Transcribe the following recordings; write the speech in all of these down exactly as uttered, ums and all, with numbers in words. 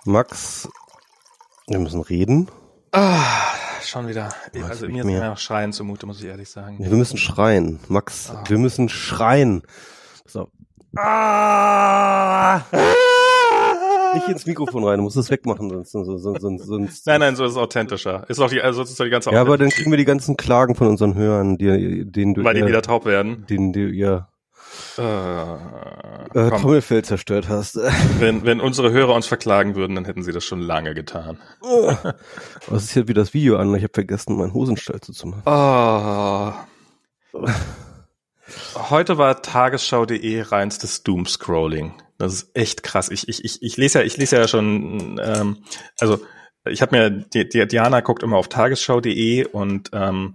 Max, wir müssen reden. Ah, schon wieder. Oh, also mir ist mir noch Schreien zumute, muss ich ehrlich sagen. Ja, wir müssen schreien. Max, Ah. wir müssen schreien. Pass auf. Ah! Nicht ins Mikrofon rein, du musst es wegmachen, sonst, sonst, sonst, sonst. Nein, nein, so ist es authentischer. Ist doch die, also ist doch die ganze Ja, aber dann kriegen wir die ganzen Klagen von unseren Hörern, die, denen du, weil die äh, wieder taub werden. denen du, ja, Äh, äh, komm, Trommelfell zerstört hast. wenn, wenn unsere Hörer uns verklagen würden, dann hätten sie das schon lange getan. Was ist hier wie das Video an? Ich habe vergessen, meinen Hosenstall zuzumachen. Oh. Heute war Tagesschau punkt de reinstes Doomscrolling. Das ist echt krass. Ich, ich, ich, ich lese ja, ich lese ja schon, ähm, also ich habe mir, die, die Diana guckt immer auf Tagesschau punkt de und ähm,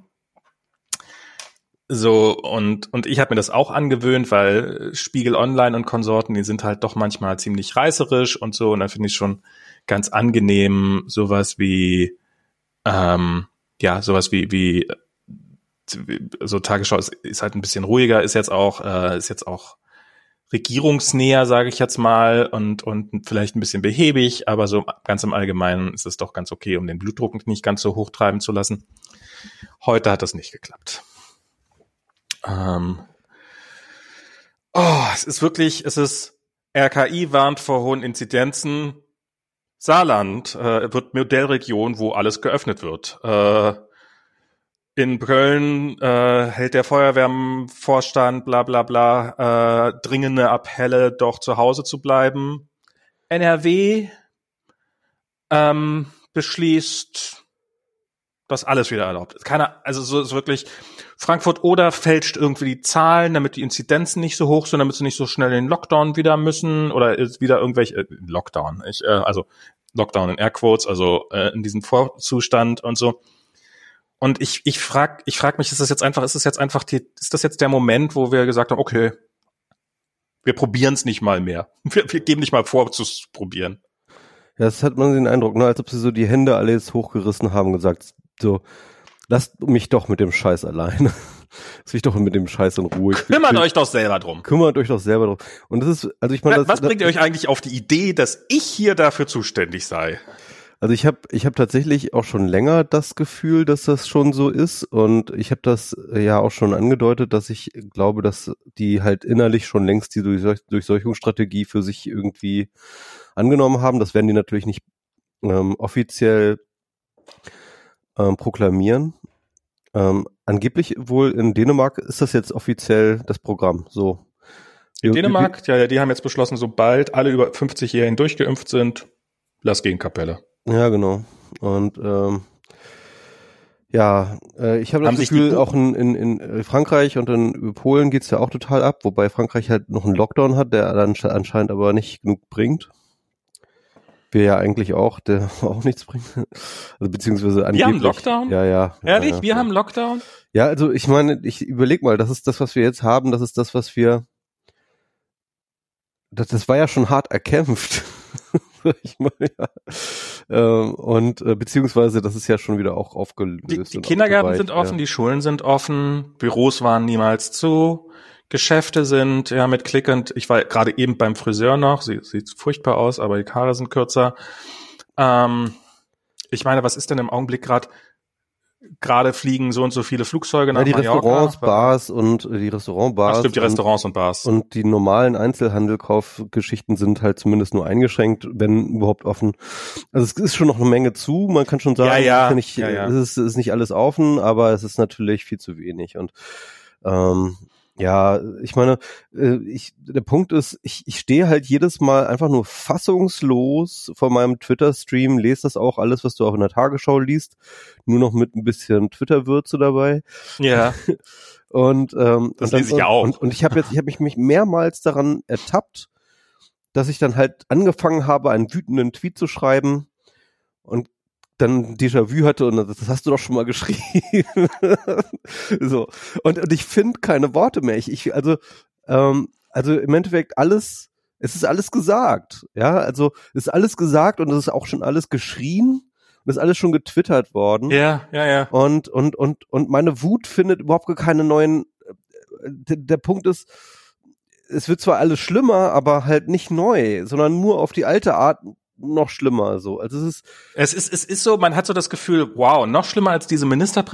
so und und ich habe mir das auch angewöhnt, weil Spiegel Online und Konsorten, die sind halt doch manchmal ziemlich reißerisch und so, und dann finde ich schon ganz angenehm sowas wie ähm, ja sowas wie wie so Tagesschau ist, ist halt ein bisschen ruhiger, ist jetzt auch äh, ist jetzt auch regierungsnäher, sage ich jetzt mal, und und vielleicht ein bisschen behäbig, aber so ganz im Allgemeinen ist es doch ganz okay, um den Blutdruck nicht ganz so hoch treiben zu lassen. Heute hat das nicht geklappt. Ähm, oh, es ist wirklich, es ist, R K I warnt vor hohen Inzidenzen. Saarland äh, wird Modellregion, wo alles geöffnet wird. Äh, in Köln äh, hält der Feuerwehrvorstand bla bla bla äh, dringende Appelle, doch zu Hause zu bleiben. N R W ähm, beschließt, dass alles wieder erlaubt ist. Keiner, also so ist wirklich, Frankfurt oder fälscht irgendwie die Zahlen, damit die Inzidenzen nicht so hoch sind, damit sie nicht so schnell in den Lockdown wieder müssen oder ist wieder irgendwelche äh, Lockdown, ich, äh, also Lockdown in Airquotes, also äh, in diesem Vorzustand und so. Und ich ich frag ich frag mich, ist das jetzt einfach, ist das jetzt einfach die, ist das jetzt der Moment, wo wir gesagt haben, okay, wir probieren es nicht mal mehr, wir, wir geben nicht mal vor, zu probieren. Ja, das hat man den Eindruck, ne, als ob sie so die Hände alle jetzt hochgerissen haben und gesagt, so, lasst mich doch mit dem Scheiß alleine. Lasst mich doch mit dem Scheiß in Ruhe. Kümmert euch doch selber drum. Kümmert euch doch selber drum. Und das ist, also ich meine, das, was das, bringt ihr euch eigentlich auf die Idee, dass ich hier dafür zuständig sei? Also ich habe ich hab tatsächlich auch schon länger das Gefühl, dass das schon so ist, und ich habe das ja auch schon angedeutet, dass ich glaube, dass die halt innerlich schon längst die Durchseuch- Durchseuchungsstrategie für sich irgendwie angenommen haben. Das werden die natürlich nicht ähm, offiziell ähm, proklamieren. Ähm, angeblich wohl in Dänemark ist das jetzt offiziell das Programm. So. In Dänemark, ja, die haben jetzt beschlossen, sobald alle über fünfzig-Jährigen durchgeimpft sind, lass gehen, Kapelle. Ja, genau. Und ähm, ja, äh, ich habe das Haben sich Gefühl, die- auch in, in, in Frankreich und in Polen geht's ja auch total ab, wobei Frankreich halt noch einen Lockdown hat, der dann anscheinend aber nicht genug bringt. Wir ja eigentlich auch, der auch nichts bringt. Also beziehungsweise angeblich. Wir haben Lockdown? Ja, ja. Ehrlich, ja, wir ja. haben Lockdown? Ja, also ich meine, ich überleg mal, das ist das, was wir jetzt haben, das ist das, was wir, das, das war ja schon hart erkämpft. Ich meine, ja. Ähm, und äh, beziehungsweise das ist ja schon wieder auch aufgelöst. Die, die und Kindergärten aufgeweicht, sind offen, ja. die Schulen sind offen, Büros waren niemals zu, Geschäfte sind, ja, mit Klick und, ich war gerade eben beim Friseur noch, sie sieht furchtbar aus, aber die Haare sind kürzer. Ähm, ich meine, was ist denn im Augenblick gerade, gerade fliegen so und so viele Flugzeuge nach Ja, die Mallorca? Restaurants, Bars und äh, die Restaurantbars. Ach, stimmt, die und, Restaurants und Bars. und die normalen Einzelhandelkaufgeschichten sind halt zumindest nur eingeschränkt, wenn überhaupt offen. Also es ist schon noch eine Menge zu, man kann schon sagen, Ja, ja, es ist, nicht, ja, ja. Es, ist, es ist nicht alles offen, aber es ist natürlich viel zu wenig. Und ähm, ja, ich meine, äh, ich, der Punkt ist, ich, ich stehe halt jedes Mal einfach nur fassungslos vor meinem Twitter-Stream, lese das auch alles, was du auch in der Tagesschau liest, nur noch mit ein bisschen Twitter-Würze dabei. Ja. Und ähm, Das und dann, lese ich ja auch. Und, und ich habe jetzt, ich habe mich, mich mehrmals daran ertappt, dass ich dann halt angefangen habe, einen wütenden Tweet zu schreiben und dann Déjà-vu hatte und das hast du doch schon mal geschrieben. So. Und, und ich finde keine Worte mehr. Ich, ich also, ähm, also im Endeffekt alles, es ist alles gesagt. Ja, also es ist alles gesagt und es ist auch schon alles geschrien und es ist alles schon getwittert worden. Ja, ja, ja. Und, und, und, und meine Wut findet überhaupt gar keine neuen, der, der Punkt ist, es wird zwar alles schlimmer, aber halt nicht neu, sondern nur auf die alte Art noch schlimmer so. Also es ist es ist es ist so, man hat so das Gefühl, wow, noch schlimmer als diese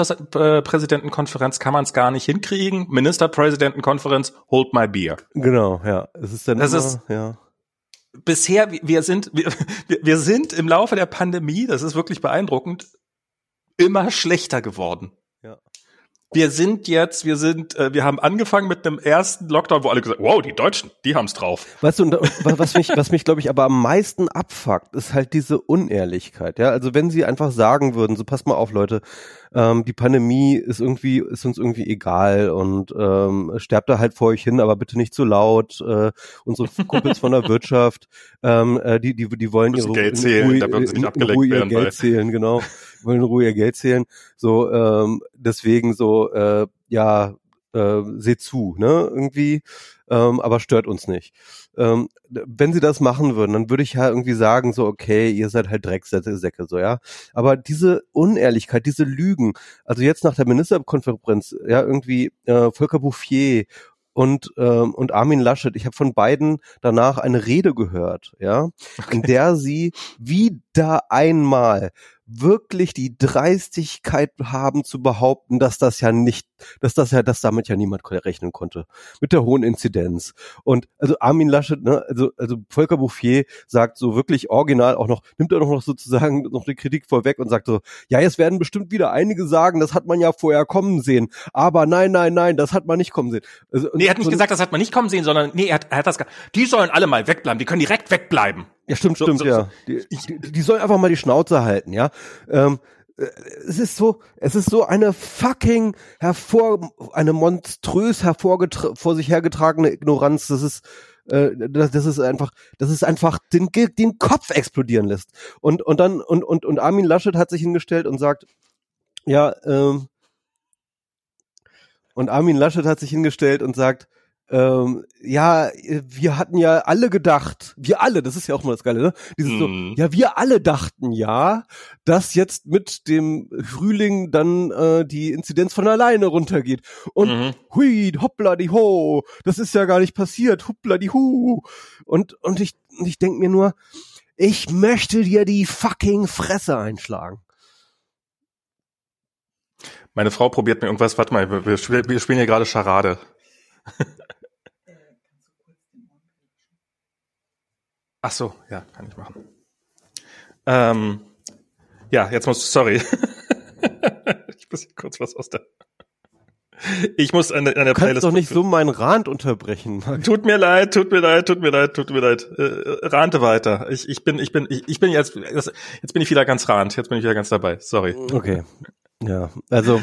Ministerpräsidentenkonferenz kann man es gar nicht hinkriegen. Ministerpräsidentenkonferenz, hold my beer. Genau, ja. Es ist dann das immer, ist ja. Bisher, wir sind wir, wir sind im Laufe der Pandemie, das ist wirklich beeindruckend, immer schlechter geworden. Ja. Wir sind jetzt, wir sind, äh, wir haben angefangen mit einem ersten Lockdown, wo alle gesagt, wow, die Deutschen, die haben's drauf. Weißt du, und, was mich, was mich, glaube ich, aber am meisten abfuckt, ist halt diese Unehrlichkeit. Ja, also wenn sie einfach sagen würden, so passt mal auf, Leute, ähm, die Pandemie ist irgendwie, ist uns irgendwie egal und ähm, sterbt da halt vor euch hin, aber bitte nicht zu laut. Äh, unsere Kumpels von der Wirtschaft, ähm, äh, die, die, die wollen ihre Geld zählen, Ruhe, da würden sie nicht abgelenkt Ruhe ihr werden, Geld weil zählen, genau. Wollen in Ruhe ihr Geld zählen. So, ähm, deswegen so, äh, ja, äh, seht zu, ne, irgendwie, ähm, aber stört uns nicht. Ähm, wenn sie das machen würden, dann würde ich ja irgendwie sagen, so, okay, ihr seid halt Drecksäcke, so, ja. Aber diese Unehrlichkeit, diese Lügen, also jetzt nach der Ministerkonferenz, ja, irgendwie äh, Volker Bouffier und ähm, und Armin Laschet, ich habe von beiden danach eine Rede gehört, ja, okay, in der sie wieder einmal wirklich die Dreistigkeit haben zu behaupten, dass das ja nicht, dass das ja, dass damit ja niemand rechnen konnte. Mit der hohen Inzidenz. Und also Armin Laschet, ne, also, also Volker Bouffier sagt so wirklich original auch noch, nimmt er noch, noch sozusagen noch die Kritik vorweg und sagt so, ja, jetzt werden bestimmt wieder einige sagen, das hat man ja vorher kommen sehen. Aber nein, nein, nein, das hat man nicht kommen sehen. Also, nee, er hat nicht so gesagt, das hat man nicht kommen sehen, sondern nee, er hat, er hat das gesagt, die sollen alle mal wegbleiben, die können direkt wegbleiben. Ja, stimmt, so, stimmt, so, ja. So. Die, die, die sollen einfach mal die Schnauze halten, ja. Ähm, es ist so, es ist so eine fucking hervor, eine monströs hervorgetra- vor sich hergetragene Ignoranz. Das ist, äh, das, das ist einfach, das ist einfach den, den Kopf explodieren lässt. Und und dann und und und Armin Laschet hat sich hingestellt und sagt, ja, ähm, und Armin Laschet hat sich hingestellt und sagt, Ähm, ja, wir hatten ja alle gedacht, wir alle, das ist ja auch mal das Geile, ne? Dieses mm. so, ja, wir alle dachten ja, dass jetzt mit dem Frühling dann äh, die Inzidenz von alleine runtergeht. Und mhm. hui, hoppla die ho, das ist ja gar nicht passiert, hoppla die hu. Und und ich ich denk mir nur, ich möchte dir die fucking Fresse einschlagen. Meine Frau probiert mir irgendwas, warte mal, wir, wir spielen hier gerade Charade. Ach so, ja, kann ich machen. Ähm, ja, jetzt muss, sorry. Ich muss kurz was aus der, ich muss an der, an der Playlist. Du kannst doch nicht so meinen Rant unterbrechen, Max. Tut mir leid, tut mir leid, tut mir leid, tut mir leid. Äh, rante weiter. Ich, ich bin, ich bin, ich, ich bin jetzt, jetzt bin ich wieder ganz rant. Jetzt bin ich wieder ganz dabei. Sorry. Okay. Ja, also,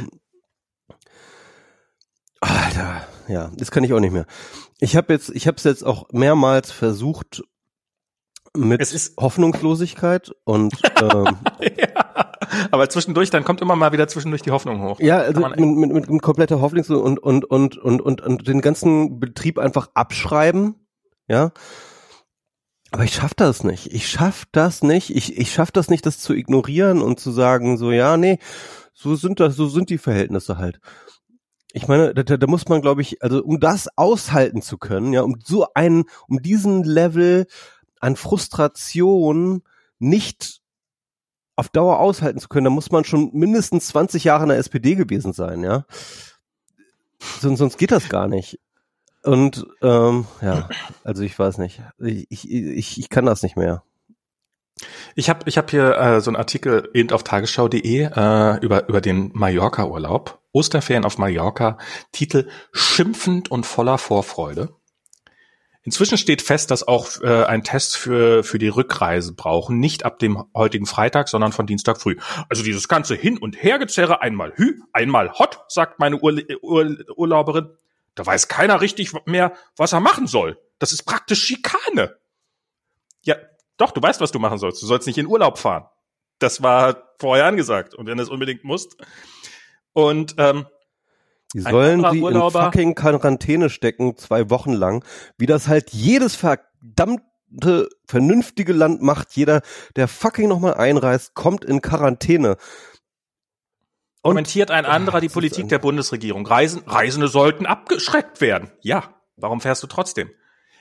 Alter, ja, das kann ich auch nicht mehr. Ich habe jetzt, ich habe es jetzt auch mehrmals versucht mit es ist Hoffnungslosigkeit und ähm, ja, aber zwischendurch, dann kommt immer mal wieder zwischendurch die Hoffnung hoch. Ja, also mit, mit, mit, mit kompletter Hoffnungslosigkeit und und und und und und den ganzen Betrieb einfach abschreiben, ja. Aber ich schaff das nicht. Ich schaff das nicht. Ich ich schaff das nicht, das zu ignorieren und zu sagen so, ja, nee, so sind das, so sind die Verhältnisse halt. Ich meine, da, da muss man, glaube ich, also um das aushalten zu können, ja, um so einen, um diesen Level an Frustration nicht auf Dauer aushalten zu können, da muss man schon mindestens zwanzig Jahre in der S P D gewesen sein, ja. Sonst, sonst geht das gar nicht. Und ähm, ja, also ich weiß nicht. Ich, ich, ich, ich kann das nicht mehr. Ich habe ich hab hier äh, so einen Artikel eben auf tagesschau punkt de äh, über über den Mallorca-Urlaub. Osterferien auf Mallorca. Titel Schimpfend und voller Vorfreude. Inzwischen steht fest, dass auch äh, ein Test für für die Rückreise brauchen, nicht ab dem heutigen Freitag, sondern von Dienstag früh. Also dieses ganze Hin- und Hergezerre, einmal hü, einmal hot, sagt meine Ur- Ur- Urlauberin. Da weiß keiner richtig mehr, was er machen soll. Das ist praktisch Schikane. Ja, doch, du weißt, was du machen sollst. Du sollst nicht in Urlaub fahren. Das war vorher angesagt. Und wenn du es unbedingt musst. Und ähm, die sollen sie in fucking Quarantäne stecken, zwei Wochen lang, wie das halt jedes verdammte, vernünftige Land macht. Jeder, der fucking nochmal einreist, kommt in Quarantäne. Und kommentiert ein anderer die Politik der Bundesregierung. Reisen, Reisende sollten abgeschreckt werden. Ja, warum fährst du trotzdem?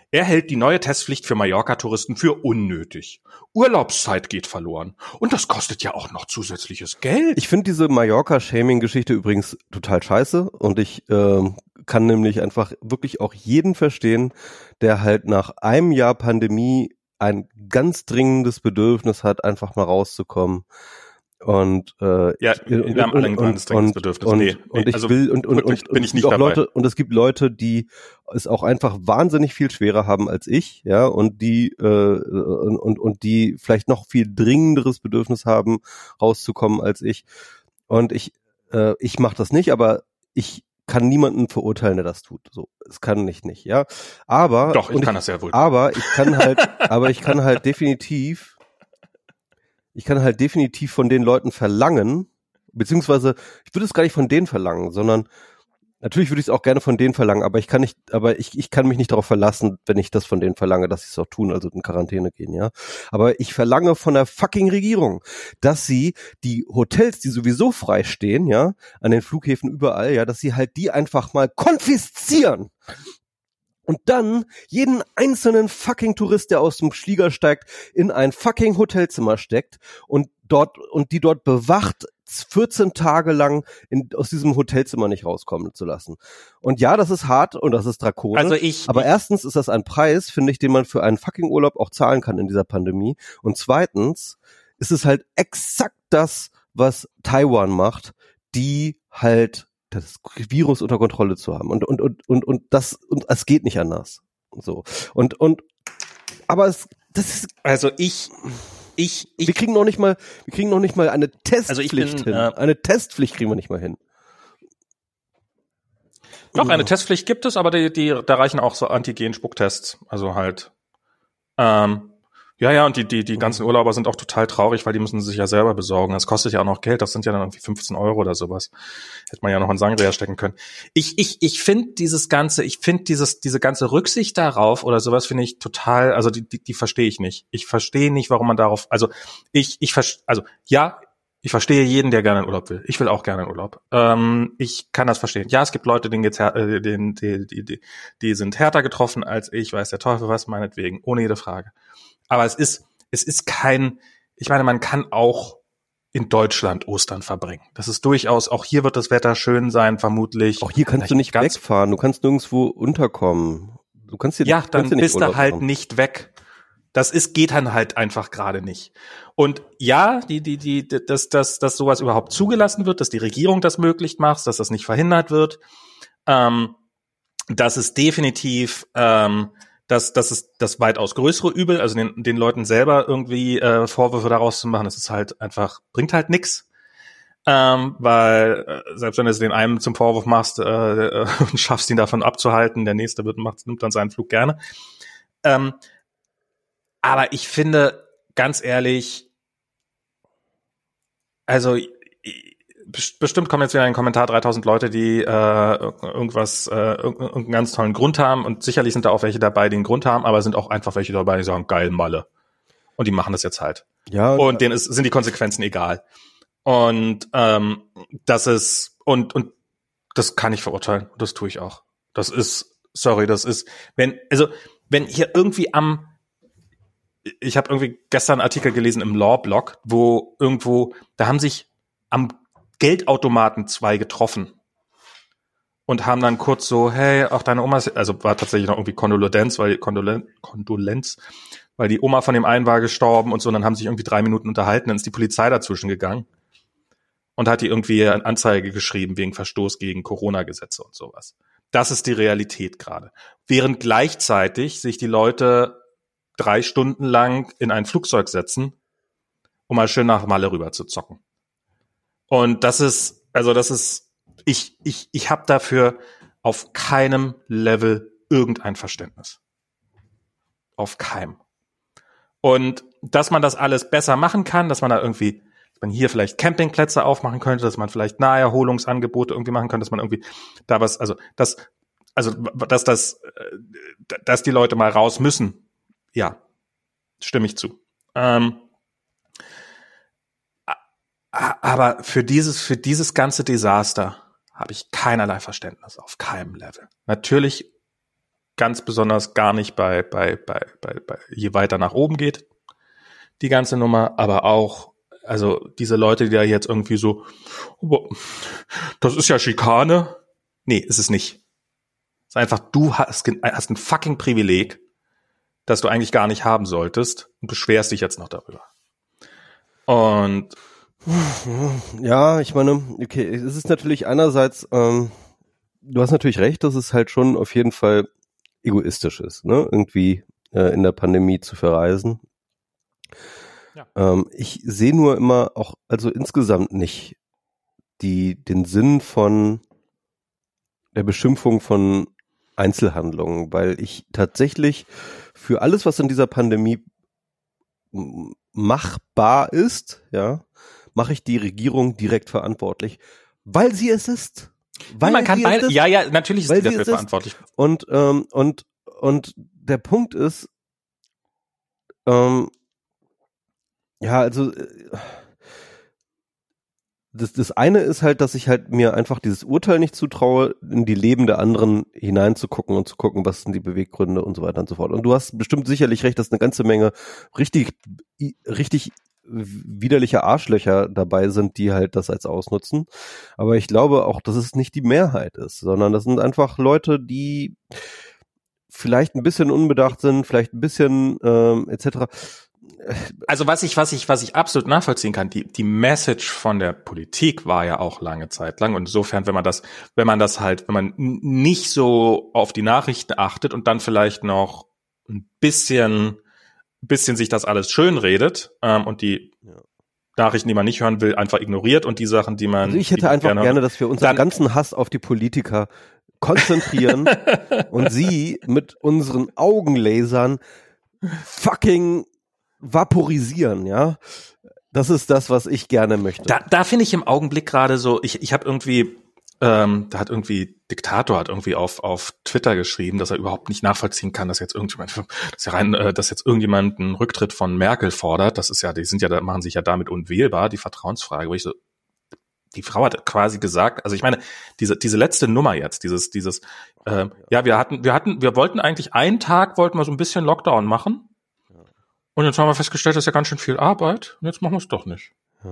Er hält die neue Testpflicht für Mallorca-Touristen für unnötig. Urlaubszeit geht verloren. Und das kostet ja auch noch zusätzliches Geld. Ich finde diese Mallorca-Shaming-Geschichte übrigens total scheiße. Und ich ähm, kann nämlich einfach wirklich auch jeden verstehen, der halt nach einem Jahr Pandemie ein ganz dringendes Bedürfnis hat, einfach mal rauszukommen. Und äh, ja, wir und, haben alle ein und, ganz dringendes Bedürfnis. Und, nee, und ich also will und und wirklich und, bin ich und nicht auch dabei. Leute und es gibt Leute, die es auch einfach wahnsinnig viel schwerer haben als ich, ja, und die äh, und, und und die vielleicht noch viel dringenderes Bedürfnis haben, rauszukommen als ich. Und ich äh, ich mache das nicht, aber ich kann niemanden verurteilen, der das tut. So, es kann ich nicht, ja. Aber doch, ich kann ich, das sehr wohl. Aber ich kann halt, aber ich kann halt definitiv, ich kann halt definitiv von den Leuten verlangen, beziehungsweise ich würde es gar nicht von denen verlangen, sondern natürlich würde ich es auch gerne von denen verlangen, aber ich kann nicht, aber ich, ich kann mich nicht darauf verlassen, wenn ich das von denen verlange, dass sie es auch tun, also in Quarantäne gehen, ja. Aber ich verlange von der fucking Regierung, dass sie die Hotels, die sowieso frei stehen, ja, an den Flughäfen überall, ja, dass sie halt die einfach mal konfiszieren. Und dann jeden einzelnen fucking Tourist, der aus dem Flieger steigt, in ein fucking Hotelzimmer steckt und dort, und die dort bewacht vierzehn Tage lang in, aus diesem Hotelzimmer nicht rauskommen zu lassen. Und ja, das ist hart und das ist drakonisch. Also ich, aber ich, erstens ist das ein Preis, finde ich, den man für einen fucking Urlaub auch zahlen kann in dieser Pandemie. Und zweitens ist es halt exakt das, was Taiwan macht, die halt das Virus unter Kontrolle zu haben. Und, und, und, und, und das, und es geht nicht anders. So. Und, und, aber es, das ist, also ich, Ich, ich, wir kriegen noch nicht mal, wir kriegen noch nicht mal eine Testpflicht also ich bin, hin. Äh, eine Testpflicht kriegen wir nicht mal hin. Doch, eine Testpflicht gibt es, aber die, die, da reichen auch so Antigen-Spucktests. Also halt, ähm, ja, ja, und die, die, die ganzen Urlauber sind auch total traurig, weil die müssen sich ja selber besorgen. Das kostet ja auch noch Geld. Das sind ja dann irgendwie fünfzehn Euro oder sowas. Hätte man ja noch in Sangria stecken können. Ich, ich, ich finde dieses ganze, ich finde dieses, diese ganze Rücksicht darauf oder sowas finde ich total, also die, die, die verstehe ich nicht. Ich verstehe nicht, warum man darauf, also ich, ich, also ja, ich verstehe jeden, der gerne in Urlaub will. Ich will auch gerne in Urlaub. Ähm, ich kann das verstehen. Ja, es gibt Leute, denen geht's, äh, denen, die, die, die, die sind härter getroffen als ich, weiß der Teufel was, meinetwegen, ohne jede Frage. Aber es ist, es ist kein, ich meine, man kann auch in Deutschland Ostern verbringen. Das ist durchaus, auch hier wird das Wetter schön sein, vermutlich. Auch hier kannst du nicht wegfahren, du kannst nirgendwo unterkommen. Du kannst hier, ja, dann nicht bist du halt machen. Nicht weg. Das ist, geht dann halt einfach gerade nicht. Und ja, die, die, die, dass, dass, dass sowas überhaupt zugelassen wird, dass die Regierung das möglich macht, dass das nicht verhindert wird, ähm, das ist definitiv, ähm, Das, das ist das weitaus größere Übel, also den, den Leuten selber irgendwie äh, Vorwürfe daraus zu machen, das ist halt einfach, bringt halt nix. Ähm, weil äh, selbst wenn du es den einen zum Vorwurf machst äh, äh, und schaffst ihn davon abzuhalten, der nächste wird macht, nimmt dann seinen Flug gerne. Ähm, aber ich finde, ganz ehrlich, also bestimmt kommen jetzt wieder in den Kommentar dreitausend Leute, die äh, irgendwas, äh, irgendeinen ganz tollen Grund haben und sicherlich sind da auch welche dabei, die einen Grund haben, aber es sind auch einfach welche dabei, die sagen, geil, Malle. Und die machen das jetzt halt. Ja. Und denen ist, sind die Konsequenzen egal. Und ähm, das ist, und und das kann ich verurteilen. Das tue ich auch. Das ist, sorry, das ist, wenn, also wenn hier irgendwie am, ich habe irgendwie gestern einen Artikel gelesen im Law-Blog, wo irgendwo, da haben sich am Geldautomaten zwei getroffen und haben dann kurz so, hey, auch deine Oma, also war tatsächlich noch irgendwie Kondolenz, weil Kondolenz, Kondolenz, weil die Oma von dem einen war gestorben und so, und dann haben sich irgendwie drei Minuten unterhalten, dann ist die Polizei dazwischen gegangen und hat die irgendwie eine Anzeige geschrieben wegen Verstoß gegen Corona-Gesetze und sowas. Das ist die Realität gerade. Während gleichzeitig sich die Leute drei Stunden lang in ein Flugzeug setzen, um mal schön nach Malle rüber zu zocken. Und das ist, also das ist, ich, ich, ich habe dafür auf keinem Level irgendein Verständnis. Auf keinem. Und dass man das alles besser machen kann, dass man da irgendwie, dass man hier vielleicht Campingplätze aufmachen könnte, dass man vielleicht Naherholungsangebote irgendwie machen könnte, dass man irgendwie da was, also das, also dass das, dass die Leute mal raus müssen, ja, stimme ich zu. Ähm, Aber für dieses, für dieses ganze Desaster habe ich keinerlei Verständnis auf keinem Level. Natürlich ganz besonders gar nicht bei, bei, bei, bei, bei je weiter nach oben geht, die ganze Nummer, aber auch, also diese Leute, die da jetzt irgendwie so, das ist ja Schikane. Nee, ist es nicht. Es ist einfach, du hast, hast ein fucking Privileg, das du eigentlich gar nicht haben solltest und beschwerst dich jetzt noch darüber. Und ja, ich meine, okay, es ist natürlich einerseits, ähm, du hast natürlich recht, dass es halt schon auf jeden Fall egoistisch ist, ne, irgendwie äh, in der Pandemie zu verreisen. Ja. Ähm, ich sehe nur immer auch, also insgesamt nicht die den Sinn von der Beschimpfung von Einzelhandlungen, weil ich tatsächlich für alles, was in dieser Pandemie machbar ist, ja, mache ich die Regierung direkt verantwortlich, weil sie es ist. Weil man kann beide, ja, ja, natürlich ist sie dafür verantwortlich. Und, ähm, und, und der Punkt ist, ähm, ja, also, das, das eine ist halt, dass ich halt mir einfach dieses Urteil nicht zutraue, in die Leben der anderen hineinzugucken und zu gucken, was sind die Beweggründe und so weiter und so fort. Und du hast bestimmt sicherlich recht, dass eine ganze Menge richtig, richtig widerliche Arschlöcher dabei sind, die halt das als ausnutzen. Aber ich glaube auch, dass es nicht die Mehrheit ist, sondern das sind einfach Leute, die vielleicht ein bisschen unbedacht sind, vielleicht ein bisschen ähm, et cetera. Also was ich, was ich, was ich absolut nachvollziehen kann, die, die Message von der Politik war ja auch lange Zeit lang. Und insofern, wenn man das, wenn man das halt, wenn man nicht so auf die Nachrichten achtet und dann vielleicht noch ein bisschen bisschen sich das alles schön redet ähm, und die ja. Nachrichten, die man nicht hören will, einfach ignoriert und die Sachen, die man... Also ich hätte einfach gerne, gerne, dass wir unseren ganzen Hass auf die Politiker konzentrieren und sie mit unseren Augenlasern fucking vaporisieren, ja. Das ist das, was ich gerne möchte. Da, da finde ich im Augenblick gerade so, ich, ich habe irgendwie... Ähm, da hat irgendwie Diktator hat irgendwie auf auf Twitter geschrieben, dass er überhaupt nicht nachvollziehen kann, dass jetzt irgendjemand, dass ja rein, äh, dass jetzt irgendjemand einen Rücktritt von Merkel fordert. Das ist ja, die sind ja, da machen sich ja damit unwählbar, die Vertrauensfrage. Wo ich so, die Frau hat quasi gesagt, also ich meine, diese diese letzte Nummer jetzt, dieses dieses, äh, ja, wir hatten wir hatten wir wollten eigentlich einen Tag wollten wir so ein bisschen Lockdown machen und jetzt haben wir festgestellt, das ist ja ganz schön viel Arbeit und jetzt machen wir es doch nicht.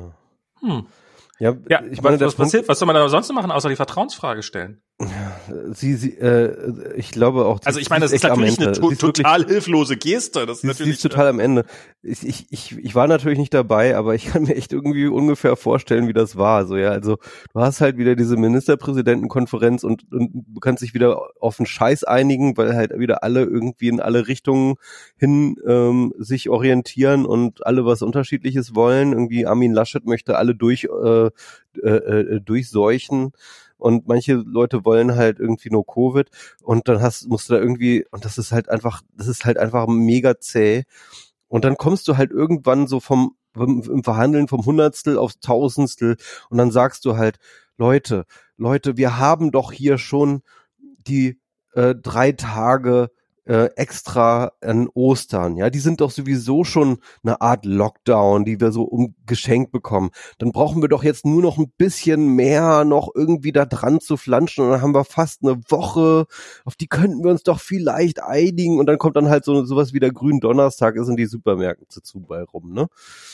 Hm. Ja, ja, ich meine, was passiert? Was soll man da sonst noch machen, außer die Vertrauensfrage stellen? Sie, sie, äh, ich glaube auch. Also ich meine, das ist natürlich eine to- total wirklich, hilflose Geste. Das ist sie, natürlich. Sie ist total am Ende. Ich, ich, ich, ich war natürlich nicht dabei, aber ich kann mir echt irgendwie ungefähr vorstellen, wie das war. So ja, also du hast halt wieder diese Ministerpräsidentenkonferenz und, und du kannst dich wieder auf einen Scheiß einigen, weil halt wieder alle irgendwie in alle Richtungen hin ähm, sich orientieren und alle was Unterschiedliches wollen. Irgendwie Armin Laschet möchte alle durch äh, äh, äh, durchseuchen. Und manche Leute wollen halt irgendwie nur Covid und dann hast, musst du da irgendwie, und das ist halt einfach, das ist halt einfach mega zäh. Und dann kommst du halt irgendwann so vom, im Verhandeln vom Hundertstel aufs Tausendstel und dann sagst du halt, Leute, Leute, wir haben doch hier schon die äh, drei Tage äh, extra an Ostern, ja, die sind doch sowieso schon eine Art Lockdown, die wir so um geschenkt bekommen. Dann brauchen wir doch jetzt nur noch ein bisschen mehr noch irgendwie da dran zu flanschen und dann haben wir fast eine Woche, auf die könnten wir uns doch vielleicht einigen und dann kommt dann halt so sowas wie der Gründonnerstag ist in die Supermärkte zu bei rum, ne?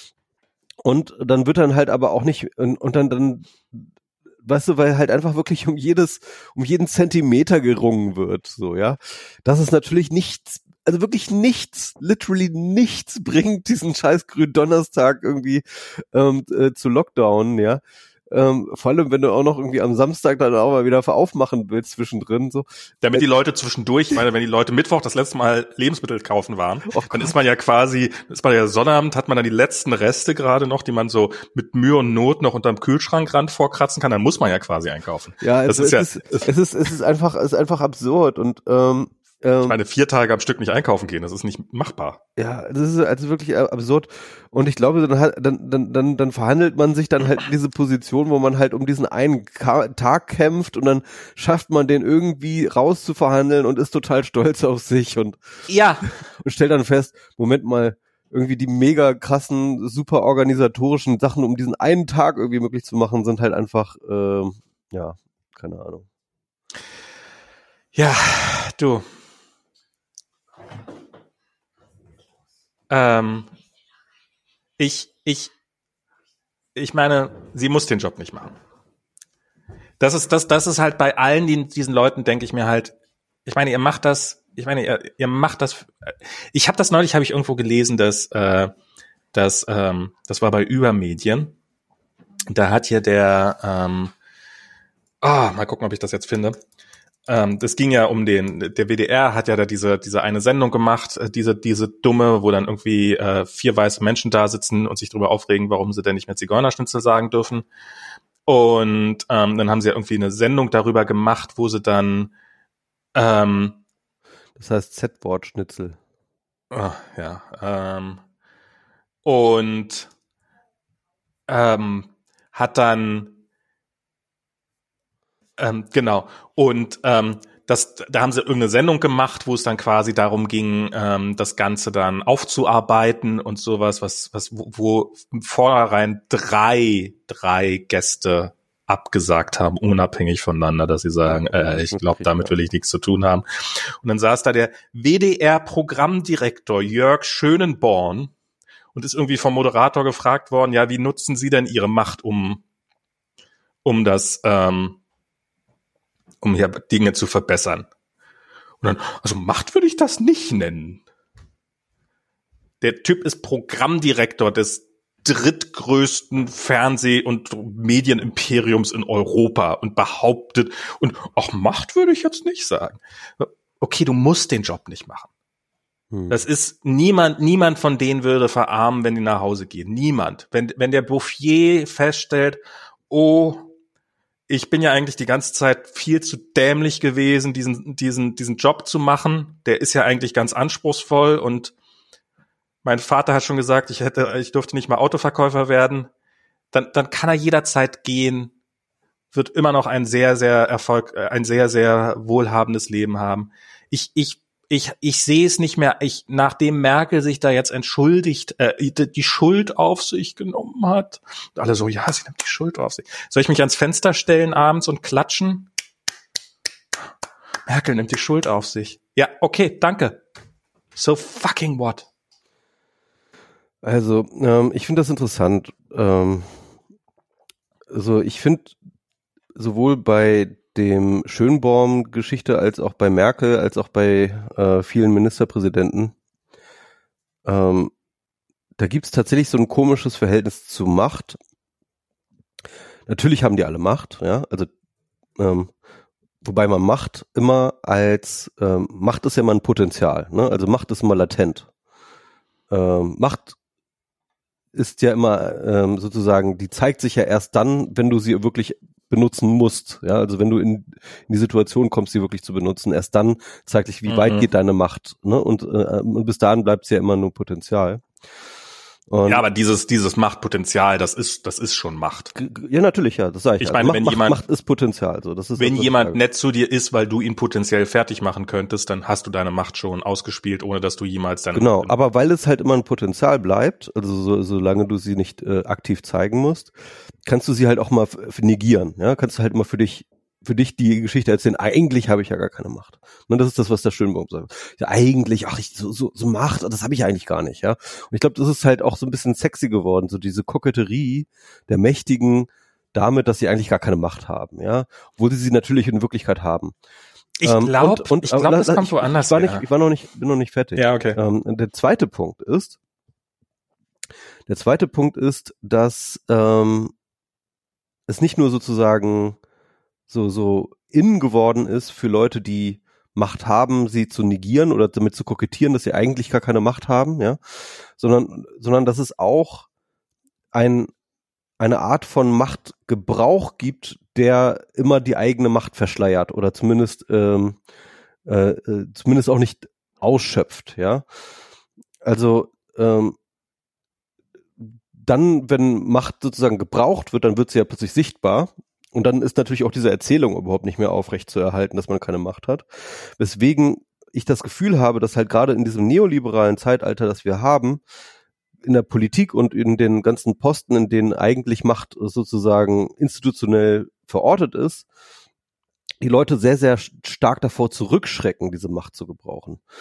Und dann wird dann halt aber auch nicht und, und dann dann weißt du, weil halt einfach wirklich um jedes, um jeden Zentimeter gerungen wird, so, ja. Das ist natürlich nichts, also wirklich nichts, literally nichts bringt, diesen scheiß Gründonnerstag irgendwie ähm, äh, zu Lockdown, ja. Ähm, vor allem, wenn du auch noch irgendwie am Samstag dann auch mal wieder aufmachen willst zwischendrin, so. Damit die Leute zwischendurch, ich meine, wenn die Leute Mittwoch das letzte Mal Lebensmittel kaufen waren, oh dann ist man ja quasi, ist man ja Sonnabend, hat man dann die letzten Reste gerade noch, die man so mit Mühe und Not noch unterm Kühlschrankrand vorkratzen kann, dann muss man ja quasi einkaufen. Ja, das es, ist ja, ist, es ist, es ist einfach, es ist einfach absurd und, ähm, ich meine, vier Tage am Stück nicht einkaufen gehen, das ist nicht machbar. Ja, das ist also wirklich absurd. Und ich glaube, dann, hat, dann, dann, dann, dann verhandelt man sich dann halt in diese Position, wo man halt um diesen einen Ka- Tag kämpft und dann schafft man den irgendwie rauszuverhandeln und ist total stolz auf sich und, ja. und stellt dann fest, Moment mal, irgendwie die mega krassen, super organisatorischen Sachen, um diesen einen Tag irgendwie möglich zu machen, sind halt einfach, äh, ja, keine Ahnung. Ja, du. ähm, ich, ich, ich meine, sie muss den Job nicht machen. Das ist, das, das ist halt bei allen die, diesen Leuten, denke ich mir halt, ich meine, ihr macht das, ich meine, ihr, ihr macht das, ich habe das neulich, habe ich irgendwo gelesen, dass, äh, dass, ähm, das war bei Übermedien, da hat hier der, ähm, ah, oh, mal gucken, ob ich das jetzt finde, ähm, das ging ja um den, der W D R hat ja da diese, diese eine Sendung gemacht, diese, diese dumme, wo dann irgendwie äh, vier weiße Menschen da sitzen und sich darüber aufregen, warum sie denn nicht mehr Zigeunerschnitzel sagen dürfen. Und ähm, dann haben sie ja irgendwie eine Sendung darüber gemacht, wo sie dann ähm, das heißt Z-Wort-Schnitzel. Oh, ja. Ähm, und ähm, hat dann ähm, genau und ähm, das, da haben sie irgendeine Sendung gemacht, wo es dann quasi darum ging, ähm, das Ganze dann aufzuarbeiten und sowas, was was wo, wo im Vornherein drei drei Gäste abgesagt haben, unabhängig voneinander, dass sie sagen, äh, ich glaube, damit will ich nichts zu tun haben. Und dann saß da der W D R-Programmdirektor Jörg Schönenborn und ist irgendwie vom Moderator gefragt worden, ja, wie nutzen Sie denn Ihre Macht, um um das, ähm, um hier Dinge zu verbessern? Und dann, also Macht würde ich das nicht nennen. Der Typ ist Programmdirektor des drittgrößten Fernseh- und Medienimperiums in Europa und behauptet, und auch Macht würde ich jetzt nicht sagen. Okay, du musst den Job nicht machen. Hm. Das ist niemand, niemand von denen würde verarmen, wenn die nach Hause gehen. Niemand. Wenn, wenn der Bouffier feststellt, oh, ich bin ja eigentlich die ganze Zeit viel zu dämlich gewesen, diesen, diesen, diesen Job zu machen. Der ist ja eigentlich ganz anspruchsvoll und mein Vater hat schon gesagt, ich hätte, ich durfte nicht mal Autoverkäufer werden. Dann, dann kann er jederzeit gehen, wird immer noch ein sehr, sehr Erfolg, ein sehr, sehr wohlhabendes Leben haben. Ich, ich, ich, ich sehe es nicht mehr. Ich, nachdem Merkel sich da jetzt entschuldigt, äh, die Schuld auf sich genommen hat, alle so, ja, sie nimmt die Schuld auf sich. Soll ich mich ans Fenster stellen abends und klatschen? Merkel nimmt die Schuld auf sich. Ja, okay, danke. So fucking what? Also, ähm, ich finde das interessant. Ähm, also, ich finde sowohl bei dem Schönborn-Geschichte als auch bei Merkel, als auch bei äh, vielen Ministerpräsidenten, ähm, da gibt es tatsächlich so ein komisches Verhältnis zu Macht. Natürlich haben die alle Macht, ja, also ähm, wobei man Macht immer als ähm, Macht ist ja immer ein Potenzial, ne? Also Macht ist immer latent. Ähm, Macht ist ja immer ähm, sozusagen, die zeigt sich ja erst dann, wenn du sie wirklich benutzen musst. Ja, also wenn du in, in die Situation kommst, sie wirklich zu benutzen, erst dann zeigt sich, wie mhm. weit geht deine Macht. Ne? Und, äh, und bis dahin bleibt es ja immer nur Potenzial. Und ja, aber dieses dieses Machtpotenzial, das ist das ist schon Macht. Ja, natürlich, ja, das sage ich. Ich meine, Macht, wenn Macht, jemand Macht ist Potenzial. So, das ist wenn das, jemand nett zu dir ist, weil du ihn potenziell fertig machen könntest, dann hast du deine Macht schon ausgespielt, ohne dass du jemals deine genau. Macht Aber weil es halt immer ein Potenzial bleibt, also so, solange du sie nicht äh, aktiv zeigen musst, kannst du sie halt auch mal f- negieren. Ja, kannst du halt immer für dich für dich die Geschichte erzählen, eigentlich habe ich ja gar keine Macht. Und das ist das, was der Schönbaum sagt. Ja, eigentlich, ach, ich, so, so, so Macht, das habe ich eigentlich gar nicht, ja. Und ich glaube, das ist halt auch so ein bisschen sexy geworden, so diese Koketterie der Mächtigen damit, dass sie eigentlich gar keine Macht haben, ja. Obwohl sie sie natürlich in Wirklichkeit haben. Ich glaube, ähm, ich glaube, das kommt ich, woanders ich war her. nicht, ich war noch nicht, bin noch nicht fertig. Ja, okay. Ähm, der zweite Punkt ist, der zweite Punkt ist, dass ähm, es nicht nur sozusagen so so in geworden ist für Leute, die Macht haben, sie zu negieren oder damit zu kokettieren, dass sie eigentlich gar keine Macht haben, ja, sondern sondern dass es auch ein eine Art von Machtgebrauch gibt, der immer die eigene Macht verschleiert oder zumindest ähm, äh, zumindest auch nicht ausschöpft, ja. Also ähm, dann, wenn Macht sozusagen gebraucht wird, dann wird sie ja plötzlich sichtbar. Und dann ist natürlich auch diese Erzählung überhaupt nicht mehr aufrecht zu erhalten, dass man keine Macht hat. Weswegen ich das Gefühl habe, dass halt gerade in diesem neoliberalen Zeitalter, das wir haben, in der Politik und in den ganzen Posten, in denen eigentlich Macht sozusagen institutionell verortet ist, die Leute sehr, sehr stark davor zurückschrecken, diese Macht zu gebrauchen.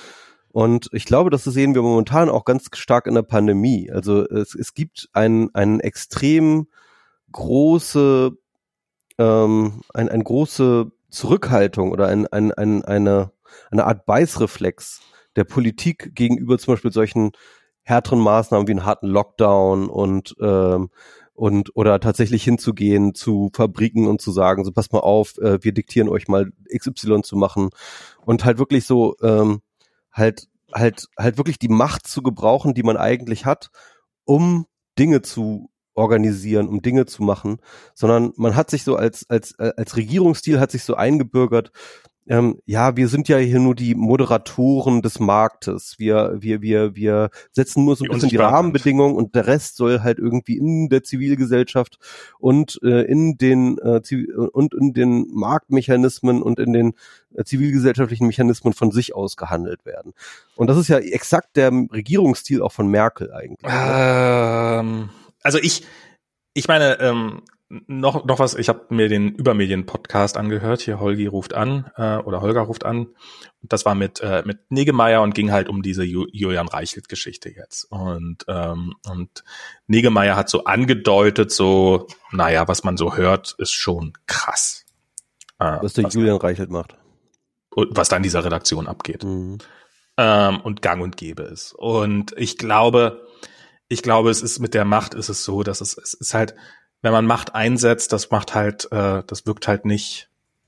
Und ich glaube, das sehen wir momentan auch ganz stark in der Pandemie. Also es, es gibt ein, ein extrem große, ähm, ein, ein große Zurückhaltung oder ein, ein, ein, eine, eine Art Beißreflex der Politik gegenüber zum Beispiel solchen härteren Maßnahmen wie einen harten Lockdown und ähm, und oder tatsächlich hinzugehen zu Fabriken und zu sagen, so passt mal auf, äh, wir diktieren euch mal X Y zu machen und halt wirklich so ähm, halt halt halt wirklich die Macht zu gebrauchen, die man eigentlich hat, um Dinge zu organisieren, um Dinge zu machen, sondern man hat sich so als als als Regierungsstil hat sich so eingebürgert, ähm, ja, wir sind ja hier nur die Moderatoren des Marktes. Wir, wir, wir, wir setzen nur so ein Die bisschen die unsichtbaren. Rahmenbedingungen und der Rest soll halt irgendwie in der Zivilgesellschaft und äh, in den äh, Ziv- und in den Marktmechanismen und in den äh, zivilgesellschaftlichen Mechanismen von sich aus gehandelt werden. Und das ist ja exakt der Regierungsstil auch von Merkel eigentlich. Ähm, also ich, ich meine, ähm, Noch, noch was, ich habe mir den Übermedien-Podcast angehört, hier Holgi ruft an, äh, oder Holger ruft an. Das war mit äh, mit Niggemeier und ging halt um diese Ju- Julian Reichelt-Geschichte jetzt. Und ähm, und Niggemeier hat so angedeutet, so, naja, was man so hört, ist schon krass. Äh, Was der was, Julian Reichelt macht. und was da in dieser Redaktion abgeht. Mhm. Ähm, und gang und gäbe ist. Und ich glaube, ich glaube, es ist mit der Macht ist es so, dass es, es ist halt, wenn man Macht einsetzt, das macht halt, äh, das wirkt halt nicht.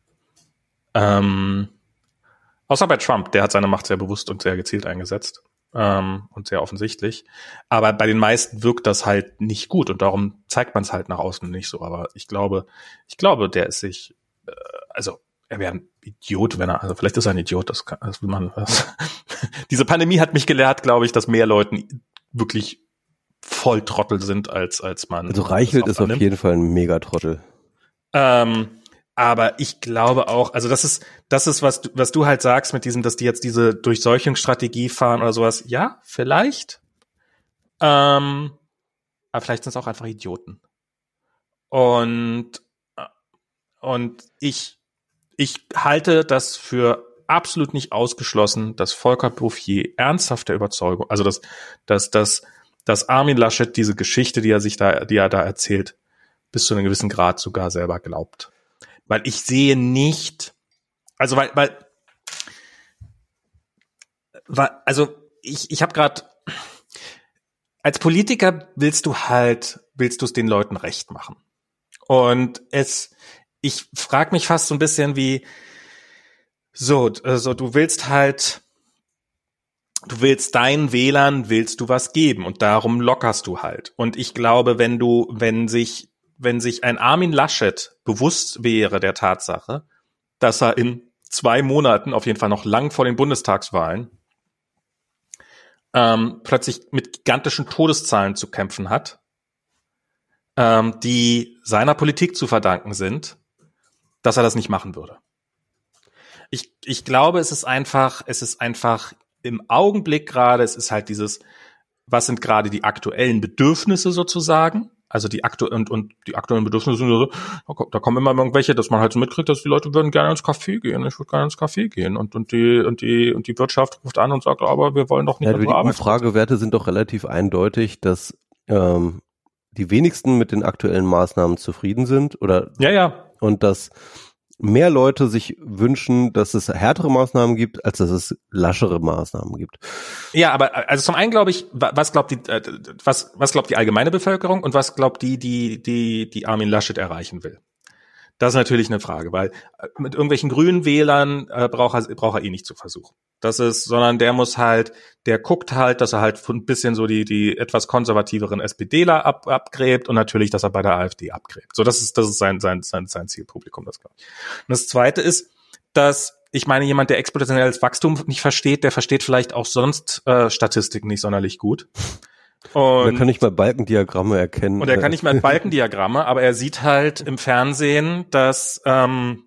Ähm, außer bei Trump, der hat seine Macht sehr bewusst und sehr gezielt eingesetzt ähm, und sehr offensichtlich. Aber bei den meisten wirkt das halt nicht gut und darum zeigt man es halt nach außen nicht so. Aber ich glaube, ich glaube, der ist sich, äh, also er wäre ein Idiot, wenn er, also vielleicht ist er ein Idiot, das kann, das will man. Das. Diese Pandemie hat mich gelehrt, glaube ich, dass mehr Leuten wirklich voll Trottel sind, als als man. Also Reichelt ist auf jeden Fall ein Megatrottel. Ähm, aber ich glaube auch, also das ist das ist was du, was du halt sagst mit diesem, dass die jetzt diese Durchseuchungsstrategie fahren oder sowas. Ja, vielleicht. Ähm, aber vielleicht sind es auch einfach Idioten. Und und ich ich halte das für absolut nicht ausgeschlossen, dass Volker Bouffier ernsthaft der Überzeugung, also dass dass dass dass Armin Laschet diese Geschichte, die er sich da, die er da erzählt, bis zu einem gewissen Grad sogar selber glaubt. Weil ich sehe nicht, also weil, weil, weil also ich, ich habe gerade, als Politiker willst du halt, willst du es den Leuten recht machen. Und es, ich frage mich fast so ein bisschen wie, so, also du willst halt, Du willst deinen Wählern, willst du was geben und darum lockerst du halt. Und ich glaube, wenn du, wenn sich, wenn sich ein Armin Laschet bewusst wäre der Tatsache, dass er in zwei Monaten, auf jeden Fall noch lang vor den Bundestagswahlen, ähm, plötzlich mit gigantischen Todeszahlen zu kämpfen hat, ähm, die seiner Politik zu verdanken sind, dass er das nicht machen würde. Ich, ich glaube, es ist einfach, es ist einfach im Augenblick gerade, es ist halt dieses, was sind gerade die aktuellen Bedürfnisse sozusagen, also die aktu und, und die aktuellen Bedürfnisse sind so, da kommen immer irgendwelche, dass man halt so mitkriegt, dass die Leute würden gerne ins Café gehen, ich würde gerne ins Café gehen und und die und die und die Wirtschaft ruft an und sagt, aber wir wollen doch nicht. Ja, die Umfragewerte sind doch relativ eindeutig, dass ähm, die wenigsten mit den aktuellen Maßnahmen zufrieden sind oder ja ja und dass mehr Leute sich wünschen, dass es härtere Maßnahmen gibt, als dass es laschere Maßnahmen gibt. Ja, aber also zum einen glaube ich, was glaubt die, äh, was was glaubt die allgemeine Bevölkerung und was glaubt die, die die die Armin Laschet erreichen will? Das ist natürlich eine Frage, weil mit irgendwelchen grünen Wählern äh, braucht er braucht er eh nicht zu versuchen. Das ist, sondern der muss halt, der guckt halt, dass er halt ein bisschen so die die etwas konservativeren SPDler ab, abgräbt und natürlich, dass er bei der AfD abgräbt. So, das ist das ist sein sein sein sein Zielpublikum, das glaube ich. Und das Zweite ist, dass ich meine, jemand, der exponentielles Wachstum nicht versteht, der versteht vielleicht auch sonst äh, Statistiken nicht sonderlich gut. Und er kann nicht mal Balkendiagramme erkennen. Und er kann nicht mal Balkendiagramme, aber er sieht halt im Fernsehen, dass ähm,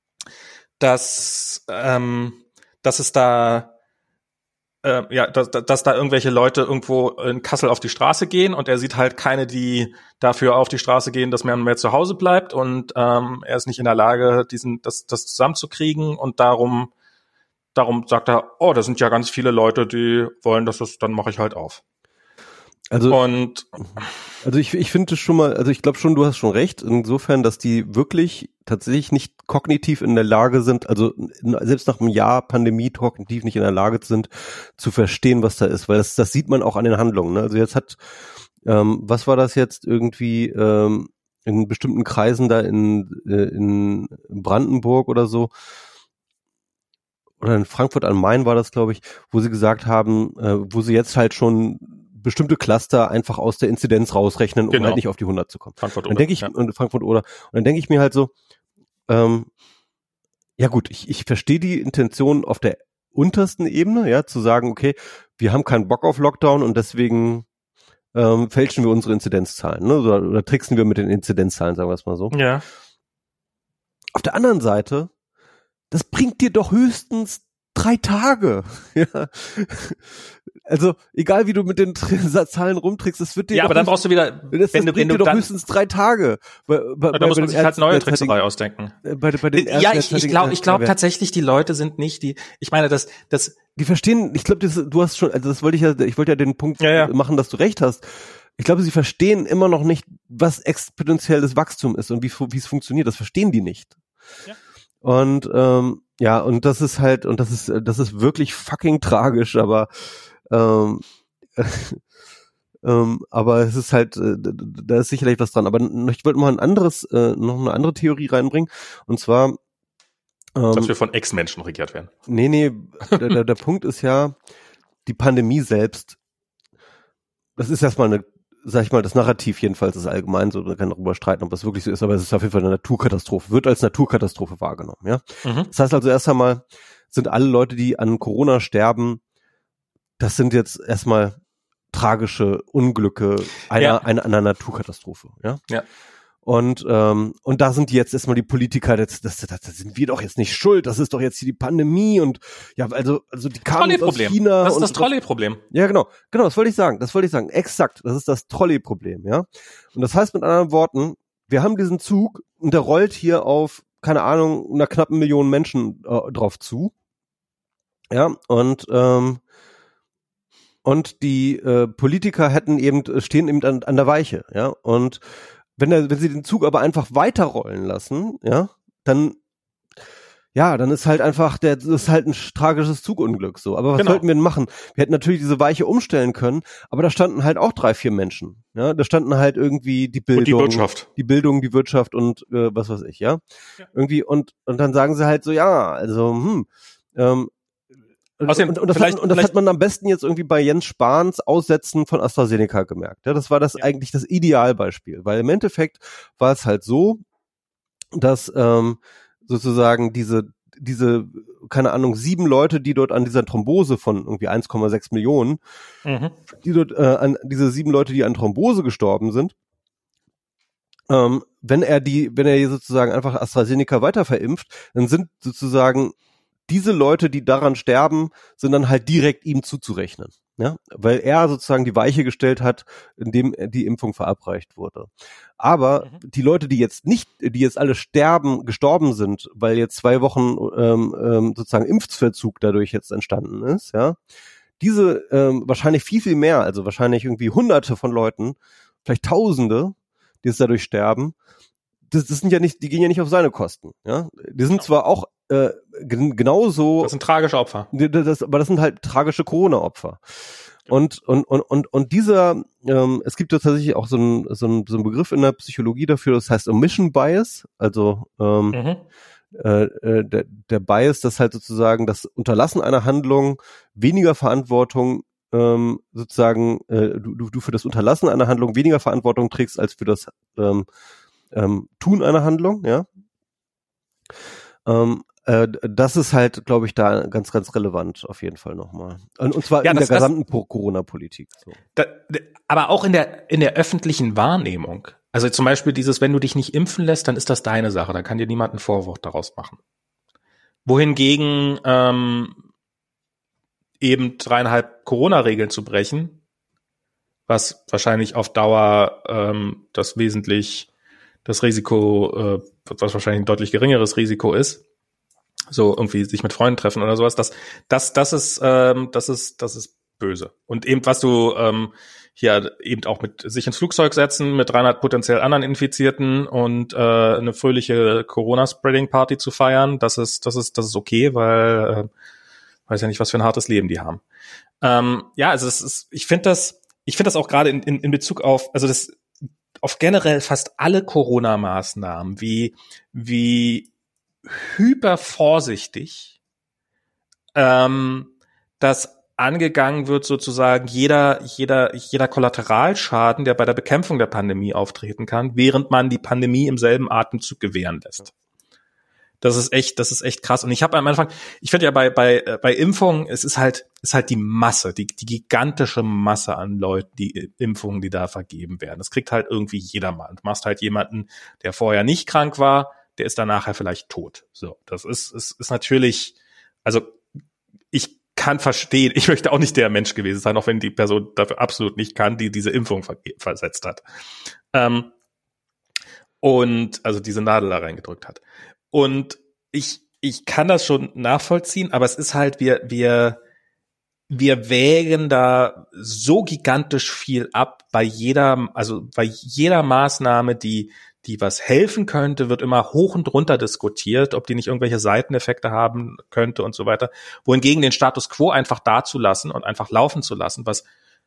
dass ähm, dass es da äh, ja, dass, dass da irgendwelche Leute irgendwo in Kassel auf die Straße gehen und er sieht halt keine, die dafür auf die Straße gehen, dass man mehr zu Hause bleibt und ähm, er ist nicht in der Lage, diesen das das zusammenzukriegen und darum darum sagt er, oh, da sind ja ganz viele Leute, die wollen, dass das, dann mache ich halt auf. Also, und also ich, ich finde es schon mal, also ich glaube schon, du hast schon recht, insofern, dass die wirklich tatsächlich nicht kognitiv in der Lage sind, also selbst nach einem Jahr Pandemie kognitiv nicht in der Lage sind, zu verstehen, was da ist, weil das, das sieht man auch an den Handlungen. Ne? Also jetzt hat, ähm, was war das jetzt irgendwie ähm, in bestimmten Kreisen da in, äh, in Brandenburg oder so, oder in Frankfurt am Main war das, glaube ich, wo sie gesagt haben, äh, wo sie jetzt halt schon bestimmte Cluster einfach aus der Inzidenz rausrechnen, um genau. halt nicht auf die hundert zu kommen. Frankfurt oder. Dann denke ich, ja. und Frankfurt oder, und dann denke ich mir halt so, ähm, ja gut, ich, ich verstehe die Intention auf der untersten Ebene, ja, zu sagen, okay, wir haben keinen Bock auf Lockdown und deswegen ähm, fälschen wir unsere Inzidenzzahlen, ne, oder, oder tricksen wir mit den Inzidenzzahlen, sagen wir es mal so. Ja. Auf der anderen Seite, das bringt dir doch höchstens drei Tage. Ja. Also, egal wie du mit den Zahlen rumtrickst, das wird dir Ja, aber dann brauchst du wieder, das, das wenn du, wenn dir du doch dann, höchstens drei Tage. Bei, bei, da muss man sich halt neue Trickserei ausdenken. Bei, bei den ja, ich, ich glaube, ich glaube tatsächlich, die Leute sind nicht die, ich meine, das, das, die verstehen, ich glaube, du hast schon, also das wollte ich ja, ich wollte ja den Punkt ja, ja. machen, dass du recht hast. Ich glaube, sie verstehen immer noch nicht, was exponentielles Wachstum ist und wie, wie es funktioniert. Das verstehen die nicht. Ja. Und ähm, ja, und das ist halt, und das ist, das ist wirklich fucking tragisch, aber ähm, ähm, aber es ist halt, äh, da ist sicherlich was dran. Aber ich wollte mal ein anderes, äh, noch eine andere Theorie reinbringen. Und zwar ähm, dass wir von Ex-Menschen regiert werden. Nee, nee, der, der, der Punkt ist ja, die Pandemie selbst, das ist erstmal eine, sag ich mal, das Narrativ jedenfalls ist allgemein so, man kann darüber streiten, ob das wirklich so ist, aber es ist auf jeden Fall eine Naturkatastrophe, wird als Naturkatastrophe wahrgenommen, ja. Mhm. Das heißt also erst einmal, sind alle Leute, die an Corona sterben, das sind jetzt erstmal tragische Unglücke einer, ja. einer, einer Naturkatastrophe, ja. Ja. Und ähm, und da sind jetzt erstmal die Politiker, das, das, das, das sind wir doch jetzt nicht schuld, das ist doch jetzt hier die Pandemie und ja, also also die kamen jetzt aus China. Das ist das Trolley-Problem. Ja, genau, genau, das wollte ich sagen, das wollte ich sagen, exakt, das ist das Trolley-Problem, ja. Und das heißt mit anderen Worten, wir haben diesen Zug und der rollt hier auf, keine Ahnung, einer knappen Million Menschen äh, drauf zu, ja, und ähm, und die äh, Politiker hätten eben, stehen eben an, an der Weiche, ja, und wenn er, wenn sie den Zug aber einfach weiterrollen lassen, ja, dann, ja, dann ist halt einfach, der, das ist halt ein tragisches Zugunglück, so. Aber was genau. sollten wir denn machen? Wir hätten natürlich diese Weiche umstellen können, aber da standen halt auch drei, vier Menschen, ja, da standen halt irgendwie die Bildung, und die Wirtschaft, die Bildung, die Wirtschaft und äh, was weiß ich, ja? ja, irgendwie und und dann sagen sie halt so, ja, also, hm, ähm, Außerdem, und, und, das, hat, und das hat man am besten jetzt irgendwie bei Jens Spahns Aussetzen von AstraZeneca gemerkt. Ja, das war das ja. eigentlich das Idealbeispiel, weil im Endeffekt war es halt so, dass ähm, sozusagen diese diese keine Ahnung sieben Leute, die dort an dieser Thrombose von irgendwie eins Komma sechs Millionen, mhm. die dort äh, an diese sieben Leute, die an Thrombose gestorben sind, ähm, wenn er die, wenn er sozusagen einfach AstraZeneca weiter verimpft, dann sind sozusagen diese Leute, die daran sterben, sind dann halt direkt ihm zuzurechnen, ja, weil er sozusagen die Weiche gestellt hat, indem die Impfung verabreicht wurde. Aber mhm. die Leute, die jetzt nicht, die jetzt alle sterben, gestorben sind, weil jetzt zwei Wochen ähm, ähm, sozusagen Impfverzug dadurch jetzt entstanden ist, ja, diese ähm, wahrscheinlich viel, viel mehr, also wahrscheinlich irgendwie Hunderte von Leuten, vielleicht Tausende, die jetzt dadurch sterben, das, das sind ja nicht, die gehen ja nicht auf seine Kosten, ja. Die sind zwar auch äh, gen- genauso. Das sind tragische Opfer. Das, aber das sind halt tragische Corona-Opfer. Ja. Und und und und und dieser, ähm, es gibt ja tatsächlich auch so ein so ein so ein Begriff in der Psychologie dafür, das heißt Omission Bias, also ähm, mhm. äh, der, der Bias, das halt sozusagen das Unterlassen einer Handlung weniger Verantwortung ähm, sozusagen äh, du du für das Unterlassen einer Handlung weniger Verantwortung trägst als für das ähm, ähm, Tun einer Handlung, ja. Ähm, äh, das ist halt, glaube ich, da ganz, ganz relevant auf jeden Fall nochmal. Und, und zwar ja, in das, der gesamten das, Corona-Politik. So. Da, aber auch in der in der öffentlichen Wahrnehmung. Also zum Beispiel dieses, wenn du dich nicht impfen lässt, dann ist das deine Sache. Dann kann dir niemand einen Vorwurf daraus machen. Wohingegen ähm, eben dreieinhalb Corona-Regeln zu brechen, was wahrscheinlich auf Dauer ähm, das wesentlich das Risiko, äh, was wahrscheinlich ein deutlich geringeres Risiko ist, so irgendwie sich mit Freunden treffen oder sowas, das, das, das ist, ähm, das ist, das ist böse. Und eben, was du ähm, hier eben auch mit sich ins Flugzeug setzen, mit dreihundert potenziell anderen Infizierten und äh, eine fröhliche Corona-Spreading-Party zu feiern, das ist, das ist, das ist okay, weil äh, weiß ja nicht, was für ein hartes Leben die haben. Ähm, ja, also das ist, ich finde das, ich finde das auch gerade in, in, in Bezug auf, also das auf generell fast alle Corona-Maßnahmen, wie wie hyper vorsichtig ähm, das angegangen wird, sozusagen jeder jeder jeder Kollateralschaden, der bei der Bekämpfung der Pandemie auftreten kann, während man die Pandemie im selben Atemzug gewähren lässt. Das ist echt, das ist echt krass. Und ich habe am Anfang, ich finde ja bei bei bei Impfungen, es ist halt ist halt die Masse, die die gigantische Masse an Leuten, die Impfungen, die da vergeben werden. Das kriegt halt irgendwie jedermann. Du machst halt jemanden, der vorher nicht krank war, der ist dann nachher vielleicht tot. So, das ist ist ist natürlich, also ich kann verstehen, ich möchte auch nicht der Mensch gewesen sein, auch wenn die Person dafür absolut nicht kann, die diese Impfung ver- versetzt hat. Ähm, und also diese Nadel da reingedrückt hat. Und ich, ich kann das schon nachvollziehen, aber es ist halt, wir, wir, wir wägen da so gigantisch viel ab bei jeder, also bei jeder Maßnahme, die, die was helfen könnte, wird immer hoch und runter diskutiert, ob die nicht irgendwelche Seiteneffekte haben könnte und so weiter. Wohingegen den Status quo einfach da zu lassen und einfach laufen zu lassen, was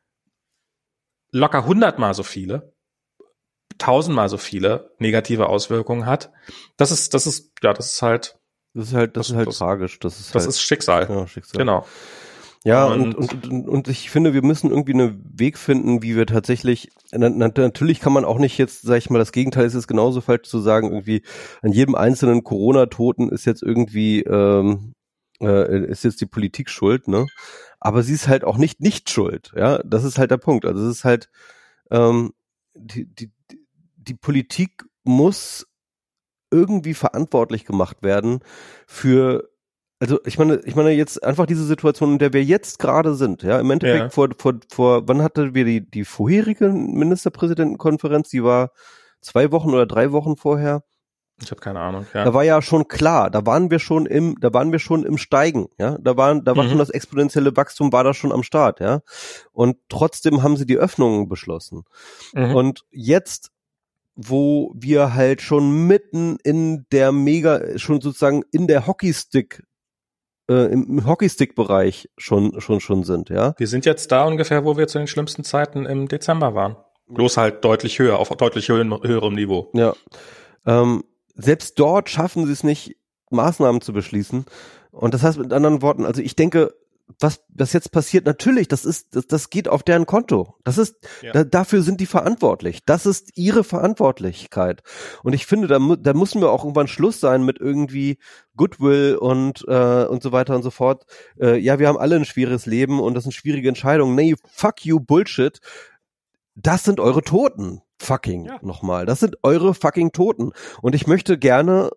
locker hundertmal so viele tausendmal so viele negative Auswirkungen hat. Das ist, das ist, ja, das ist halt, das ist halt, das, das ist halt das, tragisch. Das ist, das halt, ist Schicksal. Ja, Schicksal. Genau. Ja, und, und, und, und ich finde, wir müssen irgendwie einen Weg finden, wie wir tatsächlich, na, natürlich kann man auch nicht jetzt, sag ich mal, das Gegenteil ist es genauso falsch zu sagen, irgendwie an jedem einzelnen Corona-Toten ist jetzt irgendwie, ähm, äh, ist jetzt die Politik schuld, ne? Aber sie ist halt auch nicht nicht schuld, ja? Das ist halt der Punkt. Also es ist halt, ähm, die, die, die Politik muss irgendwie verantwortlich gemacht werden für, also ich meine, ich meine jetzt einfach diese Situation, in der wir jetzt gerade sind, ja, im Endeffekt ja. vor, vor, vor, wann hatten wir die, die vorherige Ministerpräsidentenkonferenz, die war zwei Wochen oder drei Wochen vorher. Ich habe keine Ahnung, ja. Da war ja schon klar, da waren wir schon im, da waren wir schon im Steigen, ja, da waren, da war mhm. schon das exponentielle Wachstum, war da schon am Start, ja, und trotzdem haben sie die Öffnungen beschlossen. Mhm. Und jetzt, wo wir halt schon mitten in der Mega, schon sozusagen in der Hockeystick, äh, im Hockeystick-Bereich schon, schon, schon sind, ja. Wir sind jetzt da ungefähr, wo wir zu den schlimmsten Zeiten im Dezember waren. Bloß halt deutlich höher, auf deutlich höherem Niveau. Ja. Ähm, selbst dort schaffen sie es nicht, Maßnahmen zu beschließen. Und das heißt mit anderen Worten, also ich denke, was, was jetzt passiert, natürlich, das ist, das, das geht auf deren Konto. Das ist, ja. da, dafür sind die verantwortlich. Das ist ihre Verantwortlichkeit. Und ich finde, da, da müssen wir auch irgendwann Schluss sein mit irgendwie Goodwill und, äh, und so weiter und so fort. Äh, ja, wir haben alle ein schweres Leben und das sind schwierige Entscheidungen. Nee, fuck you, Bullshit. Das sind eure Toten. Fucking ja. nochmal. Das sind eure fucking Toten. Und ich möchte gerne,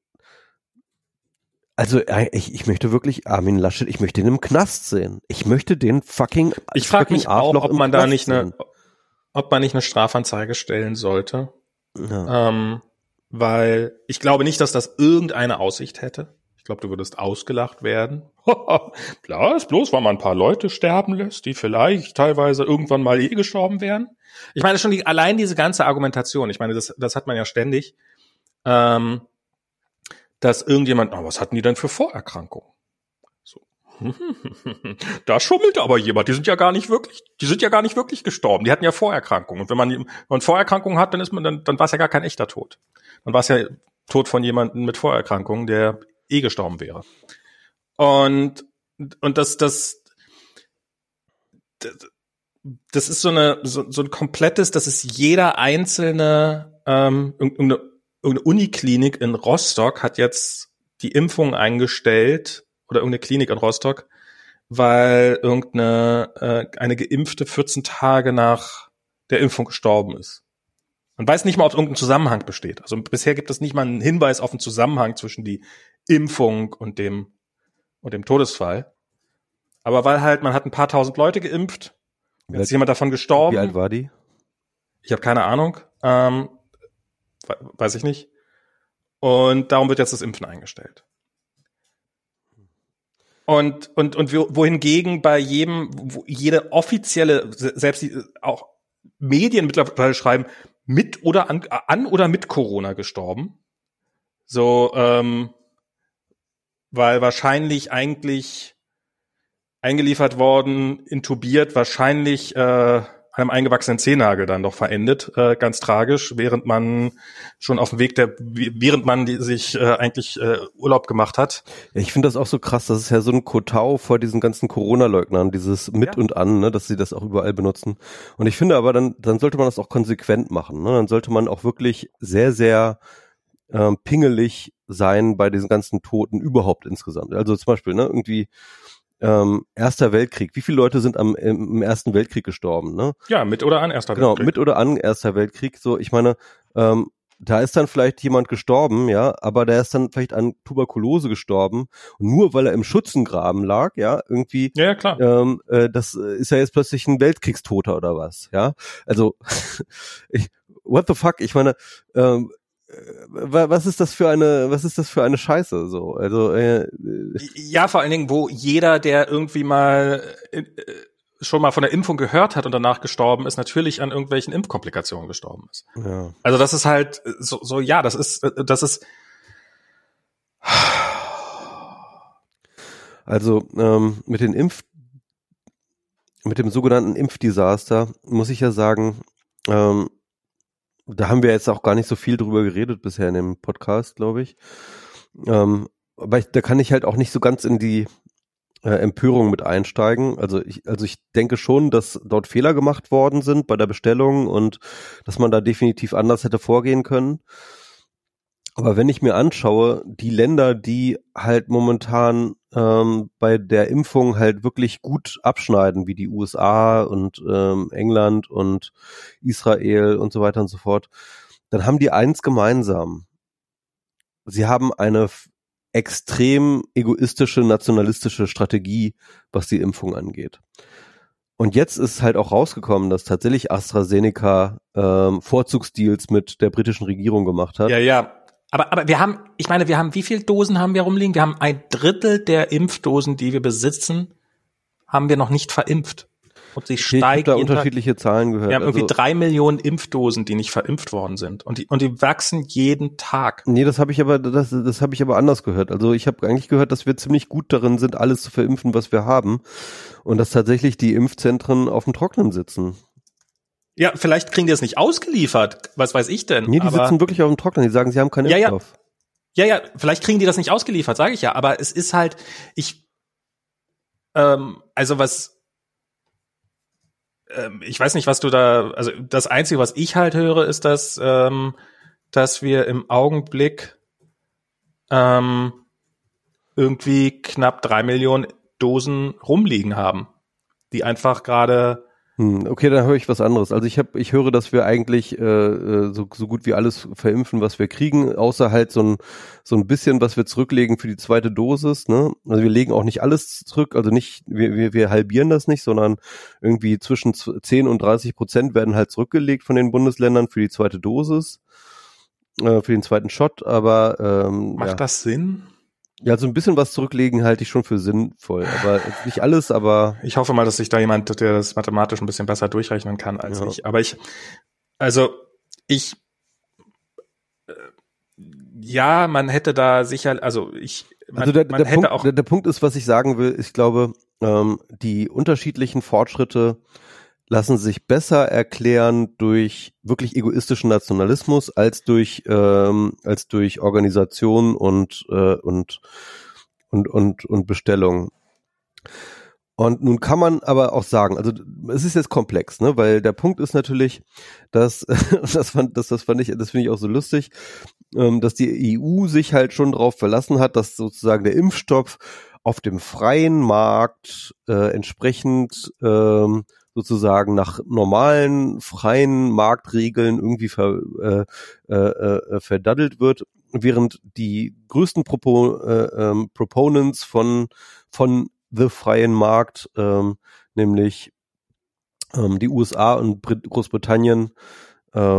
also ich, ich möchte wirklich Armin Laschet, ich möchte ihn im Knast sehen. Ich möchte den fucking Ich frage mich auch, ob man da nicht eine, ob man nicht eine Strafanzeige stellen sollte. Ja. Ähm, weil ich glaube nicht, dass das irgendeine Aussicht hätte. Ich glaube, du würdest ausgelacht werden. Klar, ist bloß, weil man ein paar Leute sterben lässt, die vielleicht teilweise irgendwann mal eh gestorben wären. Ich meine schon die, allein diese ganze Argumentation, ich meine, das, das hat man ja ständig, ähm, dass irgendjemand, oh, was hatten die denn für Vorerkrankungen? So. Da schummelt aber jemand, die sind ja gar nicht wirklich, die sind ja gar nicht wirklich gestorben, die hatten ja Vorerkrankungen. Und wenn man, wenn man Vorerkrankungen hat, dann ist man, dann, dann war es ja gar kein echter Tod. Dann war es ja Tod von jemandem mit Vorerkrankungen, der eh gestorben wäre. Und, und das, das, das, das ist so eine, so, so ein komplettes, das ist jeder einzelne, ähm, irgendeine, irgendeine Uniklinik in Rostock hat jetzt die Impfung eingestellt, oder irgendeine Klinik in Rostock, weil irgendeine, äh, eine Geimpfte vierzehn Tage nach der Impfung gestorben ist. Man weiß nicht mal, ob irgendein Zusammenhang besteht. Also bisher gibt es nicht mal einen Hinweis auf einen Zusammenhang zwischen die Impfung und dem und dem Todesfall. Aber weil halt, man hat ein paar tausend Leute geimpft, jetzt ist jemand davon gestorben. Wie alt war die? Ich habe keine Ahnung. Ähm, weiß ich nicht. Und darum wird jetzt das Impfen eingestellt. Und, und, und wohingegen bei jedem, wo jede offizielle, selbst die, auch Medien mittlerweile schreiben, mit oder an, an oder mit Corona gestorben. So, ähm, weil wahrscheinlich eigentlich eingeliefert worden, intubiert, wahrscheinlich äh, einem eingewachsenen Zehennagel dann doch verendet, äh, ganz tragisch, während man schon auf dem Weg der, während man die, sich äh, eigentlich äh, Urlaub gemacht hat. Ja, ich finde das auch so krass, das ist ja so ein Kotau vor diesen ganzen Corona-Leugnern, dieses mit Ja. und an, ne, dass sie das auch überall benutzen. Und ich finde aber, dann dann sollte man das auch konsequent machen, ne, dann sollte man auch wirklich sehr, sehr ähm, pingelig sein bei diesen ganzen Toten überhaupt insgesamt. Also zum Beispiel, ne, irgendwie Ähm, Erster Weltkrieg. Wie viele Leute sind am im Ersten Weltkrieg gestorben? Ne? Ja, mit oder an Erster Genau, Weltkrieg. mit oder an Erster Weltkrieg. So, ich meine, ähm, da ist dann vielleicht jemand gestorben, ja, aber der ist dann vielleicht an Tuberkulose gestorben. Und nur weil er im Schützengraben lag, ja, irgendwie, Ja, ja, klar. ähm, äh, das ist ja jetzt plötzlich ein Weltkriegstoter oder was, ja. Also, ich, what the fuck? Ich meine, ähm, was ist das für eine, was ist das für eine Scheiße, so, also, äh, Ja, vor allen Dingen, wo jeder, der irgendwie mal äh, schon mal von der Impfung gehört hat und danach gestorben ist, natürlich an irgendwelchen Impfkomplikationen gestorben ist. ja. Also das ist halt so, so ja, das ist, das ist. Also ähm, mit den Impf, mit dem sogenannten Impfdesaster muss ich ja sagen, ähm, da haben wir jetzt auch gar nicht so viel drüber geredet bisher in dem Podcast, glaube ich. Ähm, aber ich, da kann ich halt auch nicht so ganz in die äh, Empörung mit einsteigen. Also ich, also ich denke schon, dass dort Fehler gemacht worden sind bei der Bestellung und dass man da definitiv anders hätte vorgehen können. Aber wenn ich mir anschaue, die Länder, die halt momentan ähm, bei der Impfung halt wirklich gut abschneiden, wie die U S A und ähm, England und Israel und so weiter und so fort, dann haben die eins gemeinsam. Sie haben eine f- extrem egoistische, nationalistische Strategie, was die Impfung angeht. Und jetzt ist halt auch rausgekommen, dass tatsächlich AstraZeneca ähm, Vorzugsdeals mit der britischen Regierung gemacht hat. Ja, ja. Aber, aber wir haben, ich meine, wir haben, wie viele Dosen haben wir rumliegen? Wir haben ein Drittel der Impfdosen, die wir besitzen, haben wir noch nicht verimpft. Und sie Ich habe steigt da jeden Tag. unterschiedliche Zahlen gehört. Wir haben irgendwie also, drei Millionen Impfdosen, die nicht verimpft worden sind. Und die, und die wachsen jeden Tag. nee, das habe ich aber, das, das habe ich aber anders gehört. Also ich habe eigentlich gehört, dass wir ziemlich gut darin sind, alles zu verimpfen, was wir haben, und dass tatsächlich die Impfzentren auf dem Trocknen sitzen. Ja, vielleicht kriegen die es nicht ausgeliefert. Was weiß ich denn? Nee, die aber sitzen wirklich auf dem Trocknen. Die sagen, sie haben keinen Ja, ja. Impfstoff. Ja, ja, vielleicht kriegen die das nicht ausgeliefert, sage ich ja. Aber es ist halt, ich, ähm, also was, ähm, ich weiß nicht, was du da, also das Einzige, was ich halt höre, ist, dass, ähm, dass wir im Augenblick ähm, irgendwie knapp drei Millionen Dosen rumliegen haben, die einfach gerade. Hm, okay, dann höre ich was anderes. Also ich habe, ich höre, dass wir eigentlich äh, so, so gut wie alles verimpfen, was wir kriegen, außer halt so ein so ein bisschen, was wir zurücklegen für die zweite Dosis. Ne? Also wir legen auch nicht alles zurück, also nicht, wir, wir, wir halbieren das nicht, sondern irgendwie zwischen zehn und dreißig Prozent werden halt zurückgelegt von den Bundesländern für die zweite Dosis, äh, für den zweiten Shot. Aber ähm, Macht ja. das Sinn? Ja, so ein bisschen was zurücklegen halte ich schon für sinnvoll, aber nicht alles, aber Ich hoffe mal, dass sich da jemand, der das mathematisch ein bisschen besser durchrechnen kann als Ja. ich. Aber ich, also ich, äh, ja, man hätte da sicher, also ich, man, also der, man der, hätte Punkt, auch, der, der Punkt ist, was ich sagen will, ich glaube, ähm, die unterschiedlichen Fortschritte lassen sich besser erklären durch wirklich egoistischen Nationalismus als durch ähm, als durch Organisation und äh, und und und und Bestellung. Und nun kann man aber auch sagen, also es ist jetzt komplex, ne, weil der Punkt ist natürlich, dass das fand das das fand ich das finde ich auch so lustig, ähm, dass die E U sich halt schon darauf verlassen hat, dass sozusagen der Impfstoff auf dem freien Markt äh, entsprechend ähm, sozusagen nach normalen freien Marktregeln irgendwie ver, äh, äh, äh, verdaddelt wird, während die größten Propo, äh, ähm, Proponents von von the freien Markt, ähm, nämlich ähm, die U S A und Brit- Großbritannien, ähm,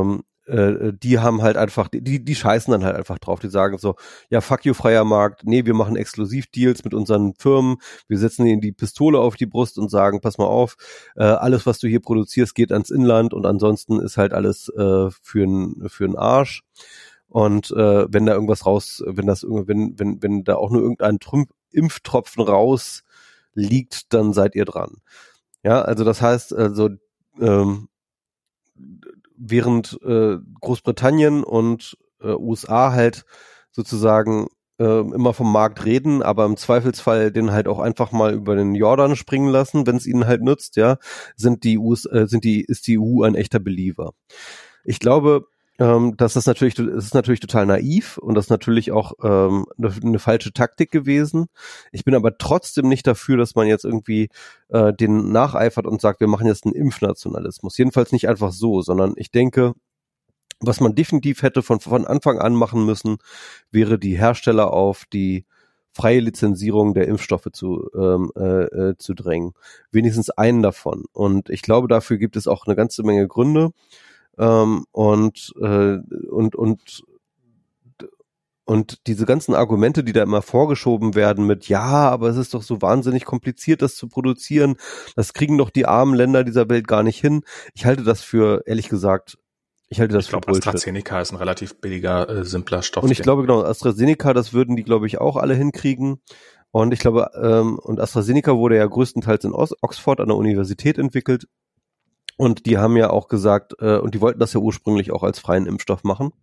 äh, die haben halt einfach, die, die scheißen dann halt einfach drauf. Die sagen so, ja, fuck you, freier Markt. Nee, wir machen Exklusivdeals mit unseren Firmen. Wir setzen ihnen die Pistole auf die Brust und sagen, pass mal auf, äh, alles, was du hier produzierst, geht ans Inland und ansonsten ist halt alles äh, für n, für n Arsch. Und äh, wenn da irgendwas raus, wenn das wenn wenn wenn da auch nur irgendein Trümp Impftropfen raus liegt, dann seid ihr dran. Ja, also das heißt, also ähm, während äh, Großbritannien und äh, U S A halt sozusagen äh, immer vom Markt reden, aber im Zweifelsfall den halt auch einfach mal über den Jordan springen lassen, wenn es ihnen halt nützt, ja, sind die U S, äh, sind die ist die E U ein echter Believer. Ich glaube, ähm, dass das natürlich, es ist natürlich total naiv und das ist natürlich auch ähm, eine, eine falsche Taktik gewesen. Ich bin aber trotzdem nicht dafür, dass man jetzt irgendwie äh, den nacheifert und sagt, wir machen jetzt einen Impfnationalismus. Jedenfalls nicht einfach so, sondern ich denke, was man definitiv hätte von, von Anfang an machen müssen, wäre die Hersteller auf die freie Lizenzierung der Impfstoffe zu, ähm, äh, äh, zu drängen. Wenigstens einen davon. Und ich glaube, dafür gibt es auch eine ganze Menge Gründe. Ähm, und, äh, und, und, und diese ganzen Argumente, die da immer vorgeschoben werden mit, ja, aber es ist doch so wahnsinnig kompliziert, das zu produzieren. Das kriegen doch die armen Länder dieser Welt gar nicht hin. Ich halte das für, ehrlich gesagt, ich halte das ich für glaube, Bullshit. AstraZeneca ist ein relativ billiger, äh, simpler Stoff. Und ich glaube, genau, AstraZeneca, das würden die, glaube ich, auch alle hinkriegen. Und ich glaube, ähm, und AstraZeneca wurde ja größtenteils in Oxford an der Universität entwickelt. Und die haben ja auch gesagt, äh, und die wollten das ja ursprünglich auch als freien Impfstoff machen.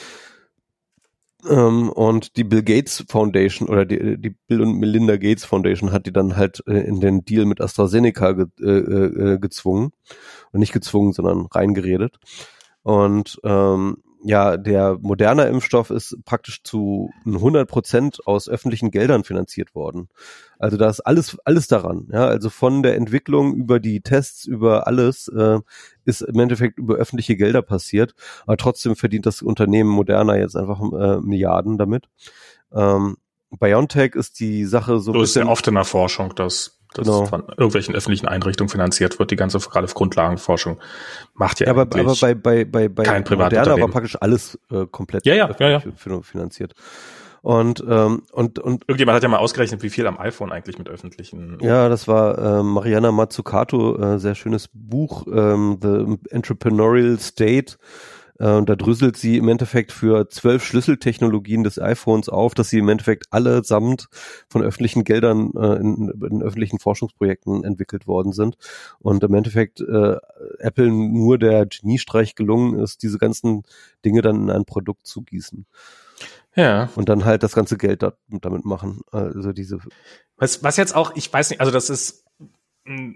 Ähm, und die Bill Gates Foundation oder die, die Bill und Melinda Gates Foundation hat die dann halt äh, in den Deal mit AstraZeneca ge, äh, äh, gezwungen. Und nicht gezwungen, sondern reingeredet. Und ähm, ja, der moderne Impfstoff ist praktisch zu hundert Prozent aus öffentlichen Geldern finanziert worden. Also da ist alles alles daran. Ja, also von der Entwicklung über die Tests, über alles äh, ist im Endeffekt über öffentliche Gelder passiert. Aber trotzdem verdient das Unternehmen Moderna jetzt einfach äh, Milliarden damit. Ähm, BioNTech ist die Sache so. So ist ja oft in der Forschung, dass das genau. von irgendwelchen öffentlichen Einrichtungen finanziert wird. Die ganze gerade Grundlagenforschung macht ja, ja aber, aber bei bei bei bei kein Moderna war praktisch alles äh, komplett ja, ja, ja, ja. finanziert. Und ähm, und und irgendjemand hat ja mal ausgerechnet, wie viel am iPhone eigentlich mit öffentlichen. Ja, das war äh, Mariana Mazzucato, äh, sehr schönes Buch, ähm, The Entrepreneurial State. Und da dröselt sie im Endeffekt für zwölf Schlüsseltechnologien des iPhones auf, dass sie im Endeffekt allesamt von öffentlichen Geldern äh, in, in öffentlichen Forschungsprojekten entwickelt worden sind. Und im Endeffekt äh, Apple nur der Geniestreich gelungen ist, diese ganzen Dinge dann in ein Produkt zu gießen. Ja. Und dann halt das ganze Geld da, damit machen. Also diese. Was, was jetzt auch, ich weiß nicht, also das ist mh,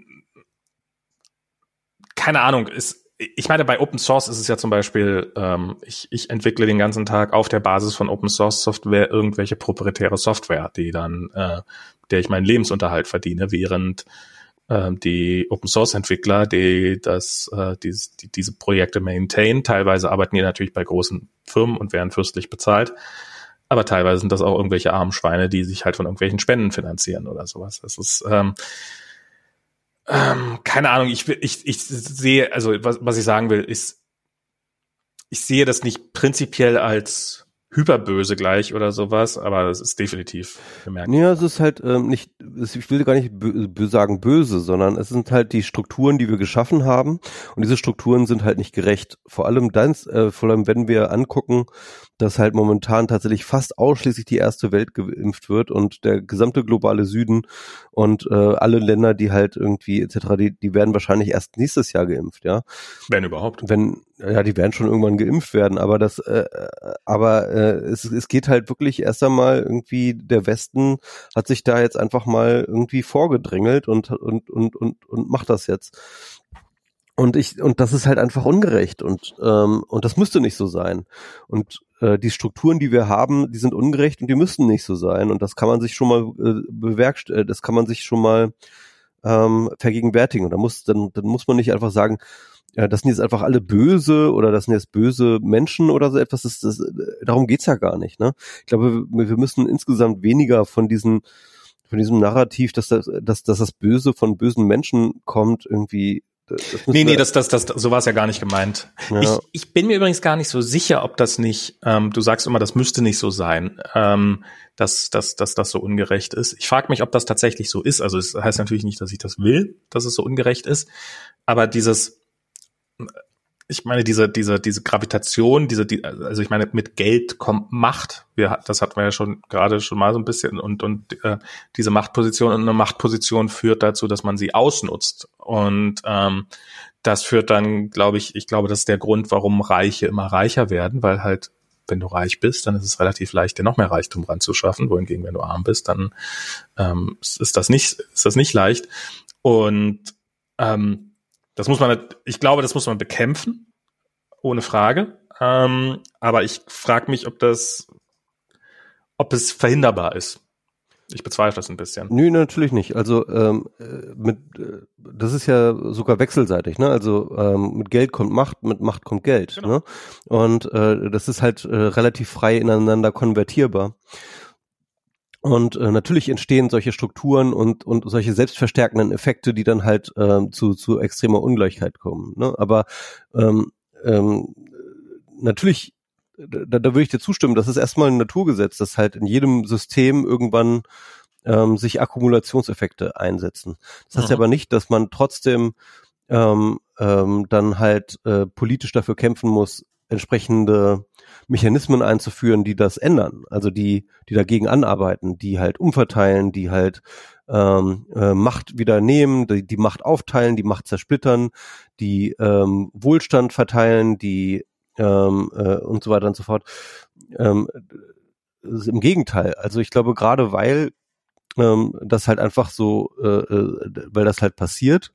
keine Ahnung, ist ich meine, bei Open Source ist es ja zum Beispiel, ähm, ich, ich entwickle den ganzen Tag auf der Basis von Open Source Software irgendwelche proprietäre Software, die dann, äh, der ich meinen Lebensunterhalt verdiene, während äh, die Open Source Entwickler, die das, äh, die, die diese Projekte maintain, teilweise arbeiten die natürlich bei großen Firmen und werden fürstlich bezahlt, aber teilweise sind das auch irgendwelche armen Schweine, die sich halt von irgendwelchen Spenden finanzieren oder sowas. Das ist ähm, Ähm, keine Ahnung, ich, ich, ich sehe, also was, was ich sagen will, ist, ich sehe das nicht prinzipiell als hyperböse gleich oder sowas, aber das ist definitiv bemerkt. Ja, es ist halt ähm, nicht, ich will gar nicht bö- sagen böse, sondern es sind halt die Strukturen, die wir geschaffen haben und diese Strukturen sind halt nicht gerecht. Vor allem dann, äh, vor allem wenn wir angucken, dass halt momentan tatsächlich fast ausschließlich die erste Welt geimpft wird und der gesamte globale Süden und äh, alle Länder, die halt irgendwie et cetera, die, die werden wahrscheinlich erst nächstes Jahr geimpft, ja. Wenn überhaupt. Wenn, ja, die werden schon irgendwann geimpft werden, aber das, äh, aber äh, es, es geht halt wirklich erst einmal irgendwie, der Westen hat sich da jetzt einfach mal irgendwie vorgedrängelt und und und und und macht das jetzt. Und ich und das ist halt einfach ungerecht und ähm, und das müsste nicht so sein. Und äh, die Strukturen, die wir haben, die sind ungerecht und die müssten nicht so sein. Und das kann man sich schon mal äh, bewerkstelligen, das kann man sich schon mal ähm, vergegenwärtigen. Und da muss dann dann muss man nicht einfach sagen, ja, das sind jetzt einfach alle böse oder das sind jetzt böse Menschen oder so etwas. Das, das, darum geht's ja gar nicht. Ne? Ich glaube, wir, wir müssen insgesamt weniger von diesen von diesem Narrativ, dass das, dass, dass das Böse von bösen Menschen kommt, irgendwie das nee, nee, das, das, das, so war es ja gar nicht gemeint. Ja. Ich, ich bin mir übrigens gar nicht so sicher, ob das nicht, ähm, du sagst immer, das müsste nicht so sein, ähm, dass, dass, dass das so ungerecht ist. Ich frage mich, ob das tatsächlich so ist. Also es heißt natürlich nicht, dass ich das will, dass es so ungerecht ist, aber dieses, ich meine, diese, diese, diese Gravitation, diese, die, also ich meine, mit Geld kommt Macht. Wir, das hatten wir ja schon gerade schon mal so ein bisschen und, und, äh, diese Machtposition und eine Machtposition führt dazu, dass man sie ausnutzt. Und, ähm, das führt dann, glaube ich, ich glaube, das ist der Grund, warum Reiche immer reicher werden, weil halt, wenn du reich bist, dann ist es relativ leicht, dir noch mehr Reichtum ranzuschaffen. Wohingegen, wenn du arm bist, dann, ähm, ist das nicht, ist das nicht leicht. Und, ähm, das muss man, ich glaube, das muss man bekämpfen, ohne Frage. Ähm, aber ich frage mich, ob das, ob es verhinderbar ist. Ich bezweifle das ein bisschen. Nö, natürlich nicht. Also ähm, mit, äh, das ist ja sogar wechselseitig, ne? Also ähm, mit Geld kommt Macht, mit Macht kommt Geld, Genau. ne? Und äh, das ist halt äh, relativ frei ineinander konvertierbar. Und äh, natürlich entstehen solche Strukturen und und solche selbstverstärkenden Effekte, die dann halt ähm, zu zu extremer Ungleichheit kommen. Ne? Aber ähm, ähm, natürlich, da, da würde ich dir zustimmen, das ist erstmal ein Naturgesetz, dass halt in jedem System irgendwann ähm, sich Akkumulationseffekte einsetzen. Das heißt Mhm. aber nicht, dass man trotzdem ähm, ähm, dann halt äh, politisch dafür kämpfen muss, entsprechende Mechanismen einzuführen, die das ändern, also die, die dagegen anarbeiten, die halt umverteilen, die halt ähm, äh, Macht wieder nehmen, die, die Macht aufteilen, die Macht zersplittern, die ähm, Wohlstand verteilen, die ähm, äh, und so weiter und so fort. Ähm, im Gegenteil, also ich glaube, gerade weil ähm, das halt einfach so, äh, äh, weil das halt passiert,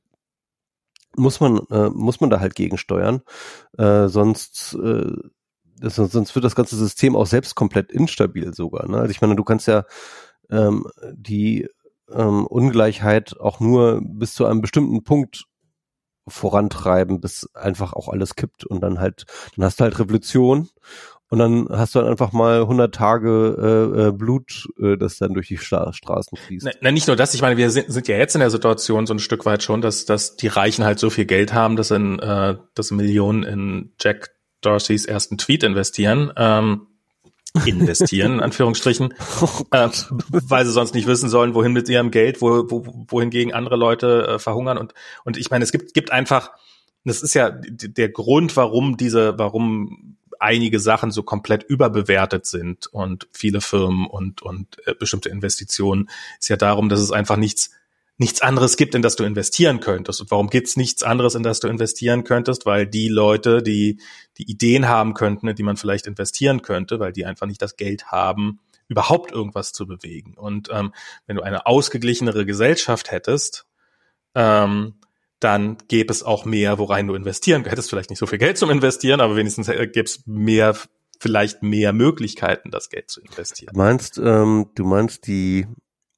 muss man äh, muss man da halt gegensteuern, äh, sonst äh, das, sonst wird das ganze System auch selbst komplett instabil sogar. Ne? Also ich meine, du kannst ja ähm, die ähm, Ungleichheit auch nur bis zu einem bestimmten Punkt vorantreiben, bis einfach auch alles kippt und dann halt, dann hast du halt Revolution und dann hast du dann einfach mal hundert Tage äh, äh, Blut, äh, das dann durch die Stra- Straßen fließt. Na, na, nicht nur das, ich meine, wir sind, sind ja jetzt in der Situation so ein Stück weit schon, dass, dass die Reichen halt so viel Geld haben, dass in, äh, dass Millionen in Jack Dorseys ersten Tweet investieren, ähm, investieren, in Anführungsstrichen, äh, weil sie sonst nicht wissen sollen, wohin mit ihrem Geld, wo, wo, wohingegen andere Leute äh, verhungern. Und, und ich meine, es gibt, gibt einfach, das ist ja der Grund, warum diese, warum einige Sachen so komplett überbewertet sind und viele Firmen und, und äh, bestimmte Investitionen, ist ja darum, dass es einfach nichts nichts anderes gibt, in das du investieren könntest. Und warum gibt's nichts anderes, in das du investieren könntest? Weil die Leute, die die Ideen haben könnten, in die man vielleicht investieren könnte, weil die einfach nicht das Geld haben, überhaupt irgendwas zu bewegen. Und ähm, wenn du eine ausgeglichenere Gesellschaft hättest, ähm, dann gäbe es auch mehr, worein du investieren könntest. Hättest vielleicht nicht so viel Geld zum Investieren, aber wenigstens gäbe es mehr, vielleicht mehr Möglichkeiten, das Geld zu investieren. Du meinst, ähm, du meinst die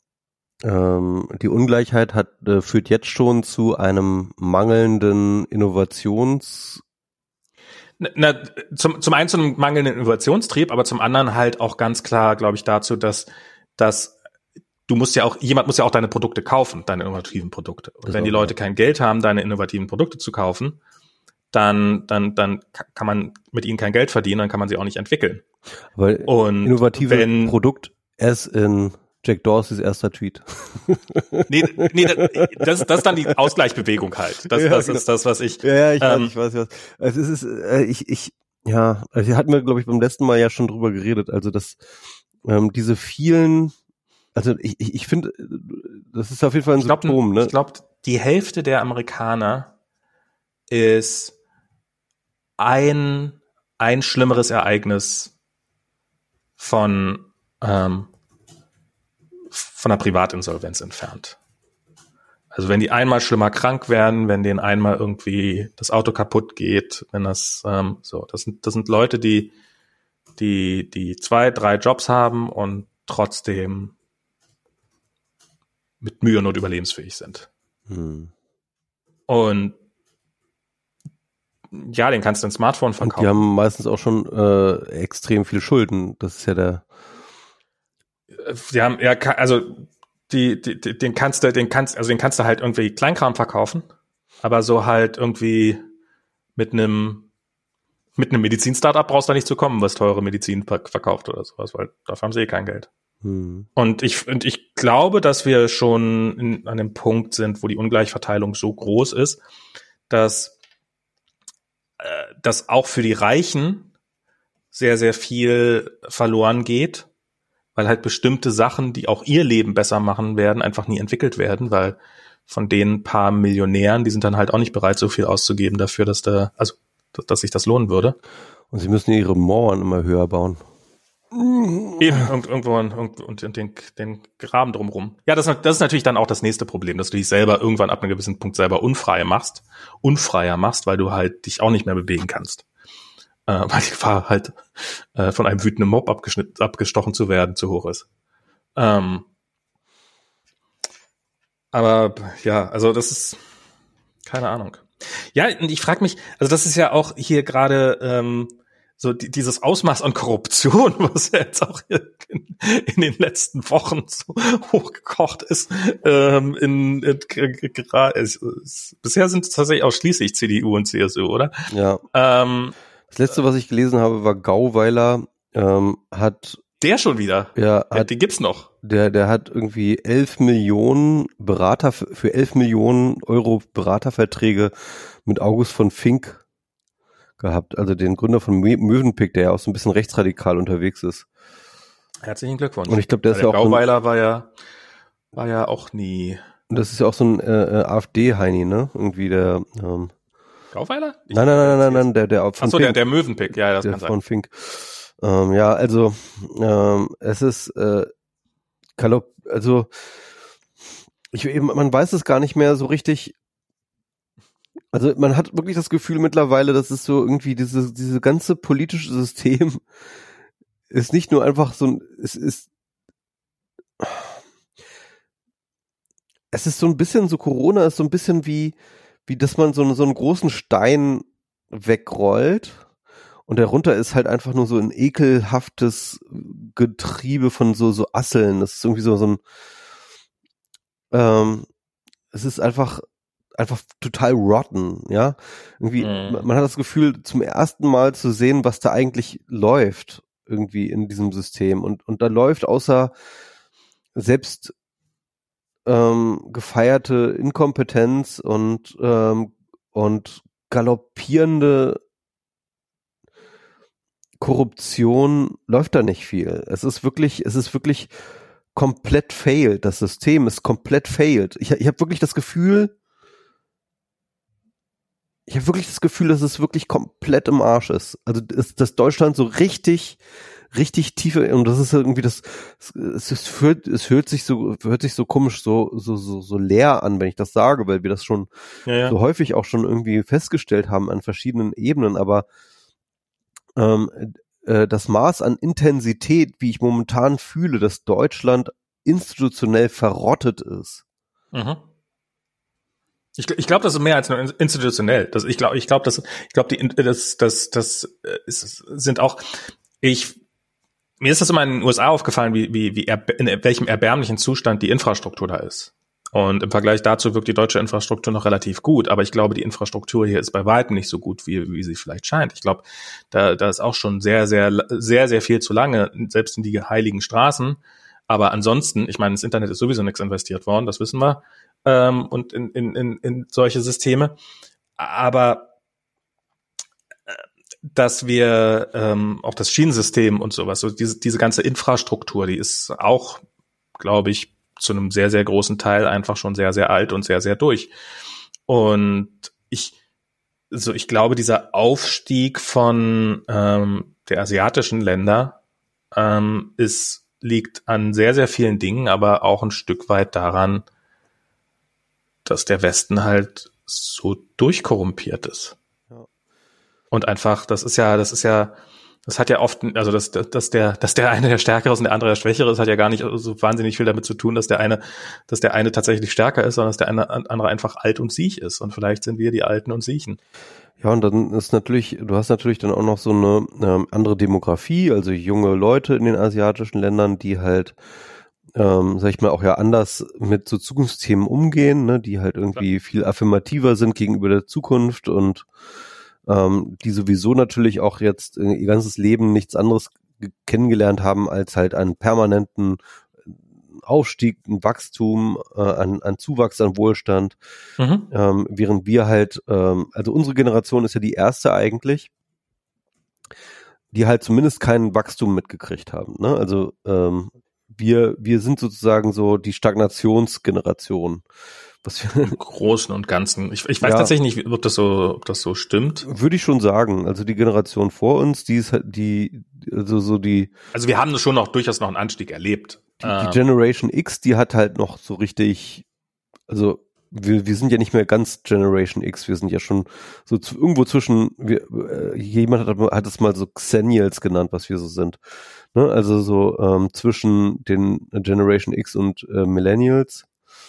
Ähm, die Ungleichheit hat, äh, führt jetzt schon zu einem mangelnden Innovations... Na, na, zum, zum einen zu einem mangelnden Innovationstrieb, aber zum anderen halt auch ganz klar, glaube ich, dazu, dass, dass du musst ja auch, jemand muss ja auch deine Produkte kaufen, deine innovativen Produkte. Und wenn die Leute kein Geld haben, deine innovativen Produkte zu kaufen, dann, dann, dann kann man mit ihnen kein Geld verdienen, dann kann man sie auch nicht entwickeln. Aber und innovative wenn, Produkt erst in Jack Dorseys erster Tweet. nee, nee, das, das ist dann die Ausgleichsbewegung halt. Das, ja, das genau. ist das, was ich. Ja, ja ich ähm, weiß, ich weiß, ich weiß. Also es ist, äh, ich, ich, ja, also hatten wir, glaube ich, beim letzten Mal ja schon drüber geredet. Also dass ähm, diese vielen, also ich, ich, ich finde, das ist auf jeden Fall ein ich glaub, Symptom, ne? Ich glaube, die Hälfte der Amerikaner ist ein ein schlimmeres Ereignis von ähm, von einer Privatinsolvenz entfernt. Also wenn die einmal schlimmer krank werden, wenn denen einmal irgendwie das Auto kaputt geht, wenn das ähm, so, das sind das sind Leute, die die die zwei, drei Jobs haben und trotzdem mit Mühe und Not überlebensfähig sind. Hm. Und ja, den kannst du ein Smartphone verkaufen. Und die haben meistens auch schon äh, extrem viel Schulden. Das ist ja der. Die haben ja, also die, die, den kannst du, den kannst, also den kannst du halt irgendwie Kleinkram verkaufen. Aber so halt irgendwie mit einem mit einem Medizin-Startup brauchst du da nicht zu kommen, was teure Medizin verkauft oder sowas, weil dafür haben sie eh kein Geld. Hm. Und ich und ich glaube, dass wir schon in, an dem Punkt sind, wo die Ungleichverteilung so groß ist, dass äh, dass auch für die Reichen sehr, sehr viel verloren geht, weil halt bestimmte Sachen, die auch ihr Leben besser machen werden, einfach nie entwickelt werden, weil von den paar Millionären, die sind dann halt auch nicht bereit, so viel auszugeben dafür, dass da, also dass, dass sich das lohnen würde. Und sie müssen ihre Mauern immer höher bauen. Eben, irgendwo und, und, und den, den Graben drumrum. Ja, das, das ist natürlich dann auch das nächste Problem, dass du dich selber irgendwann ab einem gewissen Punkt selber unfrei machst, unfreier machst, weil du halt dich auch nicht mehr bewegen kannst. Äh, weil die Gefahr halt äh, von einem wütenden Mob abgeschnitten, abgestochen zu werden zu hoch ist. Ähm, aber ja, also das ist keine Ahnung. Ja, und ich frage mich, also das ist ja auch hier gerade ähm, so die, dieses Ausmaß an Korruption, was ja jetzt auch hier in, in den letzten Wochen so hochgekocht ist. Ähm, in, in, in, bisher sind es tatsächlich ausschließlich C D U und C S U, oder? Ja. Ähm, das letzte, was ich gelesen habe, war Gauweiler ähm, hat der schon wieder. Ja, ja, hat, den gibt's noch. Der, der hat irgendwie elf Millionen Berater für elf Millionen Euro Beraterverträge mit August von Fink gehabt, also den Gründer von Mövenpick, der ja auch so ein bisschen rechtsradikal unterwegs ist. Herzlichen Glückwunsch. Und ich glaube, der ist ja auch Gauweiler so ein, war ja war ja auch nie. Und das ist ja auch so ein äh, AfD-Heini, ne? Irgendwie der. Ähm, Gauweiler? Ich nein, nein, nein, nein, nein, der der von Ach so, Fink, der der Mövenpick, ja, das der kann von sein. Fink. Ähm, ja, also ähm, es ist äh, Kalopp, also ich eben, man weiß es gar nicht mehr so richtig. Also man hat wirklich das Gefühl mittlerweile, dass es so irgendwie diese diese ganze politische System ist nicht nur einfach so ein, es ist es ist so ein bisschen so, Corona ist so ein bisschen wie wie dass man so so einen großen Stein wegrollt und darunter ist halt einfach nur so ein ekelhaftes Getriebe von so so Asseln. Das ist irgendwie so so ein ähm, es ist einfach einfach total rotten, ja. Irgendwie, mm. man hat das Gefühl, zum ersten Mal zu sehen, was da eigentlich läuft, irgendwie in diesem System. Und, und da läuft außer selbst ähm, gefeierte Inkompetenz und, ähm, und galoppierende Korruption läuft da nicht viel. Es ist wirklich, es ist wirklich komplett failed. Das System ist komplett failed. Ich, ich habe wirklich das Gefühl, Ich habe wirklich das Gefühl, dass es wirklich komplett im Arsch ist. Also dass, dass Deutschland so richtig, richtig tiefe, und das ist irgendwie das, es, es, hört, es hört sich so, hört sich so komisch, so, so, so, so leer an, wenn ich das sage, weil wir das schon ja, ja. so häufig auch schon irgendwie festgestellt haben an verschiedenen Ebenen. Aber ähm, äh, das Maß an Intensität, wie ich momentan fühle, dass Deutschland institutionell verrottet ist. Mhm. Ich, ich glaube, das ist mehr als nur institutionell. Das, ich glaube, ich glaube, das, ich glaube, die, das, das, das ist, sind auch. Ich mir ist das immer in den U S A aufgefallen, wie, wie, wie in welchem erbärmlichen Zustand die Infrastruktur da ist. Und im Vergleich dazu wirkt die deutsche Infrastruktur noch relativ gut. Aber ich glaube, die Infrastruktur hier ist bei weitem nicht so gut, wie, wie sie vielleicht scheint. Ich glaube, da, da ist auch schon sehr, sehr, sehr, sehr viel zu lange, selbst in die heiligen Straßen. Aber ansonsten, ich meine, ins Internet ist sowieso nichts investiert worden, das wissen wir. Ähm, und in, in, in, in solche Systeme. Aber äh, dass wir ähm, auch das Schienensystem und sowas, so diese, diese ganze Infrastruktur, die ist auch, glaube ich, zu einem sehr, sehr großen Teil einfach schon sehr, sehr alt und sehr, sehr durch. Und ich, so ich glaube, dieser Aufstieg von ähm, der asiatischen Länder ähm, ist liegt an sehr, sehr vielen Dingen, aber auch ein Stück weit daran, dass der Westen halt so durchkorrumpiert ist. Ja. Und einfach, das ist ja, das ist ja, das hat ja oft, also dass, dass der, dass der eine der Stärkere ist und der andere der Schwächere ist, hat ja gar nicht so wahnsinnig viel damit zu tun, dass der eine, dass der eine tatsächlich stärker ist, sondern dass der eine, andere einfach alt und siech ist. Und vielleicht sind wir die Alten und Siechen. Ja, und dann ist natürlich, du hast natürlich dann auch noch so eine ähm, andere Demografie, also junge Leute in den asiatischen Ländern, die halt ähm, sag ich mal, auch ja anders mit so Zukunftsthemen umgehen, ne, die halt irgendwie ja. viel affirmativer sind gegenüber der Zukunft und ähm, die sowieso natürlich auch jetzt ihr ganzes Leben nichts anderes kennengelernt haben als halt einen permanenten Aufstieg, ein Wachstum, äh, an, an Zuwachs, an Wohlstand, mhm. ähm, während wir halt, ähm, also unsere Generation ist ja die erste eigentlich, die halt zumindest kein Wachstum mitgekriegt haben, ne? Also ähm, wir wir sind sozusagen so die Stagnationsgeneration. Was wir im Großen und Ganzen. Ich, ich weiß ja, tatsächlich nicht, ob das so, ob das so stimmt. Würde ich schon sagen. Also die Generation vor uns, die ist halt die, also so die. Also wir haben schon noch durchaus noch einen Anstieg erlebt. Die, die Generation X, die hat halt noch so richtig, also wir, wir sind ja nicht mehr ganz Generation X, wir sind ja schon so zu, irgendwo zwischen, wir, äh, jemand hat, hat es mal so Xennials genannt, was wir so sind. Ne? Also so ähm, zwischen den Generation X und äh, Millennials.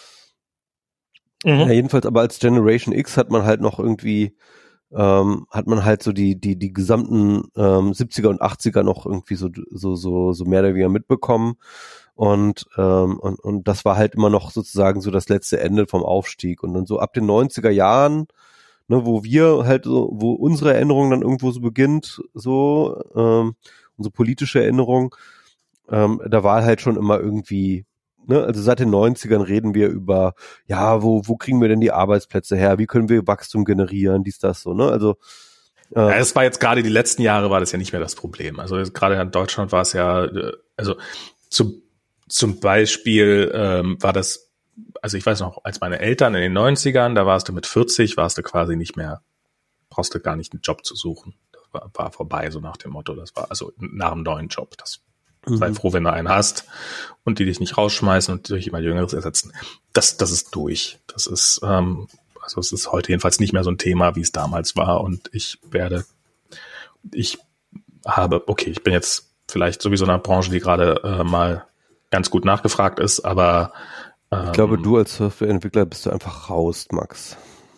Mhm. Ja, jedenfalls aber als Generation X hat man halt noch irgendwie, ähm, hat man halt so die, die, die gesamten ähm, siebziger und achtziger noch irgendwie so, so, so, so mehr oder weniger mitbekommen. Und, ähm, und, und das war halt immer noch sozusagen so das letzte Ende vom Aufstieg. Und dann so ab den neunziger Jahren, ne, wo wir halt so, wo unsere Erinnerung dann irgendwo so beginnt, so, ähm, unsere politische Erinnerung, ähm, da war halt schon immer irgendwie, ne, also seit den neunzigern reden wir über, ja, wo, wo kriegen wir denn die Arbeitsplätze her? Wie können wir Wachstum generieren? Dies, das, so, ne, also, äh, ja, es war jetzt gerade die letzten Jahre war das ja nicht mehr das Problem. Also gerade in Deutschland war es ja, also, zum, Zum Beispiel ähm, war das, also ich weiß noch, als meine Eltern in den neunzigern, da warst du mit vierzig, warst du quasi nicht mehr, brauchst du gar nicht einen Job zu suchen. Das war, war vorbei, so nach dem Motto. Das war also nach einem neuen Job. Das mhm. sei froh, wenn du einen hast und die dich nicht rausschmeißen und durch jemand Jüngeres ersetzen. Das, das ist durch. Das ist, ähm, also es ist heute jedenfalls nicht mehr so ein Thema, wie es damals war. Und ich werde, ich habe, okay, ich bin jetzt vielleicht sowieso in einer Branche, die gerade äh, mal ganz gut nachgefragt ist, aber ähm, ich glaube, du als Softwareentwickler bist du einfach raus, Max.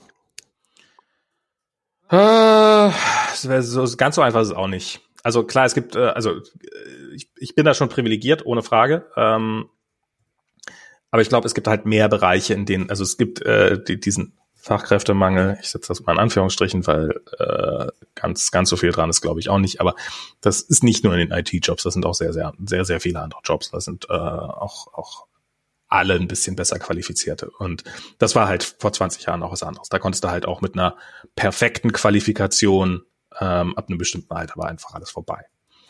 Äh, so, ganz so einfach ist es auch nicht. Also klar, es gibt, äh, also ich, ich bin da schon privilegiert, ohne Frage. Ähm, aber ich glaube, es gibt halt mehr Bereiche, in denen, also es gibt äh, die, diesen Fachkräftemangel, ich setze das mal in Anführungsstrichen, weil äh, ganz ganz so viel dran ist, glaube ich, auch nicht. Aber das ist nicht nur in den I T-Jobs, das sind auch sehr, sehr, sehr, sehr viele andere Jobs. Das sind äh, auch auch alle ein bisschen besser qualifizierte. Und das war halt vor zwanzig Jahren auch was anderes. Da konntest du halt auch mit einer perfekten Qualifikation ähm, ab einem bestimmten Alter war einfach alles vorbei.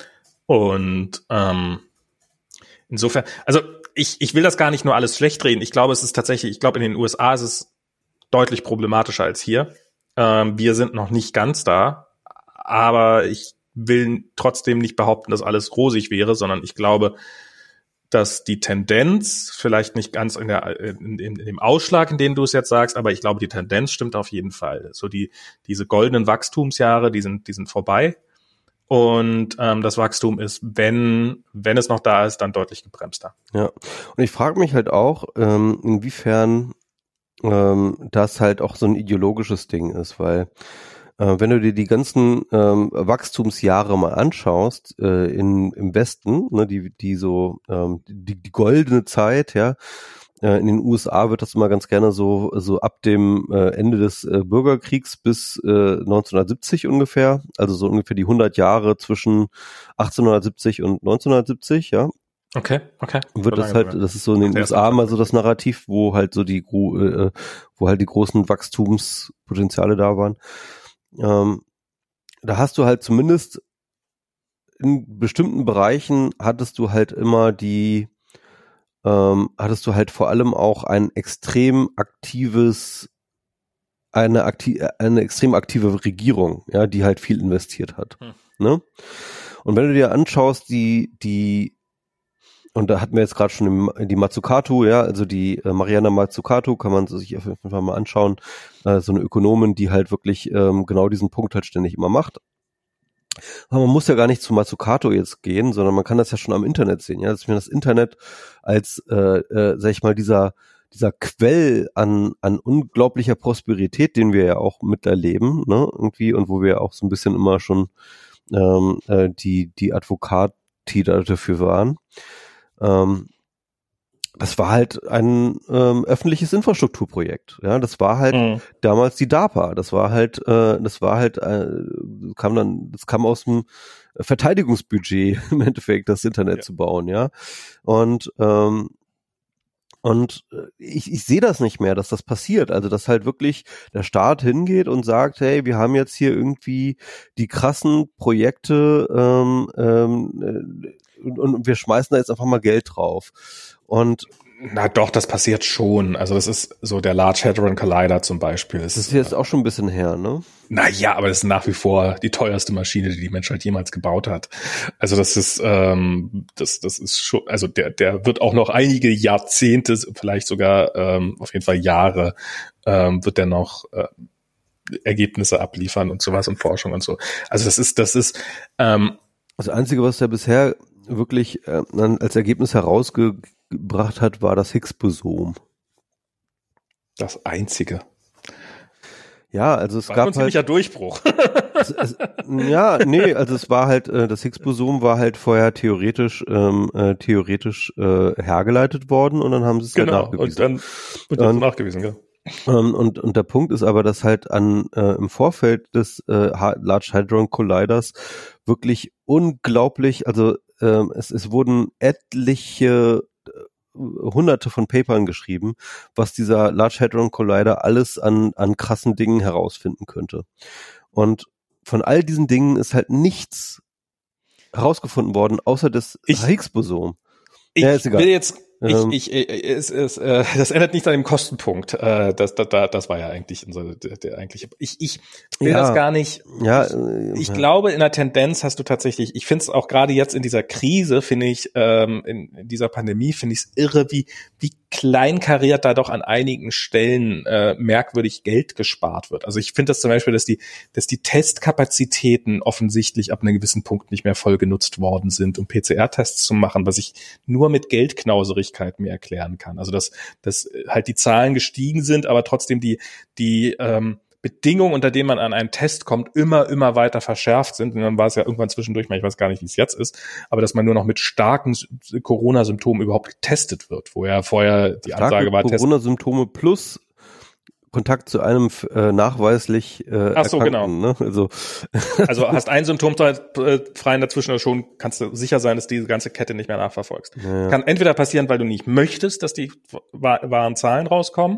Und ähm, insofern, also ich ich will das gar nicht nur alles schlecht reden. Ich glaube, es ist tatsächlich, ich glaube, in den U S A ist es deutlich problematischer als hier. Ähm, wir sind noch nicht ganz da, aber ich will trotzdem nicht behaupten, dass alles rosig wäre, sondern ich glaube, dass die Tendenz, vielleicht nicht ganz in, der, in, in, in dem Ausschlag, in dem du es jetzt sagst, aber ich glaube, die Tendenz stimmt auf jeden Fall. So die diese goldenen Wachstumsjahre, die sind die sind vorbei. Und ähm, das Wachstum ist, wenn wenn es noch da ist, dann deutlich gebremster. Ja, und ich frage mich halt auch, ähm, inwiefern ähm, das halt auch so ein ideologisches Ding ist, weil äh, wenn du dir die ganzen ähm, Wachstumsjahre mal anschaust äh, in im Westen, ne, die die so ähm, die, die goldene Zeit, ja, äh, in den U S A wird das immer ganz gerne so so ab dem äh, Ende des äh, Bürgerkriegs bis äh, neunzehnhundertsiebzig ungefähr, also so ungefähr die hundert Jahre zwischen achtzehnhundertsiebzig und neunzehnhundertsiebzig, ja. Okay, okay. Wird das halt, das ist so in den U S A mal so das Narrativ, wo halt so die, äh, wo halt die großen Wachstumspotenziale da waren. Ähm, da hast du halt zumindest in bestimmten Bereichen hattest du halt immer die, ähm, hattest du halt vor allem auch ein extrem aktives, eine aktiv, eine extrem aktive Regierung, ja, die halt viel investiert hat. Hm. Ne? Und wenn du dir anschaust, die, die Und da hatten wir jetzt gerade schon die Mazzucato, ja, also die äh, Mariana Mazzucato, kann man sich auf jeden Fall mal anschauen, äh, so eine Ökonomin, die halt wirklich ähm, genau diesen Punkt halt ständig immer macht. Aber man muss ja gar nicht zu Mazzucato jetzt gehen, sondern man kann das ja schon am Internet sehen, ja, dass wir das Internet als, äh, äh, sag ich mal, dieser dieser Quell an an unglaublicher Prosperität, den wir ja auch miterleben, ne, irgendwie, und wo wir auch so ein bisschen immer schon ähm, äh, die die Advokati dafür waren. Ähm, das war halt ein ähm, öffentliches Infrastrukturprojekt. Ja, das war halt mhm. damals die DARPA. Das war halt, äh, das war halt, äh, kam dann, das kam aus dem Verteidigungsbudget im Endeffekt, das Internet ja. zu bauen. Ja, und ähm, Und ich, ich sehe das nicht mehr, dass das passiert. Also, dass halt wirklich der Staat hingeht und sagt, hey, wir haben jetzt hier irgendwie die krassen Projekte ähm, ähm, und, und wir schmeißen da jetzt einfach mal Geld drauf. Und na doch, das passiert schon. Also das ist so der Large Hadron Collider zum Beispiel. Das ist jetzt auch schon ein bisschen her, ne? Na ja, aber das ist nach wie vor die teuerste Maschine, die die Menschheit jemals gebaut hat. Also das ist, ähm, das, das ist schon, also der, der wird auch noch einige Jahrzehnte, vielleicht sogar ähm, auf jeden Fall Jahre, ähm, wird der noch äh, Ergebnisse abliefern und sowas und Forschung und so. Also das ist, das ist. Ähm, das Einzige, was der bisher wirklich äh, als Ergebnis herausgebracht hat, war das Higgs-Boson. Das Einzige. Ja, also es war gab ein ziemlicher halt, Durchbruch. es, es, ja, nee, also es war halt, äh, das Higgs-Boson war halt vorher theoretisch ähm, äh, theoretisch äh, hergeleitet worden und dann haben sie es genau, halt nachgewiesen. Und dann wird das nachgewiesen, ja. Ähm, und, und der Punkt ist aber, dass halt an äh, im Vorfeld des äh, Large Hadron Colliders wirklich unglaublich, also äh, es, es wurden etliche Hunderte von Papern geschrieben, was dieser Large Hadron Collider alles an, an krassen Dingen herausfinden könnte. Und von all diesen Dingen ist halt nichts herausgefunden worden, außer das Higgs-Boson. Ich ja, ist egal. will jetzt, ich, ich, ich, es, es, äh, das ändert nichts an dem Kostenpunkt. Äh, das, das, das war ja eigentlich unser, der, der eigentliche. Ich, ich will ja, das gar nicht. Ja, ich ich ja. glaube, in der Tendenz hast du tatsächlich. Ich finde es auch gerade jetzt in dieser Krise, finde ich, ähm, in, in dieser Pandemie, finde ich es irre, wie wie kleinkariert da doch an einigen Stellen äh, merkwürdig Geld gespart wird. Also ich finde das zum Beispiel, dass die, dass die Testkapazitäten offensichtlich ab einem gewissen Punkt nicht mehr voll genutzt worden sind, um P C R-Tests zu machen, was ich nur mit Geldknauserigkeit mir erklären kann. Also dass, dass halt die Zahlen gestiegen sind, aber trotzdem die, die ähm, Bedingungen, unter denen man an einen Test kommt, immer, immer weiter verschärft sind. Und dann war es ja irgendwann zwischendurch mal, ich weiß gar nicht, wie es jetzt ist, aber dass man nur noch mit starken Corona-Symptomen überhaupt getestet wird, wo ja vorher die Starke Ansage war, Corona-Symptome plus Kontakt zu einem äh, nachweislich äh, Ach so, genau. Ne? Also, also hast ein Symptom frei dazwischen schon, kannst du sicher sein, dass diese ganze Kette nicht mehr nachverfolgst. Ja, ja. Kann entweder passieren, weil du nicht möchtest, dass die wahren Zahlen rauskommen,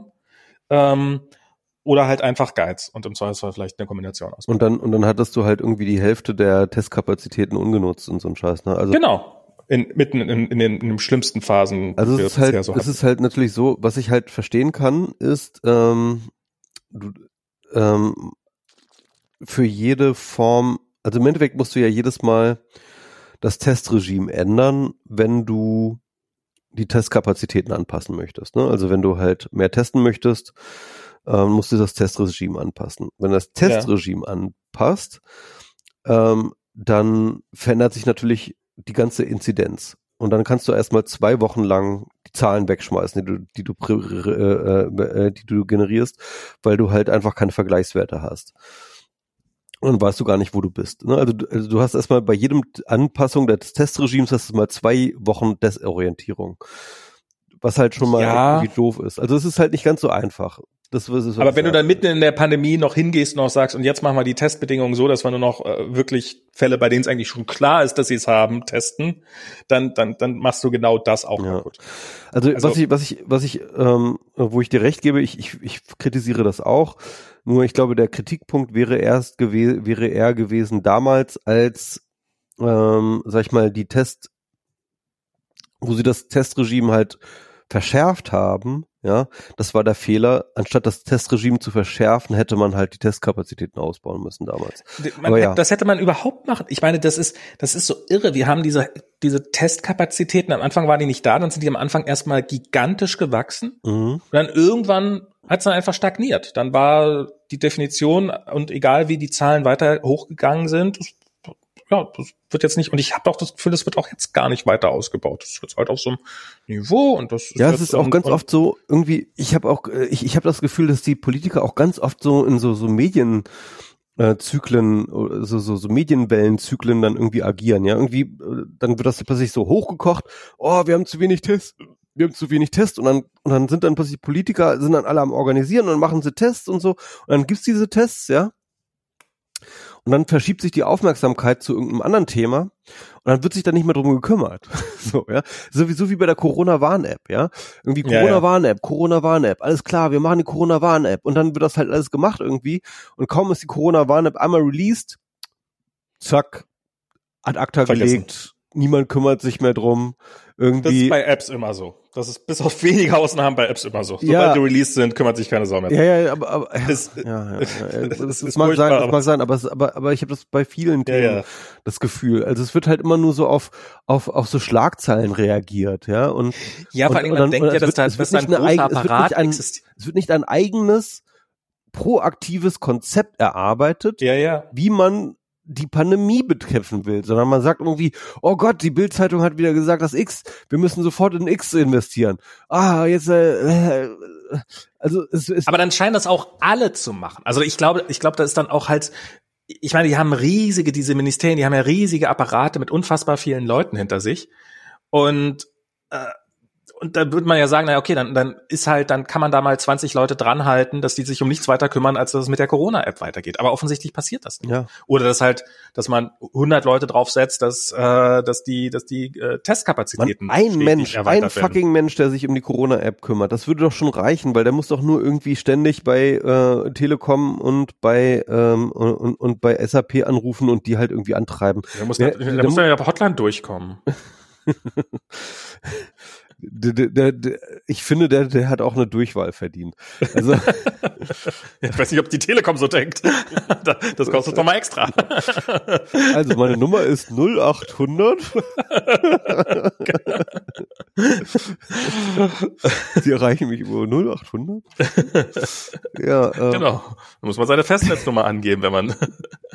ähm, oder halt einfach Geiz und im Zweifelsfall vielleicht eine Kombination aus. Und dann, und dann hattest du halt irgendwie die Hälfte der Testkapazitäten ungenutzt und so ein Scheiß, ne? Also genau. In, mitten in, in, den, in den schlimmsten Phasen. Also es ist halt, so es ist halt natürlich so, was ich halt verstehen kann, ist, ähm, du, ähm, für jede Form, also im Endeffekt musst du ja jedes Mal das Testregime ändern, wenn du die Testkapazitäten anpassen möchtest, ne? Also wenn du halt mehr testen möchtest, ähm, musst du das Testregime anpassen. Wenn das Testregime ja. anpasst, ähm, dann verändert sich natürlich die ganze Inzidenz. Und dann kannst du erstmal zwei Wochen lang die Zahlen wegschmeißen, die du, die du, äh, äh, die du generierst, weil du halt einfach keine Vergleichswerte hast. Und dann weißt du gar nicht, wo du bist. Ne? Also, du, also du hast erstmal bei jedem Anpassung des Testregimes hast du mal zwei Wochen Desorientierung. Was halt schon mal ja. irgendwie doof ist. Also es ist halt nicht ganz so einfach. Das, das ist, aber wenn du dann mitten in der Pandemie noch hingehst und noch sagst, und jetzt machen wir die Testbedingungen so, dass wir nur noch äh, wirklich Fälle, bei denen es eigentlich schon klar ist, dass sie es haben, testen, dann dann dann machst du genau das auch ja. kaputt. Also, also was ich was ich was ich ähm, wo ich dir recht gebe, ich, ich ich kritisiere das auch. Nur ich glaube, der Kritikpunkt wäre erst gewesen wäre eher gewesen damals, als ähm, sag ich mal die Test, wo sie das Testregime halt verschärft haben, ja, das war der Fehler. Anstatt das Testregime zu verschärfen, hätte man halt die Testkapazitäten ausbauen müssen damals. Man, Aber ja. Das hätte man überhaupt machen. Ich meine, das ist, das ist so irre. Wir haben diese, diese Testkapazitäten. Am Anfang waren die nicht da, dann sind die am Anfang erstmal gigantisch gewachsen. Mhm. Und dann irgendwann hat es dann einfach stagniert. Dann war die Definition und egal wie die Zahlen weiter hochgegangen sind, ja, das wird jetzt nicht, und ich habe auch das Gefühl, das wird auch jetzt gar nicht weiter ausgebaut. Das ist jetzt halt auf so einem Niveau und das ist ja, es ist auch und, ganz und oft so irgendwie, ich habe auch, ich, ich habe das Gefühl, dass die Politiker auch ganz oft so in so, so Medien, äh, Zyklen, so, so, so Medienwellenzyklen dann irgendwie agieren, ja, irgendwie, dann wird das plötzlich so hochgekocht, oh, wir haben zu wenig Tests, wir haben zu wenig Tests und dann, und dann sind dann plötzlich Politiker, sind dann alle am Organisieren und dann machen sie Tests und so und dann gibt's diese Tests, ja. Und dann verschiebt sich die Aufmerksamkeit zu irgendeinem anderen Thema und dann wird sich da nicht mehr drum gekümmert. So, ja. Sowieso wie bei der Corona-Warn-App, ja. Irgendwie Corona-Warn-App, Corona-Warn-App, alles klar, wir machen die Corona-Warn-App und dann wird das halt alles gemacht irgendwie und kaum ist die Corona-Warn-App einmal released, zack, ad acta gelegt, niemand kümmert sich mehr drum. Irgendwie. Das ist bei Apps immer so. Das ist bis auf wenige Ausnahmen bei Apps immer so. Sobald ja. die released sind, kümmert sich keine Sau mehr. Ja, ja, aber, aber ja, das, ja, ja, ja. Das, das, das mag sein, das mag sein, aber es, aber aber ich habe das bei vielen Themen ja, ja. das Gefühl. Also es wird halt immer nur so auf auf auf so Schlagzeilen reagiert, ja und ja, vor allem man dann, denkt ja, dass da das ein großer Apparat existiert. Es wird nicht ein eigenes proaktives Konzept erarbeitet, ja, ja. wie man die Pandemie bekämpfen will, sondern man sagt irgendwie, oh Gott, die Bild-Zeitung hat wieder gesagt, das X, wir müssen sofort in X investieren. Ah, jetzt, äh, also es ist. Aber dann scheinen das auch alle zu machen. Also ich glaube, ich glaube, da ist dann auch halt, ich meine, die haben riesige, diese Ministerien, die haben ja riesige Apparate mit unfassbar vielen Leuten hinter sich und äh, Und dann würde man ja sagen, na okay, dann, dann ist halt, dann kann man da mal zwanzig Leute dran halten, dass die sich um nichts weiter kümmern, als dass es mit der Corona-App weitergeht. Aber offensichtlich passiert das nicht. Ja. Oder dass halt, dass man hundert Leute draufsetzt, dass, äh, dass die, dass die äh, Testkapazitäten Man, ein Mensch, ein fucking Mensch, der sich um die Corona-App kümmert, das würde doch schon reichen, weil der muss doch nur irgendwie ständig bei äh, Telekom und bei ähm, und, und bei S A P anrufen und die halt irgendwie antreiben. Der muss, der, der, der muss dann ja bei Hotline durchkommen. Der, der, der, ich finde, der, der hat auch eine Durchwahl verdient. Also ich weiß nicht, ob die Telekom so denkt. Das kostet doch mal extra. Also meine Nummer ist null acht hundert. Sie erreichen mich über null acht hundert. Ja, äh, genau. Da muss man seine Festnetznummer angeben, wenn man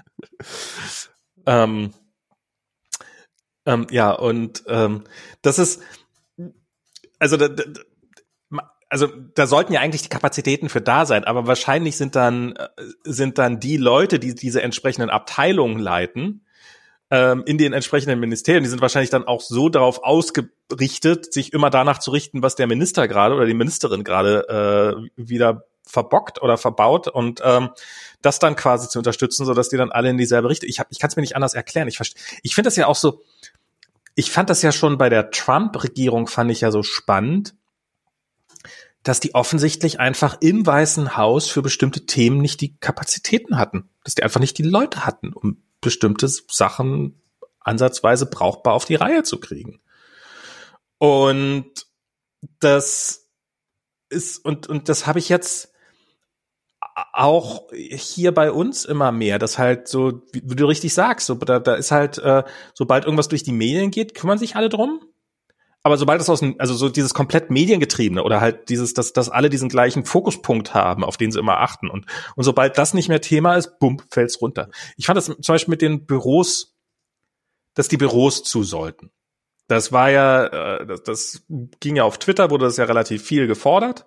ähm, ähm, ja, und ähm, das ist Also da, da, also da sollten ja eigentlich die Kapazitäten für da sein, aber wahrscheinlich sind dann sind dann die Leute, die diese entsprechenden Abteilungen leiten, ähm, in den entsprechenden Ministerien, die sind wahrscheinlich dann auch so darauf ausgerichtet, sich immer danach zu richten, was der Minister gerade oder die Ministerin gerade äh, wieder verbockt oder verbaut und ähm, das dann quasi zu unterstützen, sodass die dann alle in dieselbe Richtung. Ich hab, ich kann es mir nicht anders erklären. Ich verstehe. Ich finde das ja auch so. Ich fand das ja schon bei der Trump-Regierung, fand ich ja so spannend, dass die offensichtlich einfach im Weißen Haus für bestimmte Themen nicht die Kapazitäten hatten. Dass die einfach nicht die Leute hatten, um bestimmte Sachen ansatzweise brauchbar auf die Reihe zu kriegen. Und das ist, und, und das habe ich jetzt auch hier bei uns immer mehr, dass halt so, wie du richtig sagst, so da, da ist halt, äh, sobald irgendwas durch die Medien geht, kümmern sich alle drum. Aber sobald es aus dem, also so dieses komplett Mediengetriebene oder halt dieses, dass, dass alle diesen gleichen Fokuspunkt haben, auf den sie immer achten und, und sobald das nicht mehr Thema ist, bumm, fällt's runter. Ich fand das zum Beispiel mit den Büros, dass die Büros zu sollten. Das war ja, äh, das, das ging ja auf Twitter, wurde das ja relativ viel gefordert.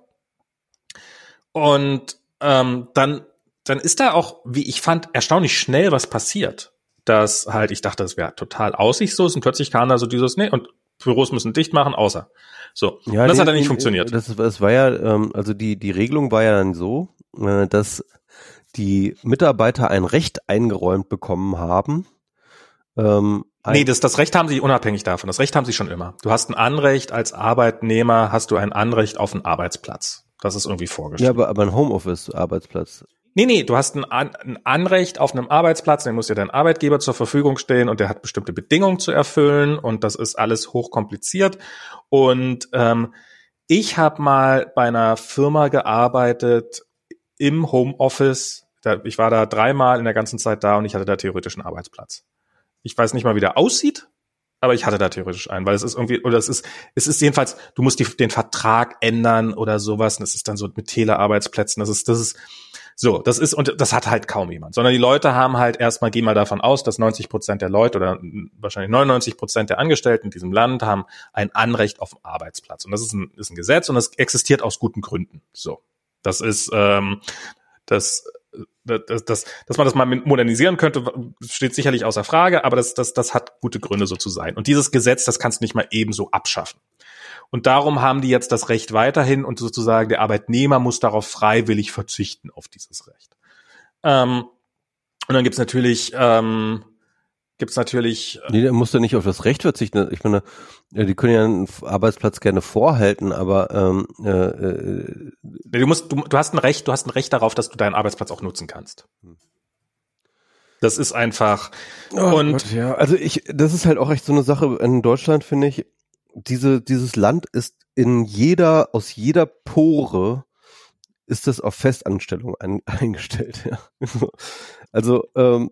Und Ähm, dann, dann ist da auch, wie ich fand, erstaunlich schnell was passiert. Dass halt, ich dachte, das wäre total aussichtslos und plötzlich kam da so dieses, nee, und Büros müssen dicht machen, außer. So. Ja, und das nee, hat dann nicht nee, funktioniert. Das, das war ja, ähm, also die, die Regelung war ja dann so, äh, dass die Mitarbeiter ein Recht eingeräumt bekommen haben. Ähm, nee, das, das Recht haben sie unabhängig davon. Das Recht haben sie schon immer. Du hast ein Anrecht als Arbeitnehmer, hast du ein Anrecht auf einen Arbeitsplatz. Das ist irgendwie vorgeschrieben. Ja, aber, aber ein Homeoffice-Arbeitsplatz. Nee, nee, du hast ein, An- ein Anrecht auf einem Arbeitsplatz, den muss dir dein Arbeitgeber zur Verfügung stehen und der hat bestimmte Bedingungen zu erfüllen und das ist alles hochkompliziert. Und ähm, ich habe mal bei einer Firma gearbeitet im Homeoffice. Da, ich war da dreimal in der ganzen Zeit da und ich hatte da theoretisch einen Arbeitsplatz. Ich weiß nicht mal, wie der aussieht, aber ich hatte da theoretisch einen, weil es ist irgendwie, oder es ist, es ist jedenfalls, du musst die, den Vertrag ändern oder sowas, und das ist dann so mit Telearbeitsplätzen, das ist, das ist, so, das ist, und das hat halt kaum jemand, sondern die Leute haben halt erstmal, gehen mal davon aus, dass neunzig Prozent der Leute oder wahrscheinlich neunundneunzig Prozent der Angestellten in diesem Land haben ein Anrecht auf einen Arbeitsplatz. Und das ist ein, ist ein Gesetz und das existiert aus guten Gründen. So. Das ist, ähm, das, Das, das, dass man das mal modernisieren könnte, steht sicherlich außer Frage, aber das, das, das hat gute Gründe, so zu sein. Und dieses Gesetz, das kannst du nicht mal ebenso abschaffen. Und darum haben die jetzt das Recht weiterhin und sozusagen der Arbeitnehmer muss darauf freiwillig verzichten auf dieses Recht. Ähm, und dann gibt's natürlich, ähm, gibt's natürlich. Äh, nee, der muss ja nicht auf das Recht verzichten. Ich meine, die können ja einen Arbeitsplatz gerne vorhalten, aber ähm, äh, äh, du musst, du, du hast ein Recht, du hast ein Recht darauf, dass du deinen Arbeitsplatz auch nutzen kannst. Das ist einfach. Oh und Gott, ja, also ich, das ist halt auch echt so eine Sache in Deutschland, finde ich. Diese, dieses Land ist in jeder, aus jeder Pore ist es auf Festanstellung ein, eingestellt. Ja. Also ähm,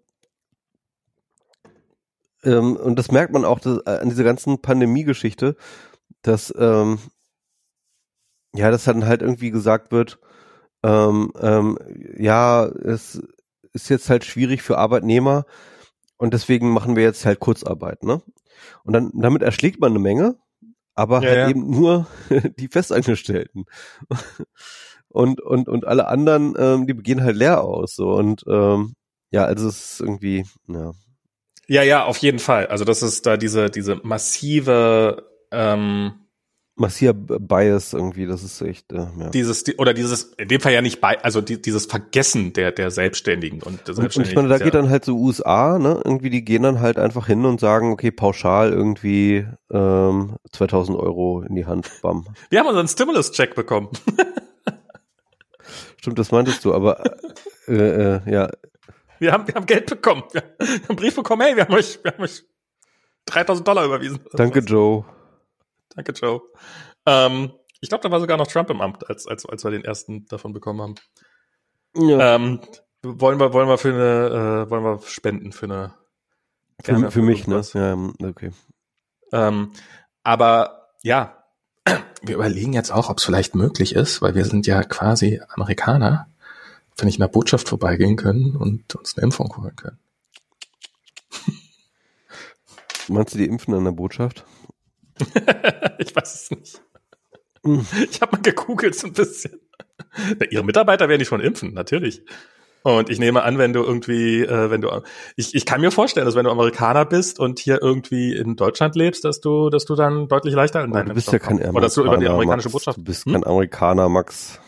ähm, und das merkt man auch dass, an dieser ganzen Pandemie-Geschichte, dass ähm, ja, dass dann halt irgendwie gesagt wird, ähm, ähm, ja, es ist jetzt halt schwierig für Arbeitnehmer und deswegen machen wir jetzt halt Kurzarbeit, ne? Und dann damit erschlägt man eine Menge, aber ja, halt ja. eben nur die Festangestellten. Und, und, und alle anderen, ähm, die gehen halt leer aus, so. Und, ähm, ja, also es ist irgendwie, ja. Ja, ja, auf jeden Fall. Also das ist da diese, diese massive, ähm, massiver Bias irgendwie, das ist echt, äh, ja. Dieses, oder dieses, in dem Fall ja nicht bei, also die, dieses Vergessen der, der Selbstständigen und der Und, und ich meine, da geht dann halt so U S A, ne, irgendwie, die gehen dann halt einfach hin und sagen, okay, pauschal irgendwie, ähm, zweitausend Euro in die Hand, bam. Wir haben unseren Stimulus-Check bekommen. Stimmt, das meintest du, aber äh, äh, ja. Wir haben, wir haben Geld bekommen. Wir haben einen Brief bekommen, hey, wir haben euch, wir haben euch dreitausend Dollar überwiesen. Danke, Joe. Danke, Joe. Ähm, ich glaube, da war sogar noch Trump im Amt, als, als, als wir den ersten davon bekommen haben. Ja. Ähm, wollen wir, wollen wir für eine, äh, wollen wir spenden für eine, für, für, für mich, ne? Ja, okay. Ähm, aber, ja. Wir überlegen jetzt auch, ob es vielleicht möglich ist, weil wir sind ja quasi Amerikaner, wenn ich in der Botschaft vorbeigehen können und uns eine Impfung holen können. Meinst du die impfen an der Botschaft? Ich weiß es nicht. Mm. Ich habe mal gegoogelt so ein bisschen. Ja, ihre Mitarbeiter werden die schon impfen, natürlich. Und ich nehme an, wenn du irgendwie, äh, wenn du, ich, ich kann mir vorstellen, dass wenn du Amerikaner bist und hier irgendwie in Deutschland lebst, dass du, dass du dann deutlich leichter in deinen Du bist ja kein Amerikaner. Oder dass du über die amerikanische Max. Botschaft. Du bist hm? kein Amerikaner, Max.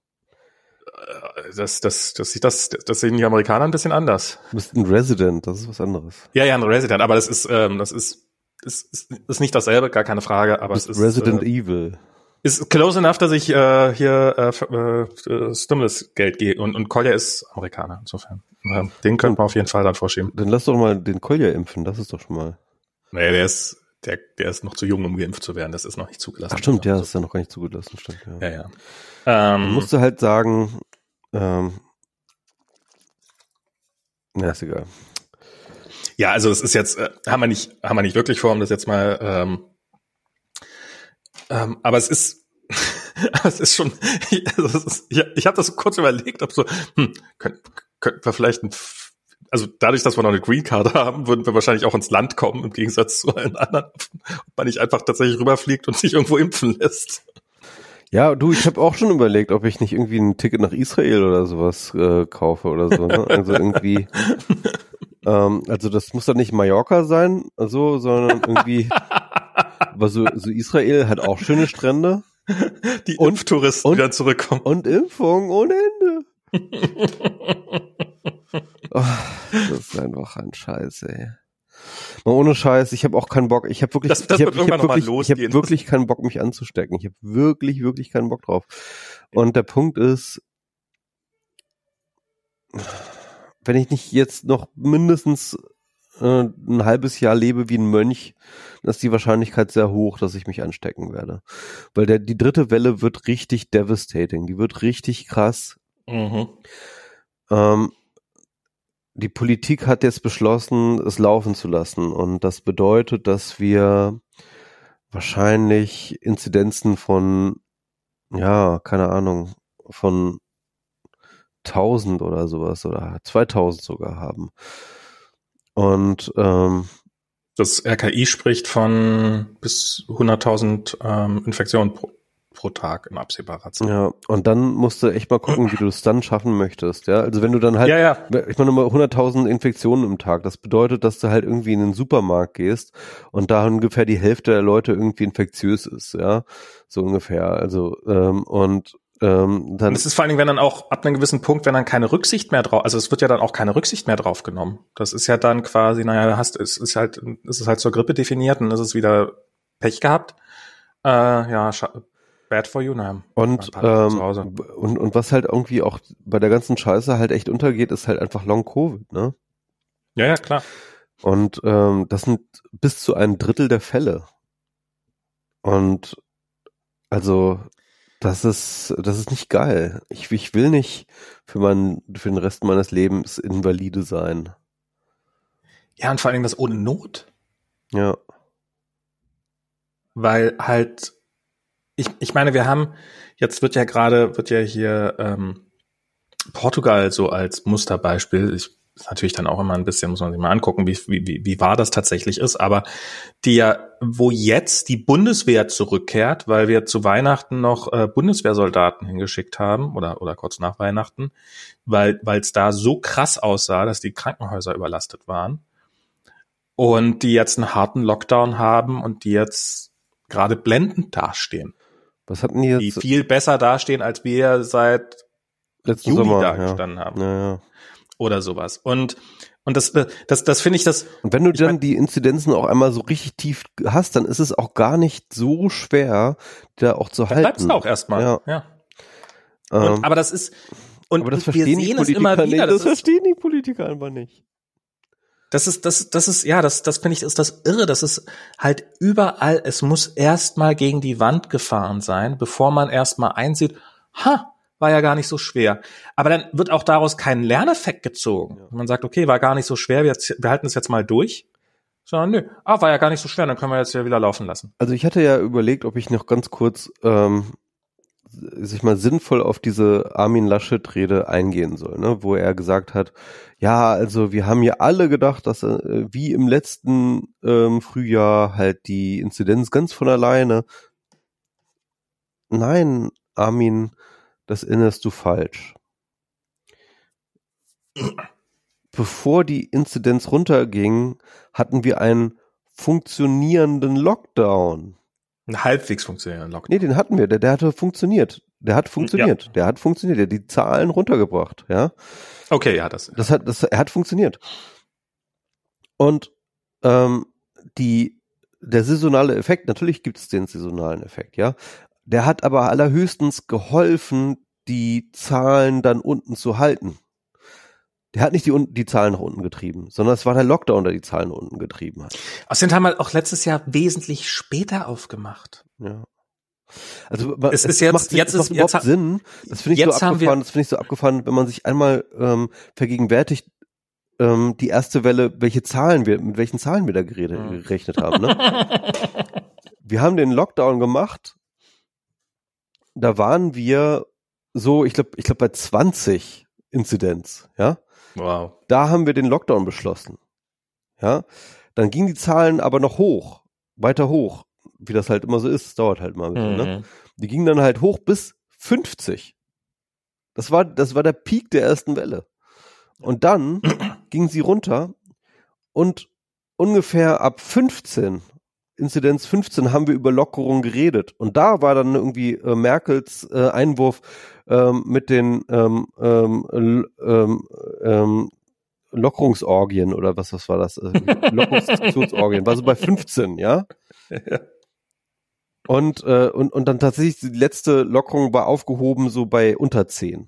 Das, das, das sieht das, das sehen die Amerikaner ein bisschen anders. Du bist ein Resident, das ist was anderes. Ja, ja, ein Resident, aber das ist, ähm, das ist, ist, ist, ist nicht dasselbe, gar keine Frage, aber es ist Resident äh, Evil. Ist close enough, dass ich äh, hier äh, äh, Stimulus-Geld gehe und, und Kolja ist Amerikaner, insofern. Äh, den können wir auf jeden Fall dann vorschieben. Dann lass doch mal den Kolja impfen, das ist doch schon mal. Nee, der ist, der, der ist noch zu jung, um geimpft zu werden, das ist noch nicht zugelassen. Ach stimmt, ja, das ist ja noch gar nicht zugelassen, stimmt, ja. Ja, ja. Ähm, Dann musst du halt sagen, ähm, na, ist egal. Ja, also es ist jetzt, äh, haben wir nicht, haben wir nicht wirklich vor, um das jetzt mal, ähm, ähm, aber es ist, es ist schon, also es ist, ich, ich habe das kurz überlegt, ob so, hm, könnten könnten wir vielleicht, ein, also dadurch, dass wir noch eine Green Card haben, würden wir wahrscheinlich auch ins Land kommen, im Gegensatz zu allen anderen, ob man nicht einfach tatsächlich rüberfliegt und sich irgendwo impfen lässt. Ja, du, ich habe auch schon überlegt, ob ich nicht irgendwie ein Ticket nach Israel oder sowas äh, kaufe oder so, ne? Also irgendwie, ähm, also das muss dann nicht Mallorca sein, also, sondern irgendwie, aber so, so Israel hat auch schöne Strände. Die und, Impftouristen, und, die dann zurückkommen. Und Impfung ohne Ende. Oh, das ist einfach ein Scheiß, ey. Mal ohne Scheiß, ich habe auch keinen Bock. Ich habe wirklich, das, das ich habe hab wirklich, ich hab wirklich keinen Bock, mich anzustecken. Ich habe wirklich, wirklich keinen Bock drauf. Und der Punkt ist, wenn ich nicht jetzt noch mindestens äh, ein halbes Jahr lebe wie ein Mönch, dann ist die Wahrscheinlichkeit sehr hoch, dass ich mich anstecken werde. Weil der, die dritte Welle wird richtig devastating. Die wird richtig krass. Mhm. Ähm, Die Politik hat jetzt beschlossen, es laufen zu lassen. Und das bedeutet, dass wir wahrscheinlich Inzidenzen von, ja, keine Ahnung, von tausend oder sowas oder zweitausend sogar haben. Und ähm, das R K I spricht von bis hunderttausend ähm, Infektionen pro, pro Tag in absehbarer Zeit. Ja, und dann musst du echt mal gucken, wie du es dann schaffen möchtest, ja. Also wenn du dann halt, ja, ja. ich meine mal hunderttausend Infektionen im Tag, das bedeutet, dass du halt irgendwie in den Supermarkt gehst und da ungefähr die Hälfte der Leute irgendwie infektiös ist, ja, so ungefähr. Also ähm, und ähm, dann. Und es ist vor allen Dingen, wenn dann auch ab einem gewissen Punkt, wenn dann keine Rücksicht mehr drauf, also es wird ja dann auch keine Rücksicht mehr drauf genommen. Das ist ja dann quasi, naja, hast, es ist halt, es ist halt zur Grippe definiert und es ist wieder Pech gehabt. Äh, ja, bad for you, nein. Und, ähm, und, und was halt irgendwie auch bei der ganzen Scheiße halt echt untergeht, ist halt einfach Long-Covid, ne? Ja, ja, klar. Und ähm, das sind bis zu ein Drittel der Fälle. Und also das ist das ist nicht geil. Ich, ich will nicht für meinen für den Rest meines Lebens Invalide sein. Ja, und vor allen Dingen das ohne Not. Ja. Weil halt Ich, ich meine, wir haben, jetzt wird ja gerade, wird ja hier ähm, Portugal so als Musterbeispiel, ich, ist natürlich dann auch immer ein bisschen, muss man sich mal angucken, wie, wie, wie wahr das tatsächlich ist, aber die ja, wo jetzt die Bundeswehr zurückkehrt, weil wir zu Weihnachten noch äh, Bundeswehrsoldaten hingeschickt haben, oder oder kurz nach Weihnachten, weil weil es da so krass aussah, dass die Krankenhäuser überlastet waren und die jetzt einen harten Lockdown haben und die jetzt gerade blendend dastehen. Was hatten die jetzt? Die viel besser dastehen, als wir seit letzten Juli Sommer, da ja. gestanden haben. Ja, ja. Oder sowas. Und und das das das finde ich das. Und wenn du dann mein, die Inzidenzen auch einmal so richtig tief hast, dann ist es auch gar nicht so schwer, da auch zu halten. Bleibt's auch erstmal. Ja. ja. Und, Ähm, aber das ist und, aber das und wir verstehen die sehen Politiker es immer wieder. nicht. Das, Das ist, verstehen die Politiker einfach nicht. Das ist, das, das ist, ja, das, das finde ich, ist das Irre. Das ist halt überall, es muss erstmal gegen die Wand gefahren sein, bevor man erstmal einsieht, ha, war ja gar nicht so schwer. Aber dann wird auch daraus kein Lerneffekt gezogen. Ja. Man sagt, okay, war gar nicht so schwer, wir, wir halten es jetzt mal durch. Sondern nö, ah, war ja gar nicht so schwer, dann können wir jetzt ja wieder laufen lassen. Also ich hatte ja überlegt, ob ich noch ganz kurz, ähm, sich mal sinnvoll auf diese Armin Laschet-Rede eingehen soll, ne, wo er gesagt hat, ja, also wir haben ja alle gedacht, dass äh, wie im letzten ähm, Frühjahr halt die Inzidenz ganz von alleine. Nein, Armin, das erinnerst du falsch. Bevor die Inzidenz runterging, hatten wir einen funktionierenden Lockdown. Ein halbwegs funktionierenden Lockdown. Nee, den hatten wir, der, der hatte funktioniert. Der hat funktioniert. Ja. Der hat funktioniert. Der hat die Zahlen runtergebracht, ja. Okay, ja, das. Das hat, das, er hat funktioniert. Und ähm, die, der saisonale Effekt, natürlich gibt es den saisonalen Effekt, ja. Der hat aber allerhöchstens geholfen, die Zahlen dann unten zu halten. Der hat nicht die, die Zahlen nach unten getrieben, sondern es war der Lockdown, der die Zahlen nach unten getrieben hat. Außerdem haben wir auch letztes Jahr wesentlich später aufgemacht. Ja. Also es, es ist es jetzt, macht, jetzt es macht ist, überhaupt jetzt Sinn. Das finde ich so abgefahren. Das finde ich so abgefahren, wenn man sich einmal ähm, vergegenwärtigt, ähm, die erste Welle, welche Zahlen wir, mit welchen Zahlen wir da geredet, hm. gerechnet haben. Ne? Wir haben den Lockdown gemacht. Da waren wir so, ich glaube, ich glaube bei zwanzig Inzidenz, ja. Wow. Da haben wir den Lockdown beschlossen. Ja. Dann gingen die Zahlen aber noch hoch, weiter hoch, wie das halt immer so ist. Es dauert halt mal ein bisschen, mhm. ne? Die gingen dann halt hoch bis fünfzig. Das war, das war der Peak der ersten Welle. Und dann gingen sie runter und ungefähr ab fünfzehn, Inzidenz fünfzehn, haben wir über Lockerung geredet. Und da war dann irgendwie äh, Merkels äh, Einwurf ähm, mit den ähm, ähm, ähm, ähm, Lockerungsorgien oder was, was war das? Äh, Lockerungsdiskussionsorgien, war so bei fünfzehn, ja? Ja. Und, äh, und, und dann tatsächlich die letzte Lockerung war aufgehoben so bei unter zehn.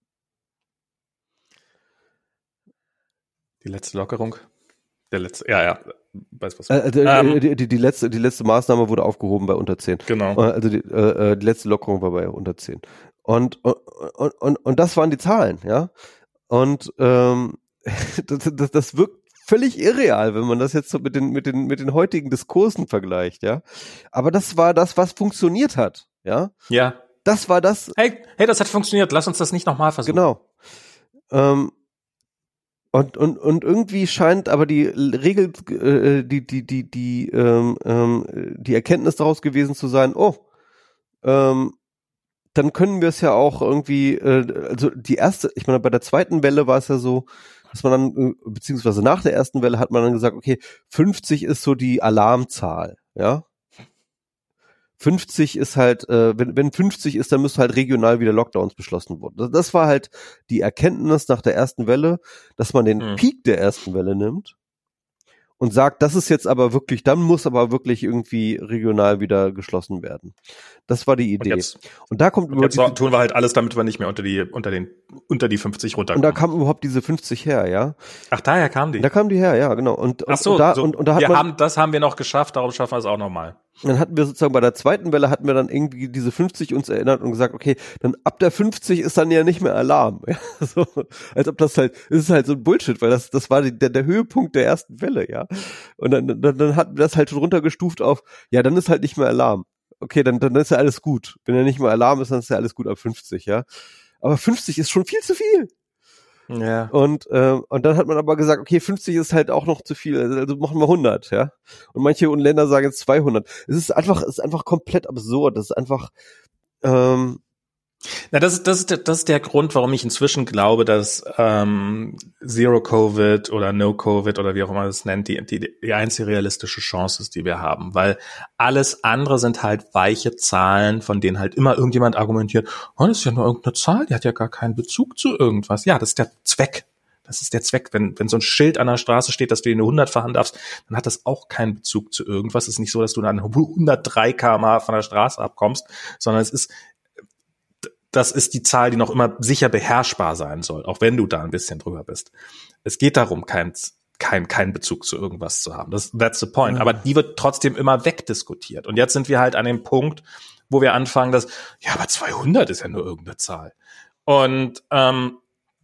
Die letzte Lockerung? Der letzte, ja, ja. Weiß was. Also, ähm, die, die, die, letzte, die letzte Maßnahme wurde aufgehoben bei unter zehn. Genau. Also die, äh, die letzte Lockerung war bei unter zehn. Und, und, und, und das waren die Zahlen, ja. Und ähm, das, das, das wirkt völlig irreal, wenn man das jetzt so mit den, mit den, mit den heutigen Diskursen vergleicht, ja. Aber das war das, was funktioniert hat, ja. Ja. Das war das. Hey, hey, das hat funktioniert. Lass uns das nicht nochmal versuchen. Genau. Ähm, Und, und, und irgendwie scheint aber die Regel, äh, die, die, die, die, ähm, ähm, die Erkenntnis daraus gewesen zu sein, oh, ähm, dann können wir es ja auch irgendwie, äh, also die erste, ich meine, bei der zweiten Welle war es ja so, dass man dann, beziehungsweise nach der ersten Welle hat man dann gesagt, okay, fünfzig ist so die Alarmzahl, ja. fünfzig ist halt, äh, wenn, wenn fünfzig ist, dann müssen halt regional wieder Lockdowns beschlossen werden. Das war halt die Erkenntnis nach der ersten Welle, dass man den mhm. Peak der ersten Welle nimmt und sagt, das ist jetzt aber wirklich, dann muss aber wirklich irgendwie regional wieder geschlossen werden. Das war die Idee. Und, jetzt, und da kommt und überhaupt jetzt tun wir halt alles, damit wir nicht mehr unter die unter den unter die fünfzig runterkommen. Und da kam überhaupt diese fünfzig her, ja. Ach, daher kam die. Da kam die her, ja, genau. Und, Ach so, und da, so und, und da hat wir man, haben das haben wir noch geschafft, darum schaffen wir es auch nochmal. Dann hatten wir sozusagen bei der zweiten Welle hatten wir dann irgendwie diese fünfzig uns erinnert und gesagt, okay, dann ab der fünfzig ist dann ja nicht mehr Alarm. Ja, so, als ob das halt, es ist halt so ein Bullshit, weil das das war die, der, der Höhepunkt der ersten Welle, ja. Und dann, dann, dann hatten wir das halt schon runtergestuft auf, ja, dann ist halt nicht mehr Alarm. Okay, dann, dann ist ja alles gut. Wenn ja nicht mehr Alarm ist, dann ist ja alles gut ab fünfzig, ja. Aber fünfzig ist schon viel zu viel. Ja. Und äh, und dann hat man aber gesagt, okay, fünfzig ist halt auch noch zu viel, also machen wir hundert, ja. Und manche Länder sagen jetzt zweihundert. Es ist einfach, es ist einfach komplett absurd. Das ist einfach. Ähm, Na, das ist das ist der, das ist der Grund, warum ich inzwischen glaube, dass ähm, Zero Covid oder No Covid oder wie auch immer man es nennt, die, die die einzige realistische Chance ist, die wir haben, weil alles andere sind halt weiche Zahlen, von denen halt immer irgendjemand argumentiert, oh, das ist ja nur irgendeine Zahl, die hat ja gar keinen Bezug zu irgendwas. Ja, das ist der Zweck. Das ist der Zweck. Wenn wenn so ein Schild an der Straße steht, dass du dir eine hundert fahren darfst, dann hat das auch keinen Bezug zu irgendwas. Es ist nicht so, dass du dann hundertdrei Kilometer pro Stunde von der Straße abkommst, sondern es ist das ist die Zahl, die noch immer sicher beherrschbar sein soll, auch wenn du da ein bisschen drüber bist. Es geht darum, keinen kein, kein Bezug zu irgendwas zu haben. Das, that's the point. Mhm. Aber die wird trotzdem immer wegdiskutiert. Und jetzt sind wir halt an dem Punkt, wo wir anfangen, dass, ja, aber zweihundert ist ja nur irgendeine Zahl. Und, ähm,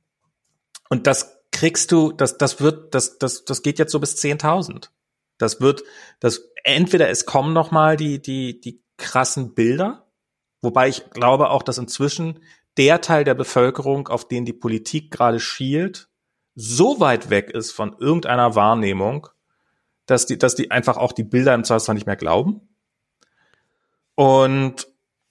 und das kriegst du, das, das wird, das, das, das geht jetzt so bis zehntausend. Das wird, das, entweder es kommen noch mal die, die, die krassen Bilder, wobei ich glaube auch, dass inzwischen der Teil der Bevölkerung, auf den die Politik gerade schielt, so weit weg ist von irgendeiner Wahrnehmung, dass die, dass die einfach auch die Bilder im Zweifelsfall nicht mehr glauben. Und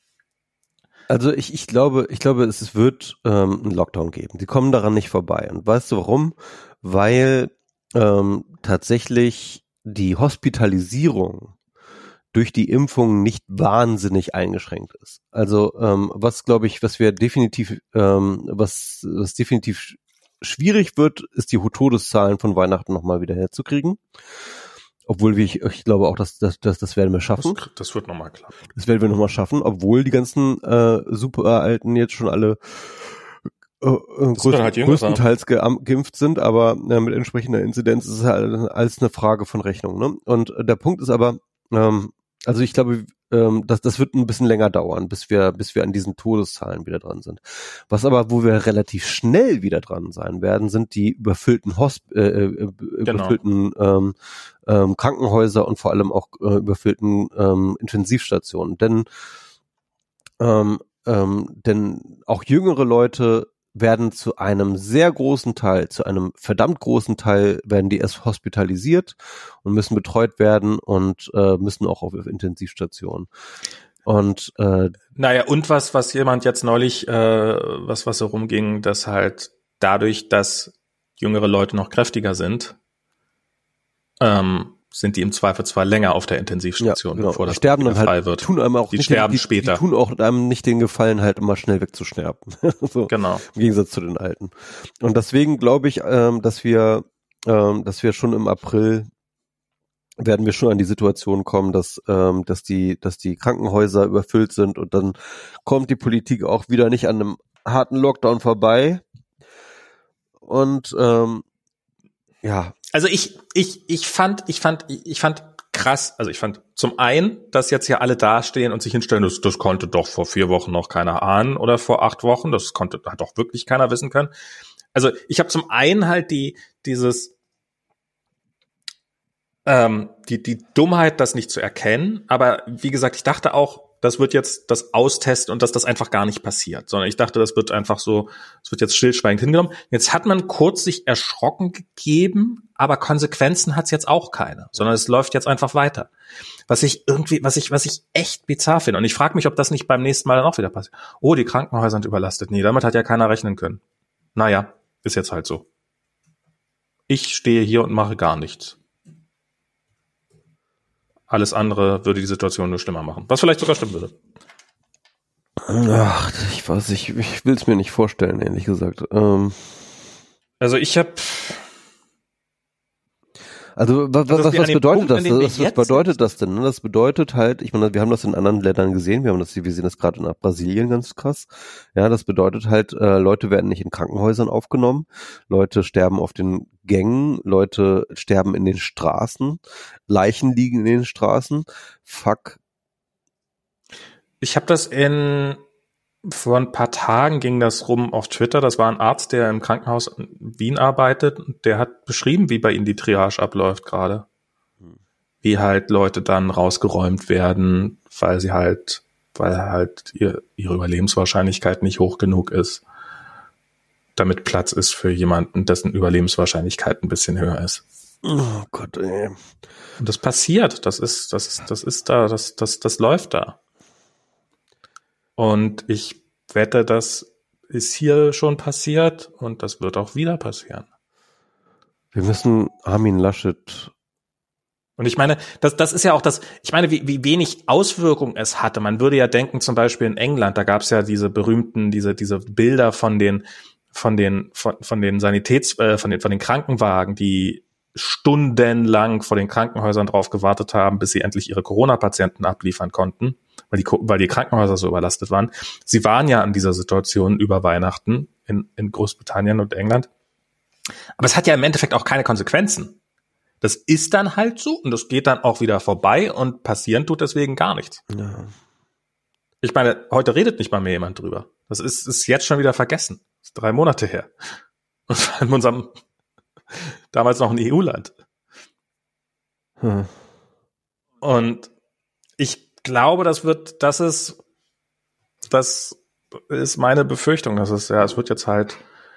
also ich, ich glaube, ich glaube, es wird ähm, einen Lockdown geben. Die kommen daran nicht vorbei. Und weißt du warum? Weil ähm, tatsächlich die Hospitalisierung durch die Impfung nicht wahnsinnig eingeschränkt ist. Also ähm, was glaube ich, was wir definitiv, ähm, was, was definitiv schwierig wird, ist die Todeszahlen von Weihnachten nochmal wieder herzukriegen. Obwohl wir, ich, ich glaube auch, dass, dass, dass das werden wir schaffen. Das, das wird nochmal klappen. Das werden wir nochmal schaffen, obwohl die ganzen äh, super Alten jetzt schon alle äh, größt, halt größtenteils ge geimpft sind, aber äh, mit entsprechender Inzidenz ist es halt alles eine Frage von Rechnung. Ne? Und äh, der Punkt ist aber, ähm, also ich glaube, ähm, das, das wird ein bisschen länger dauern, bis wir, bis wir an diesen Todeszahlen wieder dran sind. Was aber, wo wir relativ schnell wieder dran sein werden, sind die überfüllten Hosp äh, äh, überfüllten genau. ähm, ähm, Krankenhäuser und vor allem auch äh, überfüllten ähm, Intensivstationen. Denn ähm, ähm, denn auch jüngere Leute werden zu einem sehr großen Teil, zu einem verdammt großen Teil werden die erst hospitalisiert und müssen betreut werden und äh, müssen auch auf Intensivstationen. Und äh, naja, und was, was jemand jetzt neulich, äh, was, was so rumging, dass halt dadurch, dass jüngere Leute noch kräftiger sind, ähm, sind die im Zweifelsfall länger auf der Intensivstation, ja, genau. bevor das die sterben dann frei halt, wird. Tun einem auch die nicht sterben den, die, später. Die tun auch einem nicht den Gefallen, halt immer schnell wegzusterben. So, genau. Im Gegensatz zu den Alten. Und deswegen glaube ich, ähm, dass wir, ähm, dass wir schon im April werden wir schon an die Situation kommen, dass, ähm, dass die, dass die Krankenhäuser überfüllt sind und dann kommt die Politik auch wieder nicht an einem harten Lockdown vorbei. Und ähm, ja. Also ich, ich, ich fand, ich fand, ich fand krass, also ich fand zum einen, dass jetzt hier alle dastehen und sich hinstellen, das, das konnte doch vor vier Wochen noch keiner ahnen oder vor acht Wochen, das konnte, hat doch wirklich keiner wissen können. Also ich habe zum einen halt die, dieses, ähm, die, die Dummheit, das nicht zu erkennen, aber wie gesagt, ich dachte auch, das wird jetzt das austesten und dass das einfach gar nicht passiert, sondern ich dachte, das wird einfach so, es wird jetzt stillschweigend hingenommen. Jetzt hat man kurz sich erschrocken gegeben, aber Konsequenzen hat es jetzt auch keine, sondern es läuft jetzt einfach weiter. Was ich irgendwie, was ich, was ich echt bizarr finde. Und ich frage mich, ob das nicht beim nächsten Mal dann auch wieder passiert. Oh, die Krankenhäuser sind überlastet. Nee, damit hat ja keiner rechnen können. Naja, ist jetzt halt so. Ich stehe hier und mache gar nichts. Alles andere würde die Situation nur schlimmer machen. Was vielleicht sogar stimmen würde. Ach, ich weiß nicht, ich will es mir nicht vorstellen, ehrlich gesagt. Ähm also ich habe... Also was, was, was bedeutet Punkt, das? Was, was bedeutet das denn? Das bedeutet halt, ich meine, wir haben das in anderen Ländern gesehen, wir haben das, wir sehen das gerade in Brasilien ganz krass. Ja, das bedeutet halt, äh, Leute werden nicht in Krankenhäusern aufgenommen, Leute sterben auf den Gängen, Leute sterben in den Straßen, Leichen liegen in den Straßen. Fuck. Ich habe das in Vor ein paar Tagen ging das rum auf Twitter. Das war ein Arzt, der im Krankenhaus in Wien arbeitet. Und der hat beschrieben, wie bei ihm die Triage abläuft gerade. Wie halt Leute dann rausgeräumt werden, weil sie halt, weil halt ihr, ihre Überlebenswahrscheinlichkeit nicht hoch genug ist, damit Platz ist für jemanden, dessen Überlebenswahrscheinlichkeit ein bisschen höher ist. Oh Gott, ey. Und das passiert. Das ist, das ist, das ist da, das, das, das läuft da. Und ich wette, das ist hier schon passiert und das wird auch wieder passieren. Wir müssen Armin Laschet. Und ich meine, das, das ist ja auch das, ich meine, wie, wie wenig Auswirkung es hatte. Man würde ja denken, zum Beispiel in England, da gab es ja diese berühmten, diese, diese Bilder von den, von den, von, von den Sanitäts, äh, von den, von den Krankenwagen, die stundenlang vor den Krankenhäusern drauf gewartet haben, bis sie endlich ihre Corona-Patienten abliefern konnten, weil die, weil die Krankenhäuser so überlastet waren. Sie waren ja in dieser Situation über Weihnachten in, in Großbritannien und England. Aber es hat ja im Endeffekt auch keine Konsequenzen. Das ist dann halt so und das geht dann auch wieder vorbei und passieren tut deswegen gar nichts. Ja. Ich meine, heute redet nicht mal mehr jemand drüber. Das ist, ist jetzt schon wieder vergessen. Das ist drei Monate her. Und in unserem damals noch ein E U-Land. Hm. Und ich glaube, das wird, das ist, das ist meine Befürchtung, dass es, ja, es wird jetzt halt,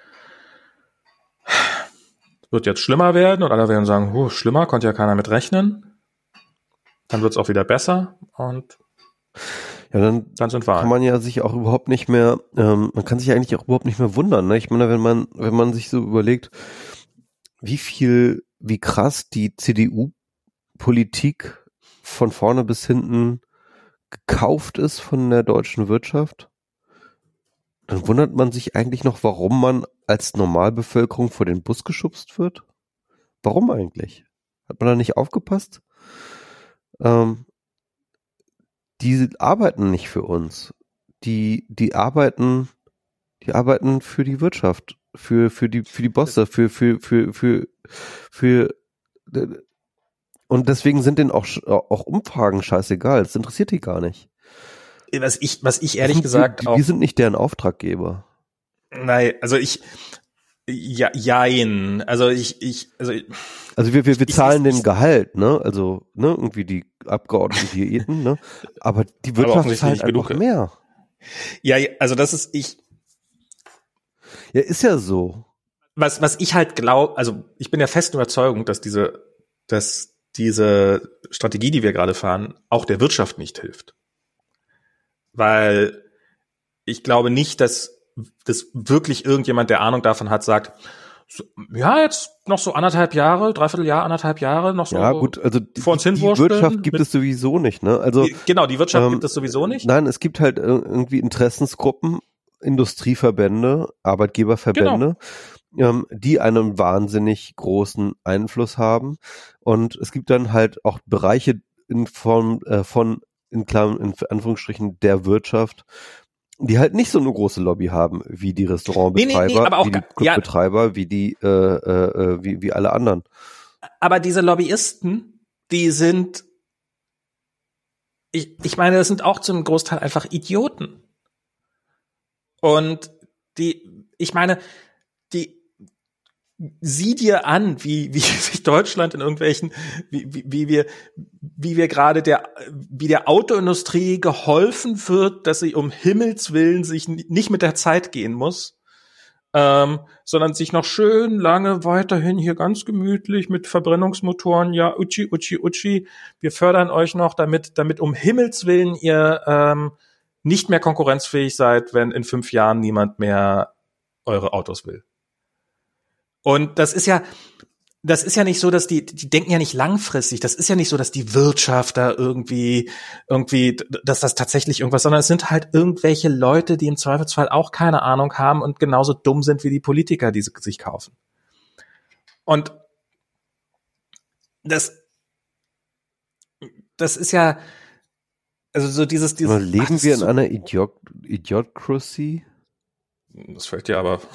es wird jetzt schlimmer werden und alle werden sagen, oh, schlimmer, konnte ja keiner mit rechnen. Dann wird es auch wieder besser und ja, dann, dann sind wir kann man ja sich auch überhaupt nicht mehr, ähm, man kann sich eigentlich auch überhaupt nicht mehr wundern, ne? Ich meine, wenn man, wenn man sich so überlegt, wie viel, wie krass die C D U-Politik von vorne bis hinten gekauft ist von der deutschen Wirtschaft, dann wundert man sich eigentlich noch, warum man als Normalbevölkerung vor den Bus geschubst wird. Warum eigentlich? Hat man da nicht aufgepasst? Ähm, die arbeiten nicht für uns. Die, die arbeiten, die arbeiten für die Wirtschaft. Für, für die, für die Bosse, für, für, für, für, für, und deswegen sind denen auch, auch Umfragen scheißegal. Das interessiert die gar nicht. Was ich, was ich ehrlich sind, gesagt wir, auch. Wir sind nicht deren Auftraggeber. Nein, also ich, ja, jein. Also ich, ich, also. Also wir, wir, wir zahlen ich, den Gehalt, ne? Also, ne, irgendwie die Abgeordneten, Diäten, ne? Aber die Wirtschaft zahlt einfach genug. Mehr. Ja, also das ist, ich. Ja, ist ja so. Was, was ich halt glaube, also ich bin der festen Überzeugung, dass diese, dass diese Strategie, die wir gerade fahren, auch der Wirtschaft nicht hilft. Weil ich glaube nicht, dass, dass wirklich irgendjemand, der Ahnung davon hat, sagt, so, ja, jetzt noch so anderthalb Jahre, dreiviertel Jahr, anderthalb Jahre, noch so ja, gut, also die, vor uns die hinwurschteln. Wirtschaft gibt es sowieso nicht, ne? Also genau, die Wirtschaft ähm, gibt es sowieso nicht. Nein, es gibt halt irgendwie Interessensgruppen, Industrieverbände, Arbeitgeberverbände, genau. ähm, die einen wahnsinnig großen Einfluss haben. Und es gibt dann halt auch Bereiche in Form äh, von, in Klammern, in Anführungsstrichen, der Wirtschaft, die halt nicht so eine große Lobby haben, wie die Restaurantbetreiber, nee, nee, nee, aber auch wie die Clubbetreiber, ja, wie die, äh, äh, wie, wie alle anderen. Aber diese Lobbyisten, die sind, ich, ich meine, das sind auch zum Großteil einfach Idioten. Und die, ich meine, die, sieh dir an, wie, wie sich Deutschland in irgendwelchen, wie, wie, wie wir, wie wir gerade der, wie der Autoindustrie geholfen wird, dass sie um Himmels Willen sich nicht mit der Zeit gehen muss, ähm, sondern sich noch schön lange weiterhin hier ganz gemütlich mit Verbrennungsmotoren, ja, utschi, utschi, utschi, wir fördern euch noch, damit, damit um Himmels Willen ihr ähm, nicht mehr konkurrenzfähig seid, wenn in fünf Jahren niemand mehr eure Autos will. Und das ist ja, das ist ja nicht so, dass die, die denken ja nicht langfristig. Das ist ja nicht so, dass die Wirtschaft da irgendwie, irgendwie, dass das tatsächlich irgendwas, sondern es sind halt irgendwelche Leute, die im Zweifelsfall auch keine Ahnung haben und genauso dumm sind wie die Politiker, die sie sich kaufen. Und das, das ist ja, also so dieses, dieses. Leben wir in so einer Idiot, Idiocracy? Das fällt dir aber.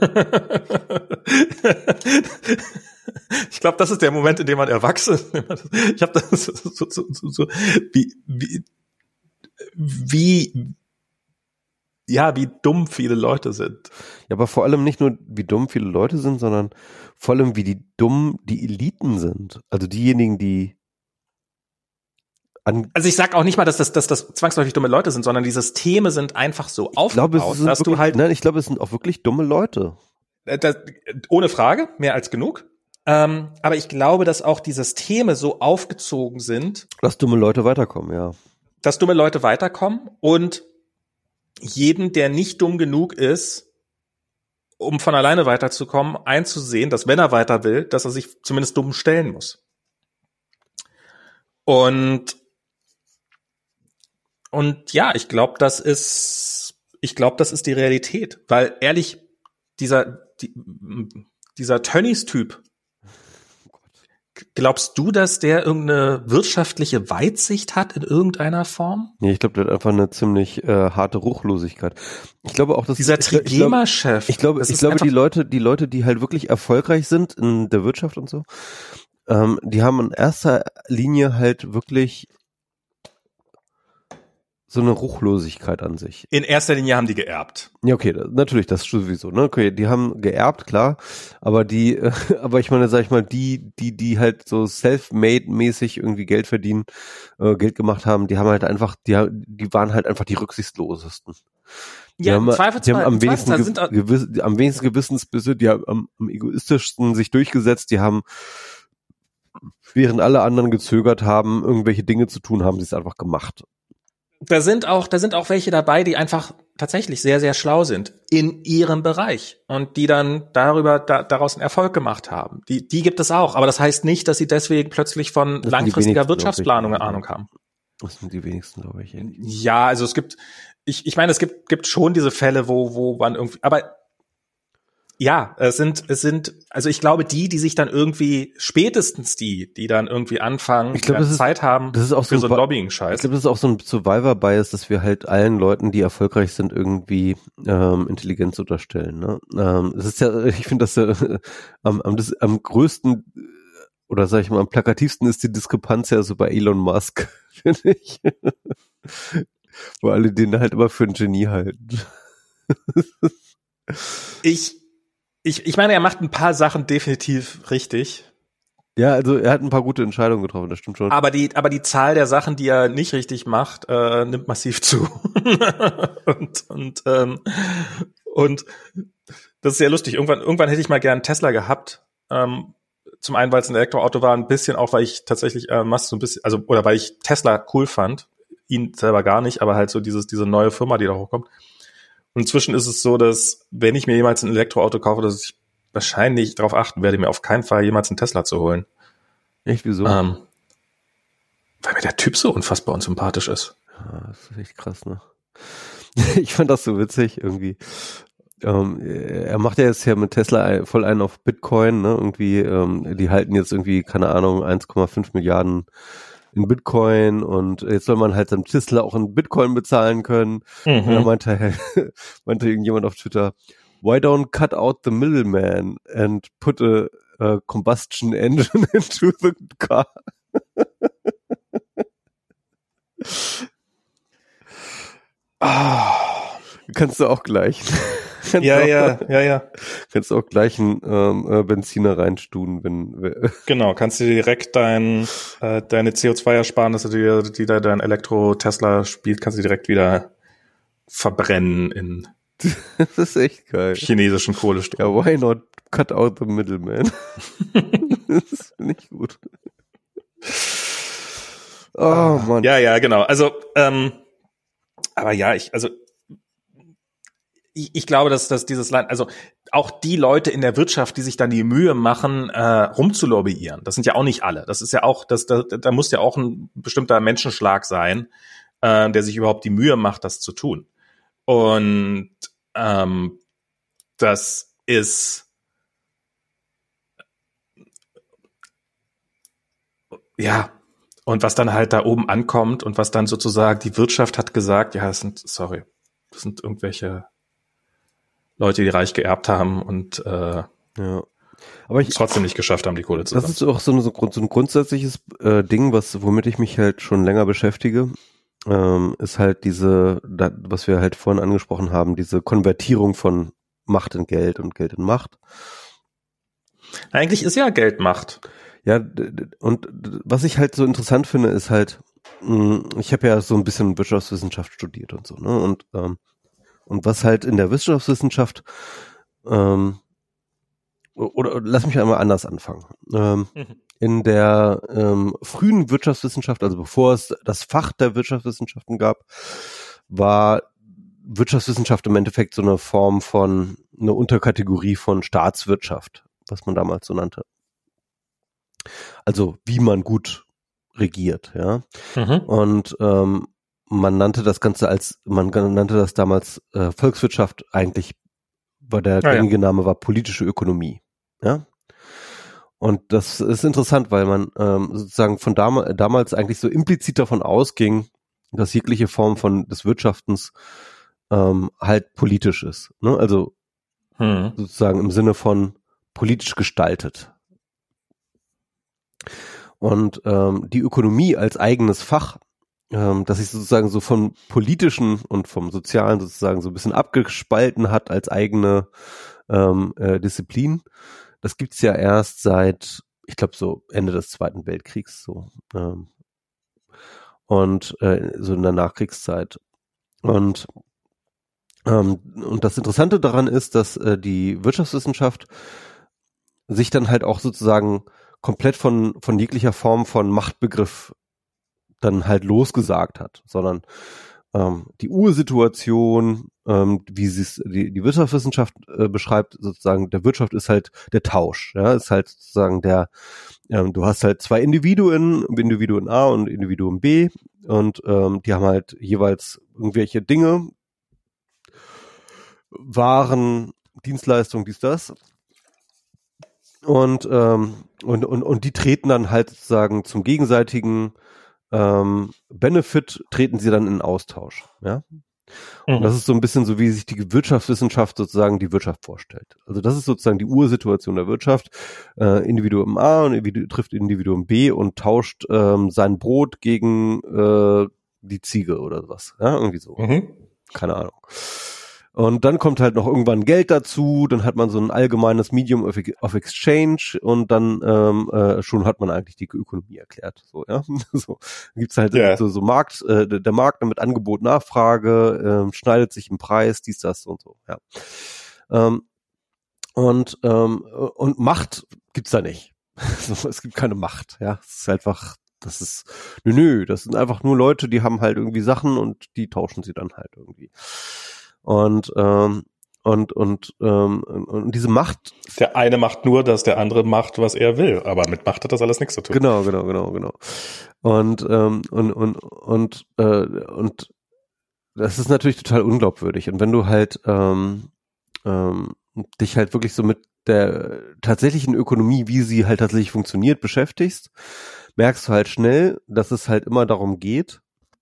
Ich glaube, das ist der Moment, in dem man erwachsen ist. Ich habe das so, so, so, so wie, wie, wie, ja, wie dumm viele Leute sind. Ja, aber vor allem nicht nur, wie dumm viele Leute sind, sondern vor allem, wie die dumm die Eliten sind. Also diejenigen, die Also ich sag auch nicht mal, dass das, dass das zwangsläufig dumme Leute sind, sondern die Systeme sind einfach so aufgebaut, ich glaube, es sind dass wirklich, du halt. Nein, ich glaube, es sind auch wirklich dumme Leute. Das, ohne Frage, mehr als genug. Ähm, aber ich glaube, dass auch die Systeme so aufgezogen sind, dass dumme Leute weiterkommen, ja. Dass dumme Leute weiterkommen und jeden, der nicht dumm genug ist, um von alleine weiterzukommen, einzusehen, dass wenn er weiter will, dass er sich zumindest dumm stellen muss. Und Und ja, ich glaube, das ist, ich glaube, das ist die Realität, weil ehrlich, dieser, die, dieser Tönnies-Typ, glaubst du, dass der irgendeine wirtschaftliche Weitsicht hat in irgendeiner Form? Nee, ich glaube, der hat einfach eine ziemlich äh, harte Ruchlosigkeit. Ich glaube auch, dass dieser Trigema-Chef. Ich glaube, ich glaube, ich glaube die Leute, die Leute, die halt wirklich erfolgreich sind in der Wirtschaft und so, ähm, die haben in erster Linie halt wirklich so eine Ruchlosigkeit an sich. In erster Linie haben die geerbt. Ja, okay, das, natürlich, das sowieso, ne? Okay, die haben geerbt, klar, aber die, äh, aber ich meine, sag ich mal, die, die, die halt so self-made-mäßig irgendwie Geld verdienen, äh, Geld gemacht haben, die haben halt einfach, die, die waren halt einfach die rücksichtslosesten. Die ja, haben, im Zweifelsfall, die haben am im wenigsten, Zweifelsfall ge gewiss, am wenigsten Gewissensbisse, die haben am, am egoistischsten sich durchgesetzt, die haben, während alle anderen gezögert haben, irgendwelche Dinge zu tun, haben sie es einfach gemacht. Da sind auch, da sind auch welche dabei, die einfach tatsächlich sehr, sehr schlau sind in ihrem Bereich und die dann darüber, da, daraus einen Erfolg gemacht haben. Die, die gibt es auch. Aber das heißt nicht, dass sie deswegen plötzlich von das langfristiger Wirtschaftsplanung eine Ahnung haben. Das sind die wenigsten, glaube ich. Ja, also es gibt, ich, ich meine, es gibt, gibt schon diese Fälle, wo, wo man irgendwie, aber ja, es sind, es sind, also ich glaube, die, die sich dann irgendwie, spätestens die, die dann irgendwie anfangen, ich glaub, das Zeit ist, haben das ist auch für so so einen Lobbying-Scheiß. Ich glaube, das ist auch so ein Survivor-Bias, dass wir halt allen Leuten, die erfolgreich sind, irgendwie ähm, Intelligenz unterstellen. Ne? Ähm, es ist ja, ich finde, dass äh, am, am, das, am größten oder sag ich mal, am plakativsten ist die Diskrepanz ja so bei Elon Musk, finde ich. Wo alle den halt immer für ein Genie halten. ich Ich, ich meine, er macht ein paar Sachen definitiv richtig. Ja, also er hat ein paar gute Entscheidungen getroffen, das stimmt schon. Aber die, aber die Zahl der Sachen, die er nicht richtig macht, äh, nimmt massiv zu. und und ähm, und das ist sehr lustig. Irgendwann, irgendwann hätte ich mal gern Tesla gehabt. Ähm, zum einen, weil es ein Elektroauto war, ein bisschen auch, weil ich tatsächlich äh, Musk so ein bisschen, also oder weil ich Tesla cool fand, ihn selber gar nicht, aber halt so dieses diese neue Firma, die da hochkommt. Und inzwischen ist es so, dass wenn ich mir jemals ein Elektroauto kaufe, dass ich wahrscheinlich darauf achten werde, mir auf keinen Fall jemals einen Tesla zu holen. Echt, wieso? Ähm, weil mir der Typ so unfassbar unsympathisch ist. Ja, das ist echt krass, ne? Ich fand das so witzig irgendwie. Ähm, er macht ja jetzt ja mit Tesla voll einen auf Bitcoin, ne? Irgendwie, ähm, die halten jetzt irgendwie, keine Ahnung, eins Komma fünf Milliarden in Bitcoin und jetzt soll man halt seinem Tesla auch in Bitcoin bezahlen können. Mhm. Und dann meinte, meinte irgendjemand auf Twitter, why don't cut out the middleman and put a, a combustion engine into the car? Ah, kannst du auch gleich. Ja, ja, ja, ja. kannst auch gleich einen ähm, äh, Benziner reinstun, wenn, wenn genau, kannst du direkt dein äh, deine C O zwei Ersparnisse, die, die da dein Elektro-Tesla spielt, kannst du direkt wieder verbrennen in das ist echt geil. chinesischen Kohlestrom. Ja, why not cut out the middleman? Das finde ich gut. Oh Mann. Ja, ja, genau. Also, ähm, aber ja, ich, also ich, ich glaube, dass, dass dieses Land, also auch die Leute in der Wirtschaft, die sich dann die Mühe machen, äh, rumzulobbyieren, das sind ja auch nicht alle. Das ist ja auch, das, da, da muss ja auch ein bestimmter Menschenschlag sein, äh, der sich überhaupt die Mühe macht, das zu tun. Und ähm, das ist ja, und was dann halt da oben ankommt und was dann sozusagen die Wirtschaft hat gesagt, ja, das sind, sorry, das sind irgendwelche Leute, die reich geerbt haben und äh, ja. Aber ich trotzdem nicht geschafft haben, die Kohle zu Das machen. ist auch so, eine, so, so ein grundsätzliches äh, Ding, was womit ich mich halt schon länger beschäftige, ähm, ist halt diese, da, was wir halt vorhin angesprochen haben, diese Konvertierung von Macht in Geld und Geld in Macht. Eigentlich ist ja Geld Macht. Ja, d- d- und d- was ich halt so interessant finde, ist halt, mh, ich habe ja so ein bisschen Wirtschaftswissenschaft studiert und so, ne? Und ähm, und was halt in der Wirtschaftswissenschaft ähm, oder, oder lass mich einmal anders anfangen. Ähm, Mhm. In der ähm, frühen Wirtschaftswissenschaft, also bevor es das Fach der Wirtschaftswissenschaften gab, war Wirtschaftswissenschaft im Endeffekt so eine Form von, eine Unterkategorie von Staatswirtschaft, was man damals so nannte. Also wie man gut regiert, ja. Mhm. Und ähm, man nannte das Ganze als, man nannte das damals äh, Volkswirtschaft, eigentlich war der Ah, ja. gängige Name war politische Ökonomie, ja. Und das ist interessant, weil man ähm, sozusagen von dam- damals eigentlich so implizit davon ausging, dass jegliche Form von des Wirtschaftens ähm, halt politisch ist, ne? Also Mhm. sozusagen im Sinne von politisch gestaltet. Und ähm, die Ökonomie als eigenes Fach, ähm, das sich sozusagen so vom Politischen und vom Sozialen sozusagen so ein bisschen abgespalten hat als eigene ähm, äh, Disziplin, das gibt's ja erst seit, ich glaube, so Ende des Zweiten Weltkriegs, so ähm, und äh, so in der Nachkriegszeit. Und ähm, und das Interessante daran ist, dass äh, die Wirtschaftswissenschaft sich dann halt auch sozusagen komplett von von jeglicher Form von Machtbegriff dann halt losgesagt hat, sondern ähm, die Ursituation, ähm, wie sie es die, die Wirtschaftswissenschaft äh, beschreibt, sozusagen der Wirtschaft ist halt der Tausch, ja, ist halt sozusagen der, ähm, du hast halt zwei Individuen, Individuen A und Individuum B und ähm, die haben halt jeweils irgendwelche Dinge, Waren, Dienstleistungen, dies, das. Und, ähm, und, und, und die treten dann halt sozusagen zum gegenseitigen ähm, Benefit, treten sie dann in Austausch. Ja? Mhm. Und das ist so ein bisschen so, wie sich die Wirtschaftswissenschaft sozusagen die Wirtschaft vorstellt. Also das ist sozusagen die Ursituation der Wirtschaft. Äh, Individuum A und Individu- trifft Individuum B und tauscht ähm, sein Brot gegen äh, die Ziege oder sowas. Ja, irgendwie so. Mhm. Keine Ahnung. Und dann kommt halt noch irgendwann Geld dazu, dann hat man so ein allgemeines Medium of, of Exchange und dann ähm, äh, schon hat man eigentlich die Ökonomie erklärt. So, ja. So gibt's halt Ja. so, so Markt, äh, der Markt mit Angebot, Nachfrage, äh, schneidet sich im Preis, dies, das und so, ja. Ähm, und ähm, und Macht gibt's da nicht. So, es gibt keine Macht, ja. Es ist einfach, das ist, nö, nö, das sind einfach nur Leute, die haben halt irgendwie Sachen und die tauschen sie dann halt irgendwie. Und ähm, und und ähm, und diese Macht. Der eine macht nur, dass der andere macht, was er will. Aber mit Macht hat das alles nichts zu tun. Genau, genau, genau, genau. Und ähm, und und und äh, und das ist natürlich total unglaubwürdig. Und wenn du halt ähm, ähm, dich halt wirklich so mit der tatsächlichen Ökonomie, wie sie halt tatsächlich funktioniert, beschäftigst, merkst du halt schnell, dass es halt immer darum geht,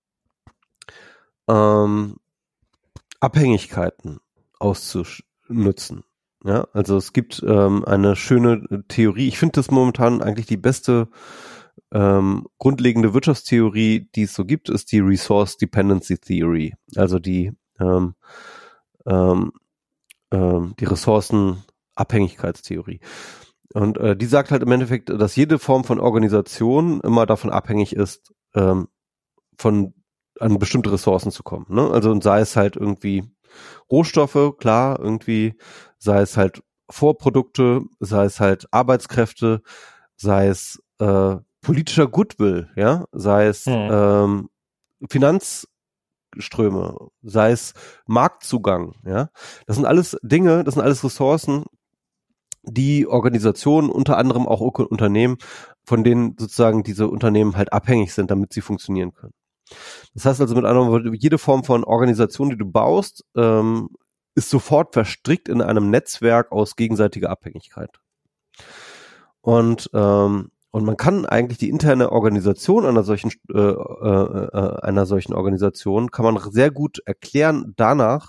ähm, Abhängigkeiten auszunutzen. Ja, also es gibt ähm, eine schöne Theorie. Ich finde das momentan eigentlich die beste ähm, grundlegende Wirtschaftstheorie, die es so gibt, ist die Resource Dependency Theory. Also die ähm, ähm, ähm, die Ressourcenabhängigkeit Abhängigkeitstheorie. Und äh, die sagt halt im Endeffekt, dass jede Form von Organisation immer davon abhängig ist, ähm, von an bestimmte Ressourcen zu kommen. Ne? Also und sei es halt irgendwie Rohstoffe, klar, irgendwie, sei es halt Vorprodukte, sei es halt Arbeitskräfte, sei es äh, politischer Goodwill, ja, sei es hm. ähm, Finanzströme, sei es Marktzugang, ja. Das sind alles Dinge, das sind alles Ressourcen, die Organisationen, unter anderem auch Unternehmen, von denen sozusagen diese Unternehmen halt abhängig sind, damit sie funktionieren können. Das heißt also mit anderen Worten, jede Form von Organisation, die du baust, ähm, ist sofort verstrickt in einem Netzwerk aus gegenseitiger Abhängigkeit. Und ähm, und man kann eigentlich die interne Organisation einer solchen äh, äh, einer solchen Organisation kann man sehr gut erklären danach,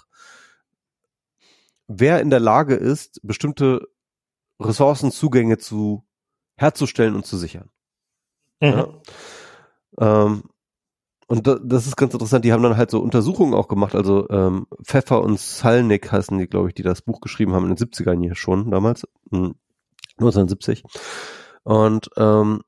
wer in der Lage ist, bestimmte Ressourcenzugänge zu herzustellen und zu sichern. Mhm. Ja. Ähm, und da, das ist ganz interessant, die haben dann halt so Untersuchungen auch gemacht, also ähm, Pfeffer und Salnick heißen die, glaube ich, die das Buch geschrieben haben in den siebzigern hier schon, damals, neunzehnhundertsiebzig. Und ähm,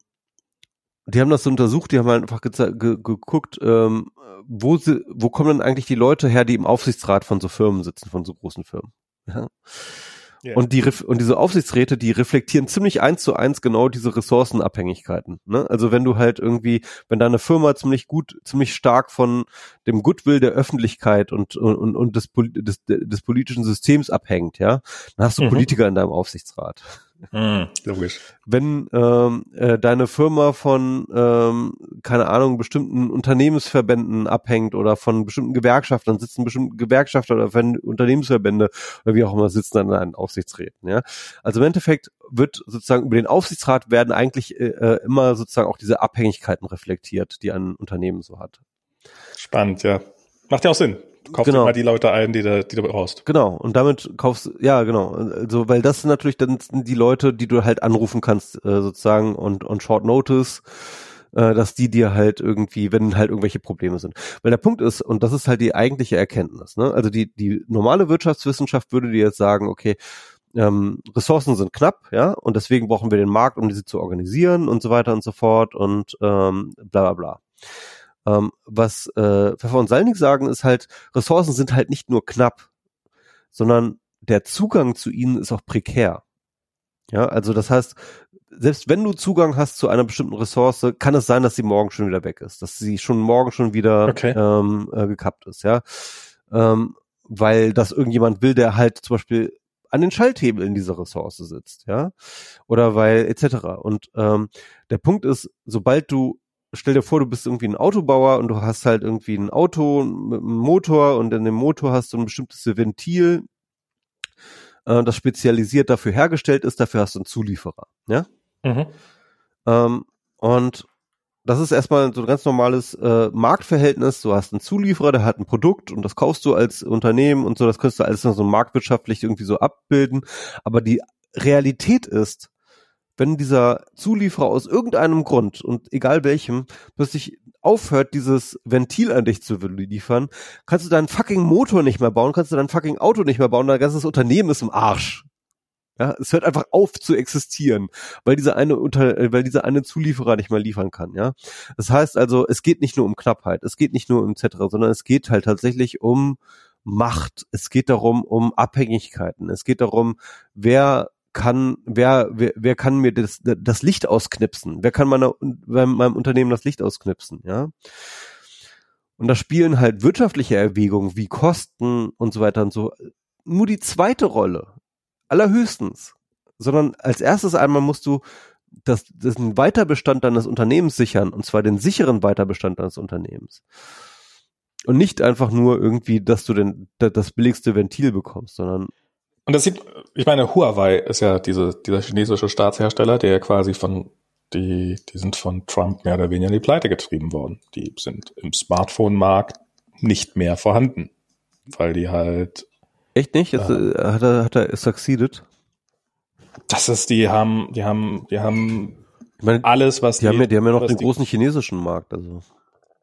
die haben das so untersucht, die haben halt einfach ge- ge- geguckt, ähm, wo sie, wo kommen denn eigentlich die Leute her, die im Aufsichtsrat von so Firmen sitzen, von so großen Firmen. Ja. Yeah. Und die und diese Aufsichtsräte, die reflektieren ziemlich eins zu eins genau diese Ressourcenabhängigkeiten. Ne? Also wenn du halt irgendwie, wenn deine Firma ziemlich gut, ziemlich stark von dem Goodwill der Öffentlichkeit und und und des des, des politischen Systems abhängt, ja, dann hast du mhm. Politiker in deinem Aufsichtsrat. Mm, logisch. Wenn ähm, äh, deine Firma von, ähm, keine Ahnung, bestimmten Unternehmensverbänden abhängt oder von bestimmten Gewerkschaftern, dann sitzen bestimmte Gewerkschafter oder wenn Unternehmensverbände oder wie auch immer sitzen dann in einen Aufsichtsräten. Ja? Also im Endeffekt wird sozusagen über den Aufsichtsrat werden eigentlich äh, immer sozusagen auch diese Abhängigkeiten reflektiert, die ein Unternehmen so hat. Spannend, ja. Macht ja auch Sinn. Du kaufst genau. immer die Leute ein, die du, die du brauchst. Genau. Und damit kaufst, ja, genau. Also, weil das sind natürlich dann die Leute, die du halt anrufen kannst, äh, sozusagen, und on short notice, äh, dass die dir halt irgendwie, wenn halt irgendwelche Probleme sind. Weil der Punkt ist, und das ist halt die eigentliche Erkenntnis, ne? Also die, die normale Wirtschaftswissenschaft würde dir jetzt sagen, okay, ähm, Ressourcen sind knapp, ja, und deswegen brauchen wir den Markt, um diese zu organisieren und so weiter und so fort und ähm, bla bla bla. Ähm, was äh, Pfeffer und Salnick sagen, ist halt, Ressourcen sind halt nicht nur knapp, sondern der Zugang zu ihnen ist auch prekär. Ja, also das heißt, selbst wenn du Zugang hast zu einer bestimmten Ressource, kann es sein, dass sie morgen schon wieder weg ist, dass sie schon morgen schon wieder okay. ähm, äh, gekappt ist, ja, ähm, weil das irgendjemand will, der halt zum Beispiel an den Schalthebeln dieser Ressource sitzt, ja, oder weil et cetera. Und ähm, der Punkt ist, sobald du stell dir vor, du bist irgendwie ein Autobauer und du hast halt irgendwie ein Auto mit einem Motor und in dem Motor hast du ein bestimmtes Ventil, äh, das spezialisiert dafür hergestellt ist, dafür hast du einen Zulieferer, ja? Mhm. Ähm, und das ist erstmal so ein ganz normales äh, Marktverhältnis. Du hast einen Zulieferer, der hat ein Produkt und das kaufst du als Unternehmen und so, das kannst du alles so marktwirtschaftlich irgendwie so abbilden. Aber die Realität ist, wenn dieser Zulieferer aus irgendeinem Grund und egal welchem plötzlich aufhört, dieses Ventil an dich zu liefern, kannst du deinen fucking Motor nicht mehr bauen, kannst du dein fucking Auto nicht mehr bauen, dein ganzes Unternehmen ist im Arsch. Ja, es hört einfach auf zu existieren, weil dieser eine unter, weil dieser eine Zulieferer nicht mehr liefern kann, ja. Das heißt also, es geht nicht nur um Knappheit, es geht nicht nur um et cetera, sondern es geht halt tatsächlich um Macht, es geht darum, um Abhängigkeiten, es geht darum, wer kann, wer, wer, wer kann mir das, das Licht ausknipsen? Wer kann meiner, meinem Unternehmen das Licht ausknipsen, ja? Und da spielen halt wirtschaftliche Erwägungen wie Kosten und so weiter und so nur die zweite Rolle. Allerhöchstens. Sondern als erstes einmal musst du das, das den Weiterbestand deines Unternehmens sichern, und zwar den sicheren Weiterbestand deines Unternehmens. Und nicht einfach nur irgendwie, dass du den, das billigste Ventil bekommst, sondern und das sieht, ich meine, Huawei ist ja diese, dieser chinesische Staatshersteller, der ja quasi von, die, die sind von Trump mehr oder weniger in die Pleite getrieben worden. Die sind im Smartphone-Markt nicht mehr vorhanden, weil die halt. Echt nicht? Jetzt, äh, hat er, hat er succeeded? Das ist, die haben, die haben, die haben ich meine, alles, was die, die haben ja, die haben ja noch den die, großen chinesischen Markt, also.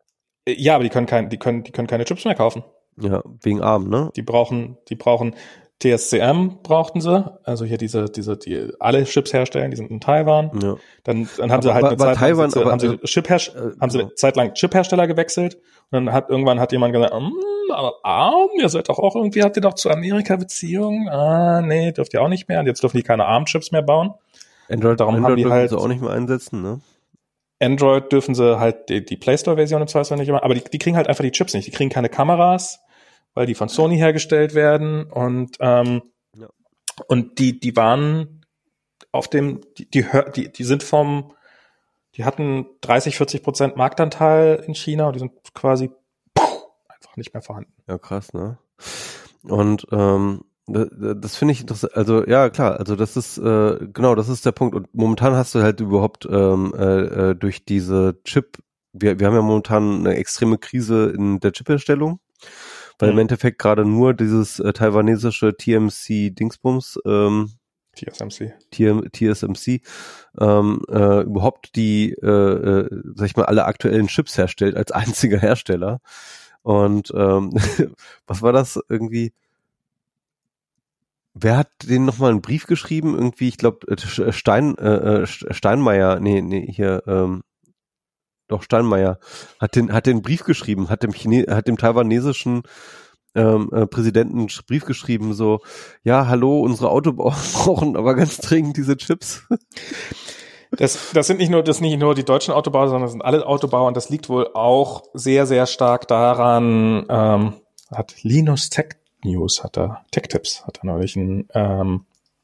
Ja, aber die können kein, die können, die können keine Chips mehr kaufen. Ja, wegen Arm, ne? Die brauchen, die brauchen, T S C M brauchten sie, also hier diese, diese, die alle Chips herstellen, die sind in Taiwan. Ja. Dann, dann haben aber, sie halt aber, eine Zeit Taiwan, lang, aber, haben sie äh, Chip-Herst- äh, haben sie genau. eine Zeit lang Chip-Hersteller gewechselt und dann hat irgendwann hat jemand gesagt, mm, aber ARM, ihr seid doch auch irgendwie, habt ihr doch zu Amerika Beziehungen? Ah, nee, dürft ihr auch nicht mehr. Und jetzt dürfen die keine ARM-Chips mehr bauen. Android, Darum Android haben die dürfen halt sie auch nicht mehr einsetzen, ne? Android dürfen sie halt die, die Play Store-Version im Zweifelsfall nicht immer, aber die, die kriegen halt einfach die Chips nicht. Die kriegen keine Kameras, weil die von Sony hergestellt werden und ähm, ja. und die die waren auf dem die die die, die sind vom die hatten dreißig, vierzig Prozent Marktanteil in China und die sind quasi einfach nicht mehr vorhanden. Ja, krass, ne? Und ähm, das, das finde ich interessant. Also ja, klar, also das ist äh, genau, das ist der Punkt. Und momentan hast du halt überhaupt ähm, äh, durch diese Chip, wir, wir haben ja momentan eine extreme Krise in der Chipherstellung, weil mhm. im Endeffekt gerade nur dieses äh, taiwanesische T M C-Dingsbums, ähm, T S M C, T S M C ähm, äh, überhaupt die, äh, äh, sag ich mal, alle aktuellen Chips herstellt als einziger Hersteller. Und ähm, was war das irgendwie? Wer hat denen nochmal einen Brief geschrieben? Irgendwie, ich glaube, Stein, äh, Steinmeier, nee, nee, hier, ähm, doch Steinmeier hat den, hat den Brief geschrieben, hat dem Chine, hat dem taiwanesischen ähm, äh, Präsidenten einen Brief geschrieben, so, ja, hallo, unsere Autobauer brauchen aber ganz dringend diese Chips. Das, das sind nicht nur, das sind nicht nur die deutschen Autobauer, sondern das sind alle Autobauer und das liegt wohl auch sehr, sehr stark daran, ähm, hat Linus Tech News, hat er, Tech Tips, hat er neulich ein, ähm,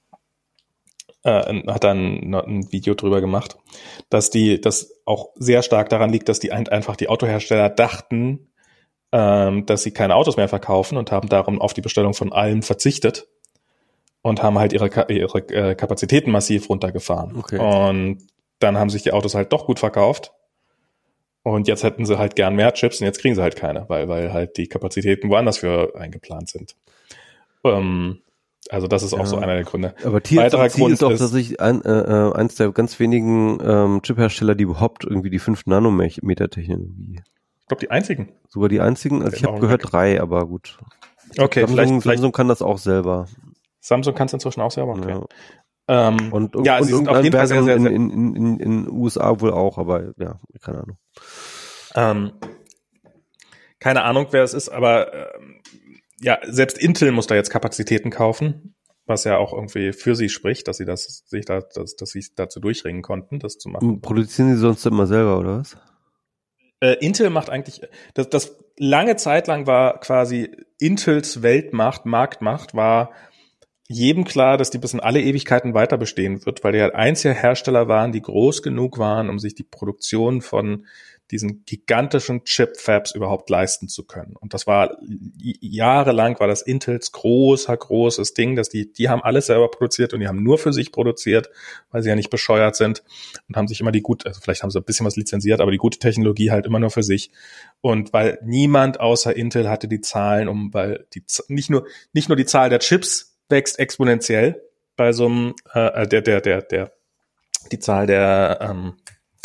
äh, hat dann ein, ein Video drüber gemacht, dass die, das auch sehr stark daran liegt, dass die einfach die Autohersteller dachten, ähm, dass sie keine Autos mehr verkaufen und haben darum auf die Bestellung von allen verzichtet und haben halt ihre, ihre äh, Kapazitäten massiv runtergefahren. Okay. Und dann haben sich die Autos halt doch gut verkauft. Und jetzt hätten sie halt gern mehr Chips und jetzt kriegen sie halt keine, weil, weil halt die Kapazitäten woanders für eingeplant sind. Ähm, also das ist auch ja. so einer der Gründe. Aber T S M C ist auch tatsächlich ein, äh, eins der ganz wenigen ähm, Chiphersteller, die überhaupt irgendwie die fünf Nanometer Technologie. Ich glaube, die einzigen. Sogar die einzigen? Also ich habe gehört drei, aber gut. Okay, Samsung, vielleicht, vielleicht. Samsung kann das auch selber. Samsung kann es inzwischen auch selber. Okay. Ja. Ähm, und, und, ja, und sie sind auf jeden Fall sehr, sehr, sehr in, in, in, in U S A wohl auch, aber ja, keine Ahnung. Ähm, keine Ahnung, wer es ist, aber ähm, ja, selbst Intel muss da jetzt Kapazitäten kaufen, was ja auch irgendwie für sie spricht, dass sie das sich da, dass, dass sie dazu durchringen konnten, das zu machen. Produzieren sie sonst immer selber, oder was? Äh, Intel macht eigentlich, das, das lange Zeit lang war quasi Intels Weltmacht, Marktmacht, war jedem klar, dass die bis in alle Ewigkeiten weiter bestehen wird, weil die halt einzige Hersteller waren, die groß genug waren, um sich die Produktion von diesen gigantischen Chip-Fabs überhaupt leisten zu können. Und das war jahrelang war das Intels großer, großes Ding, dass die, die haben alles selber produziert und die haben nur für sich produziert, weil sie ja nicht bescheuert sind und haben sich immer die gut, also vielleicht haben sie ein bisschen was lizenziert, aber die gute Technologie halt immer nur für sich. Und weil niemand außer Intel hatte die Zahlen, um, weil die, nicht nur, nicht nur die Zahl der Chips wächst exponentiell bei so einem, äh, der, der, der, der, die Zahl der, ähm,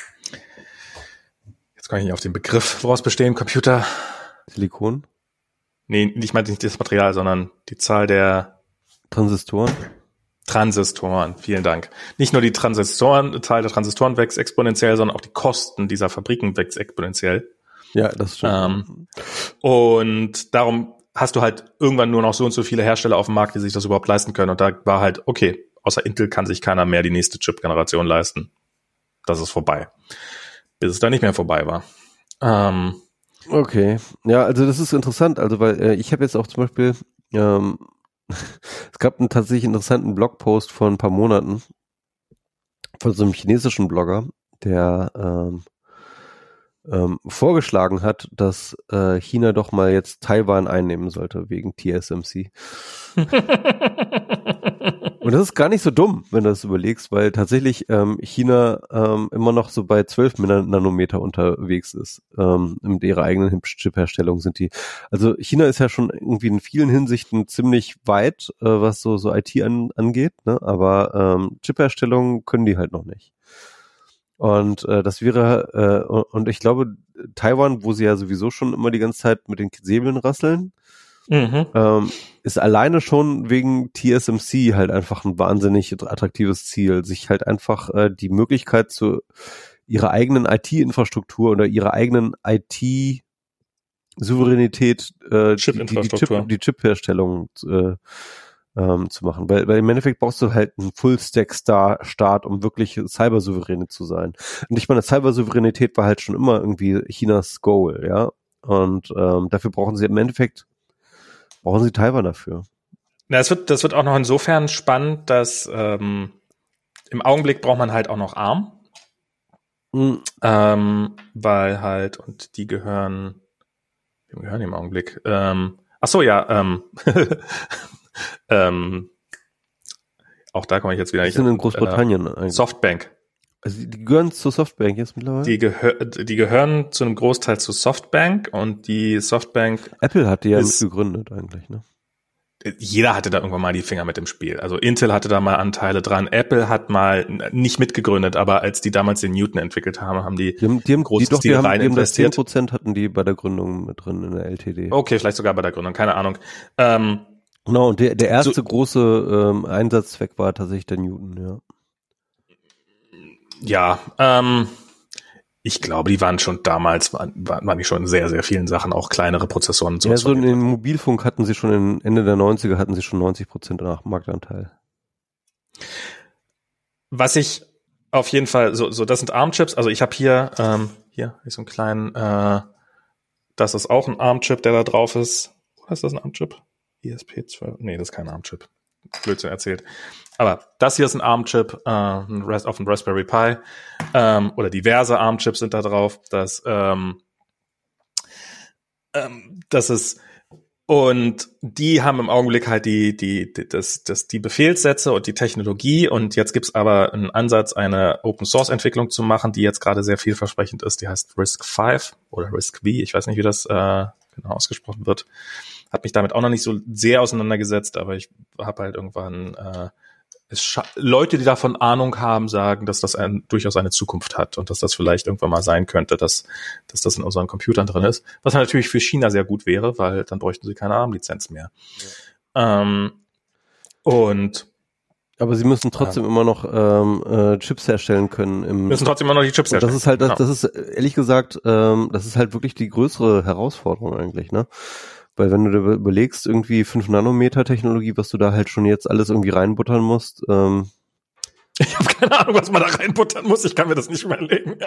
jetzt komme ich nicht auf den Begriff, woraus bestehen Computer? Silikon? Nee, ich meine nicht das Material, sondern die Zahl der Transistoren? Transistoren, vielen Dank. Nicht nur die Transistoren, die Zahl der Transistoren wächst exponentiell, sondern auch die Kosten dieser Fabriken wächst exponentiell. Ja, das stimmt. Ähm, und darum hast du halt irgendwann nur noch so und so viele Hersteller auf dem Markt, die sich das überhaupt leisten können. Und da war halt, okay, außer Intel kann sich keiner mehr die nächste Chip-Generation leisten. Das ist vorbei. Bis es da nicht mehr vorbei war. Ähm, okay. Ja, also das ist interessant. Also, weil äh, ich habe jetzt auch zum Beispiel, ähm, es gab einen tatsächlich interessanten Blogpost vor ein paar Monaten von so einem chinesischen Blogger, der ähm, ähm, vorgeschlagen hat, dass äh, China doch mal jetzt Taiwan einnehmen sollte wegen T S M C. Und das ist gar nicht so dumm, wenn du das überlegst, weil tatsächlich ähm, China ähm, immer noch so bei zwölf Nanometer unterwegs ist. Ähm, mit ihrer eigenen Chip-Herstellung sind die. Also China ist ja schon irgendwie in vielen Hinsichten ziemlich weit, äh, was so so I T an, angeht, ne? Aber ähm, Chip-Herstellung können die halt noch nicht. Und äh, das wäre, äh, und ich glaube, Taiwan, wo sie ja sowieso schon immer die ganze Zeit mit den Säbeln rasseln, Mhm. ähm, ist alleine schon wegen T S M C halt einfach ein wahnsinnig attraktives Ziel, sich halt einfach äh, die Möglichkeit zu ihrer eigenen I T-Infrastruktur oder ihrer eigenen I T-Souveränität, äh, die, die, die, Chip, die Chip-Herstellung äh, ähm, zu machen. Weil, weil im Endeffekt brauchst du halt einen Full-Stack-Start, um wirklich cybersouveräne zu sein. Und ich meine, Cybersouveränität war halt schon immer irgendwie Chinas Goal, ja. Und ähm, dafür brauchen sie im Endeffekt, brauchen sie Taiwan dafür. Na, das wird, das wird auch noch insofern spannend, dass ähm, im Augenblick braucht man halt auch noch ARM. Mhm. Ähm, weil halt, und die gehören, die gehören im Augenblick, ähm, ach so, ja, ähm, ähm, auch da komme ich jetzt wieder die nicht. Die sind in Großbritannien äh, eigentlich. Softbank. Also die gehören zu Softbank jetzt mittlerweile? Die, gehör, die gehören zu einem Großteil zu Softbank und die Softbank Apple hat die ja ist, gegründet eigentlich, ne? Jeder hatte da irgendwann mal die Finger mit im Spiel. Also Intel hatte da mal Anteile dran. Apple hat mal nicht mitgegründet, aber als die damals den Newton entwickelt haben, haben die, die haben, die haben großen die doch, Stil die haben, rein die haben investiert. zehn Prozent hatten die bei der Gründung mit drin in der L T D. Okay, vielleicht sogar bei der Gründung, keine Ahnung. Ähm, genau, und der, der erste so, große ähm, Einsatzzweck war tatsächlich der Newton, ja. Ja, ähm, ich glaube, die waren schon damals, waren, waren die schon in sehr, sehr vielen Sachen auch kleinere Prozessoren und so. Ja, so in den Mobilfunk hatten sie schon in Ende der neunziger hatten sie schon neunzig Prozent nach Marktanteil. Was ich auf jeden Fall, so, so das sind ARM-Chips, also ich habe hier, ähm, hier ist so einen kleinen, äh, das ist auch ein ARM-Chip, der da drauf ist. Was ist das, ein ARM-Chip? E S P zwölf, nee, das ist kein ARM-Chip. Blödsinn erzählt. Aber das hier ist ein ARM-Chip äh, auf dem Raspberry Pi ähm, oder diverse ARM-Chips sind da drauf. Das, ähm, ähm, das ist und die haben im Augenblick halt die die, die das das die Befehlssätze und die Technologie und jetzt gibt's aber einen Ansatz, eine Open-Source-Entwicklung zu machen, die jetzt gerade sehr vielversprechend ist. Die heißt RISC fünf oder RISC-V. Ich weiß nicht, wie das äh, genau ausgesprochen wird. Hab mich damit auch noch nicht so sehr auseinandergesetzt, aber ich habe halt irgendwann äh, es Leute, die davon Ahnung haben, sagen, dass das ein, durchaus eine Zukunft hat und dass das vielleicht irgendwann mal sein könnte, dass, dass das in unseren Computern drin ist. Was natürlich für China sehr gut wäre, weil dann bräuchten sie keine ARM-Lizenz mehr. Ja. Ähm, und aber sie müssen trotzdem ähm, immer noch ähm, äh, Chips herstellen können. Im müssen trotzdem immer noch die Chips herstellen. Das ist halt, das, das ist ehrlich gesagt, ähm, das ist halt wirklich die größere Herausforderung eigentlich, ne? Weil wenn du dir überlegst, irgendwie fünf Nanometer Technologie, was du da halt schon jetzt alles irgendwie reinbuttern musst. Ähm ich habe keine Ahnung, was man da reinbuttern muss. Ich kann mir das nicht überlegen.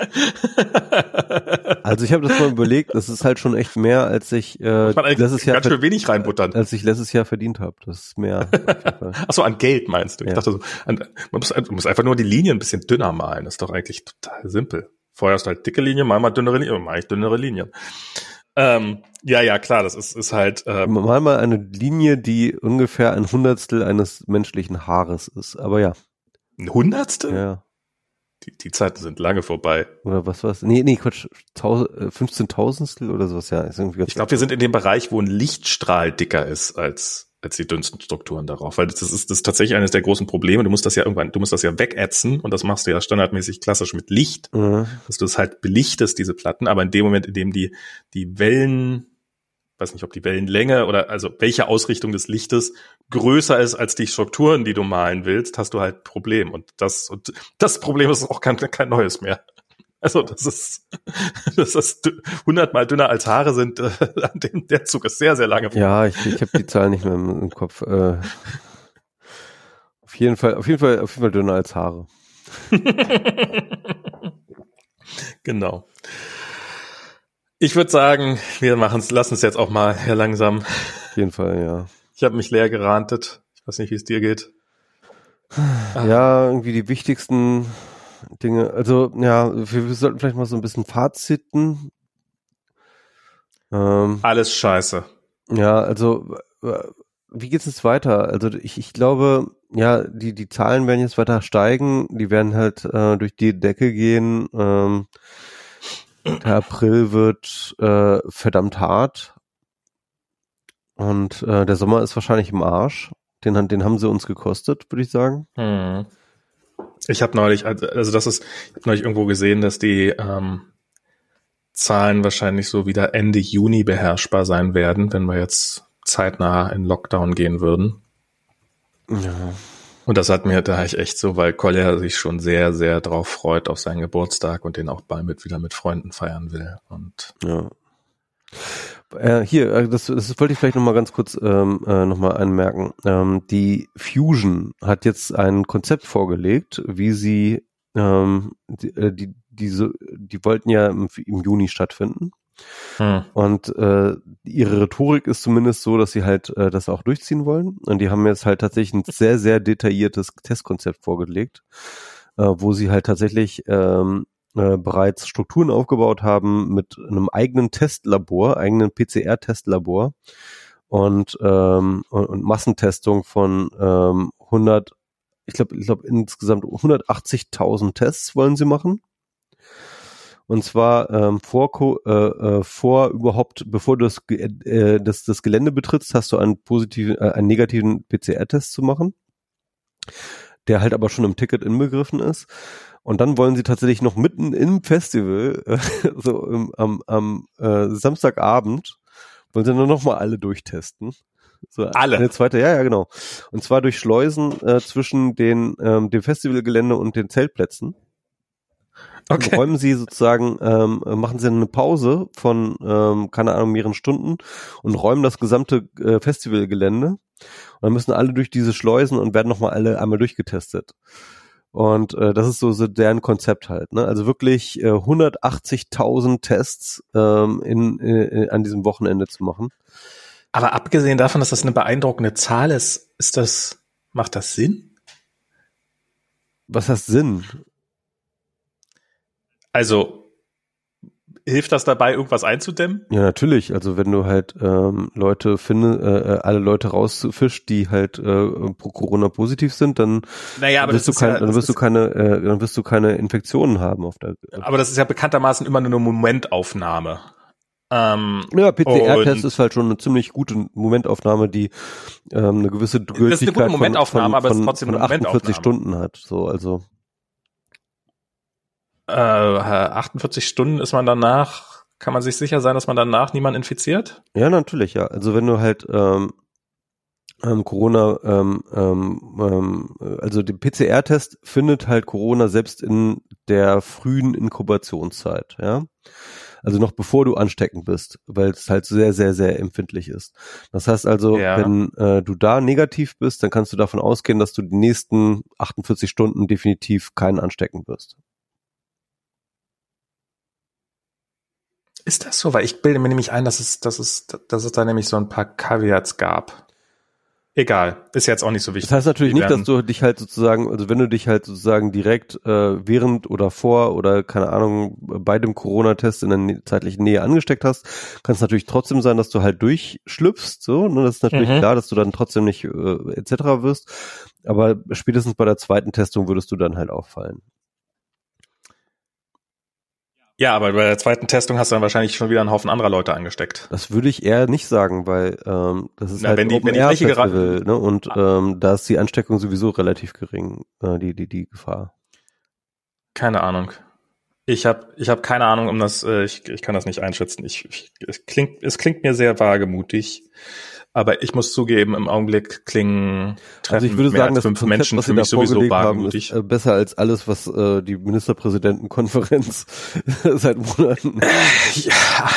Also ich habe das mal überlegt. Das ist halt schon echt mehr, als ich äh, letztes Jahr ganz schön wenig reinbuttern. Als ich letztes Jahr verdient habe. Das ist mehr. Ach so, an Geld meinst du? Ich ja. dachte so, an, man muss, man muss einfach nur die Linien ein bisschen dünner malen. Das ist doch eigentlich total simpel. Vorher hast du halt dicke Linien, mal mal dünnere Linien, mal ich dünnere Linien. Ähm, ja, ja, klar, das ist, ist halt... Ähm, mal mal eine Linie, die ungefähr ein Hundertstel eines menschlichen Haares ist, aber ja. Ein Hundertstel? Ja. Die, die Zeiten sind lange vorbei. Oder was war's? Nee, nee, Quatsch, fünfzehntausendstel oder sowas, ja. Ist irgendwie ich glaube, wir sind in dem Bereich, wo ein Lichtstrahl dicker ist als als die dünnsten Strukturen darauf, weil das ist, das ist tatsächlich eines der großen Probleme. Du musst das ja irgendwann, du musst das ja wegätzen und das machst du ja standardmäßig klassisch mit Licht, mhm. dass du es halt belichtest, diese Platten, aber in dem Moment, in dem die, die Wellen, weiß nicht, ob die Wellenlänge oder also welche Ausrichtung des Lichtes größer ist als die Strukturen, die du malen willst, hast du halt ein Problem und das, und das Problem ist auch kein, kein neues mehr. Also das ist, das ist hundertmal dünner als Haare sind. Äh, an dem der Zug ist sehr, sehr lange. Ja, ich, ich habe die Zahl nicht mehr im, im Kopf. Äh, auf jeden Fall, auf jeden Fall, auf jeden Fall dünner als Haare. Genau. Ich würde sagen, wir machen es, lassen es jetzt auch mal hier langsam. Auf jeden Fall, ja. Ich habe mich leer gerantet. Ich weiß nicht, wie es dir geht. Ja, irgendwie die wichtigsten Dinge, also ja, wir, wir sollten vielleicht mal so ein bisschen Faziten. Ähm, Alles scheiße. Ja, also wie geht's jetzt weiter? Also ich, ich glaube, ja, die die Zahlen werden jetzt weiter steigen, die werden halt äh, durch die Decke gehen. Ähm, der April wird äh, verdammt hart und äh, der Sommer ist wahrscheinlich im Arsch. Den, den haben sie uns gekostet, würde ich sagen. Hm. Ich habe neulich, also das ist, ich habe neulich irgendwo gesehen, dass die ähm, Zahlen wahrscheinlich so wieder Ende Juni beherrschbar sein werden, wenn wir jetzt zeitnah in Lockdown gehen würden. Ja. Und das hat mir, da ich echt so, weil Kolja sich schon sehr, sehr drauf freut auf seinen Geburtstag und den auch bald mit, wieder mit Freunden feiern will. Und ja. Äh, hier, äh, das, das wollte ich vielleicht nochmal ganz kurz ähm, äh, nochmal anmerken. Ähm, die Fusion hat jetzt ein Konzept vorgelegt, wie sie ähm, die, äh, die, diese, die wollten ja im, im Juni stattfinden. Hm. Und äh, ihre Rhetorik ist zumindest so, dass sie halt äh, das auch durchziehen wollen. Und die haben jetzt halt tatsächlich ein sehr, sehr detailliertes Testkonzept vorgelegt, äh, wo sie halt tatsächlich ähm, äh, bereits Strukturen aufgebaut haben mit einem eigenen Testlabor, eigenen P C R-Testlabor und, ähm, und, und Massentestung von ähm, hundert, ich glaube, ich glaube insgesamt hundertachtzigtausend Tests wollen sie machen. Und zwar ähm, vor, äh, äh, vor überhaupt, bevor du das, äh, das, das Gelände betrittst, hast du einen positiven, äh, einen negativen P C R-Test zu machen, der halt aber schon im Ticket inbegriffen ist. Und dann wollen sie tatsächlich noch mitten im Festival, äh, so im, am, am äh, Samstagabend, wollen sie dann nochmal alle durchtesten. So alle? Eine zweite, ja, ja, genau. Und zwar durch Schleusen äh, zwischen den ähm, dem Festivalgelände und den Zeltplätzen. Okay. Räumen sie sozusagen, ähm, machen sie eine Pause von, ähm, keine Ahnung, mehreren Stunden und räumen das gesamte äh, Festivalgelände. Und dann müssen alle durch diese Schleusen und werden nochmal alle einmal durchgetestet. Und äh, das ist so, so deren Konzept halt. Ne? Also wirklich äh, hundertachtzigtausend Tests ähm, in, äh, an diesem Wochenende zu machen. Aber abgesehen davon, dass das eine beeindruckende Zahl ist, ist das, macht das Sinn? Was heißt Sinn? Also, hilft das dabei, irgendwas einzudämmen? Ja, natürlich. Also wenn du halt ähm, Leute findest, äh, alle Leute rausfischst, die halt äh, pro Corona positiv sind, dann naja, aber wirst du kein, ja, dann wirst du keine, äh, dann wirst du keine Infektionen haben auf der. Aber das ist ja bekanntermaßen immer nur eine Momentaufnahme. Ähm, ja, P C R-Test ist halt schon eine ziemlich gute Momentaufnahme, die ähm, eine gewisse Gültigkeit das ist eine gute Momentaufnahme, von, aber von, es ist trotzdem von eine achtundvierzig Momentaufnahme. Stunden hat. So, also äh, achtundvierzig Stunden ist man danach, kann man sich sicher sein, dass man danach niemanden infiziert? Ja, natürlich, ja. Also wenn du halt ähm, ähm, Corona, ähm, ähm, also der P C R-Test findet halt Corona selbst in der frühen Inkubationszeit, ja. Also noch bevor du ansteckend bist, weil es halt sehr, sehr, sehr empfindlich ist. Das heißt also, ja. wenn äh, du da negativ bist, dann kannst du davon ausgehen, dass du die nächsten achtundvierzig Stunden definitiv keinen anstecken wirst. Ist das so? Weil ich bilde mir nämlich ein, dass es, dass es, dass es da nämlich so ein paar Caveats gab. Egal, ist jetzt auch nicht so wichtig. Das heißt natürlich nicht, dass du dich halt sozusagen, also wenn du dich halt sozusagen direkt äh, während oder vor oder keine Ahnung bei dem Corona-Test in der zeitlichen Nähe angesteckt hast, kann es natürlich trotzdem sein, dass du halt durchschlüpfst, so, ne? Das ist natürlich mhm. klar, dass du dann trotzdem nicht äh, et cetera wirst, aber spätestens bei der zweiten Testung würdest du dann halt auffallen. Ja, aber bei der zweiten Testung hast du dann wahrscheinlich schon wieder einen Haufen anderer Leute angesteckt. Das würde ich eher nicht sagen, weil ähm, das ist Na, halt wenn ein die, wenn die Fläche Open-Air-Festival, ne? Und ähm, da ist die Ansteckung sowieso relativ gering, äh, die die die Gefahr. Keine Ahnung. Ich habe ich hab keine Ahnung, um das, äh, ich ich kann das nicht einschätzen. Ich, ich es klingt es klingt mir sehr wagemutig. Aber ich muss zugeben, im Augenblick klingen Treffen also ich würde mehr sagen, als fünf Konzept, Menschen für mich sowieso wagemutig. Haben, ist, äh, besser als alles, was äh, die Ministerpräsidentenkonferenz seit Monaten. Ja.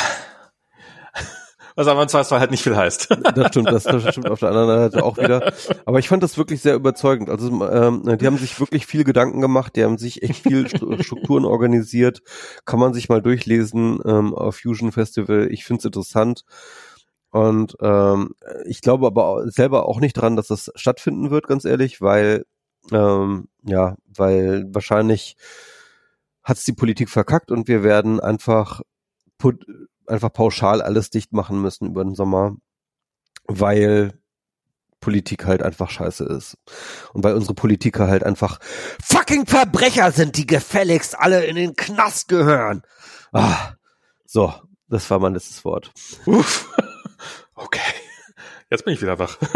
Was aber zwar halt nicht viel heißt. Das stimmt, das, das stimmt auf der anderen Seite auch wieder. Aber ich fand das wirklich sehr überzeugend. Also ähm, die haben sich wirklich viel Gedanken gemacht, die haben sich echt viel Strukturen organisiert. Kann man sich mal durchlesen ähm, auf Fusion Festival. Ich finde es interessant. Und ähm, ich glaube aber selber auch nicht dran, dass das stattfinden wird, ganz ehrlich, weil ähm, ja, weil wahrscheinlich hat's die Politik verkackt und wir werden einfach put, einfach pauschal alles dicht machen müssen über den Sommer, weil Politik halt einfach scheiße ist. Und weil unsere Politiker halt einfach fucking Verbrecher sind, die gefälligst alle in den Knast gehören. Ah, so, das war mein letztes Wort. Uff. Okay, jetzt bin ich wieder wach.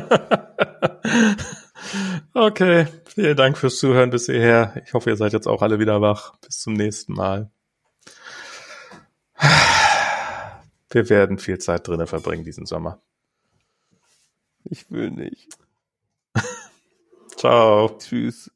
Okay, vielen Dank fürs Zuhören bis hierher. Ich hoffe, ihr seid jetzt auch alle wieder wach. Bis zum nächsten Mal. Wir werden viel Zeit drinnen verbringen diesen Sommer. Ich will nicht. Ciao. Tschüss.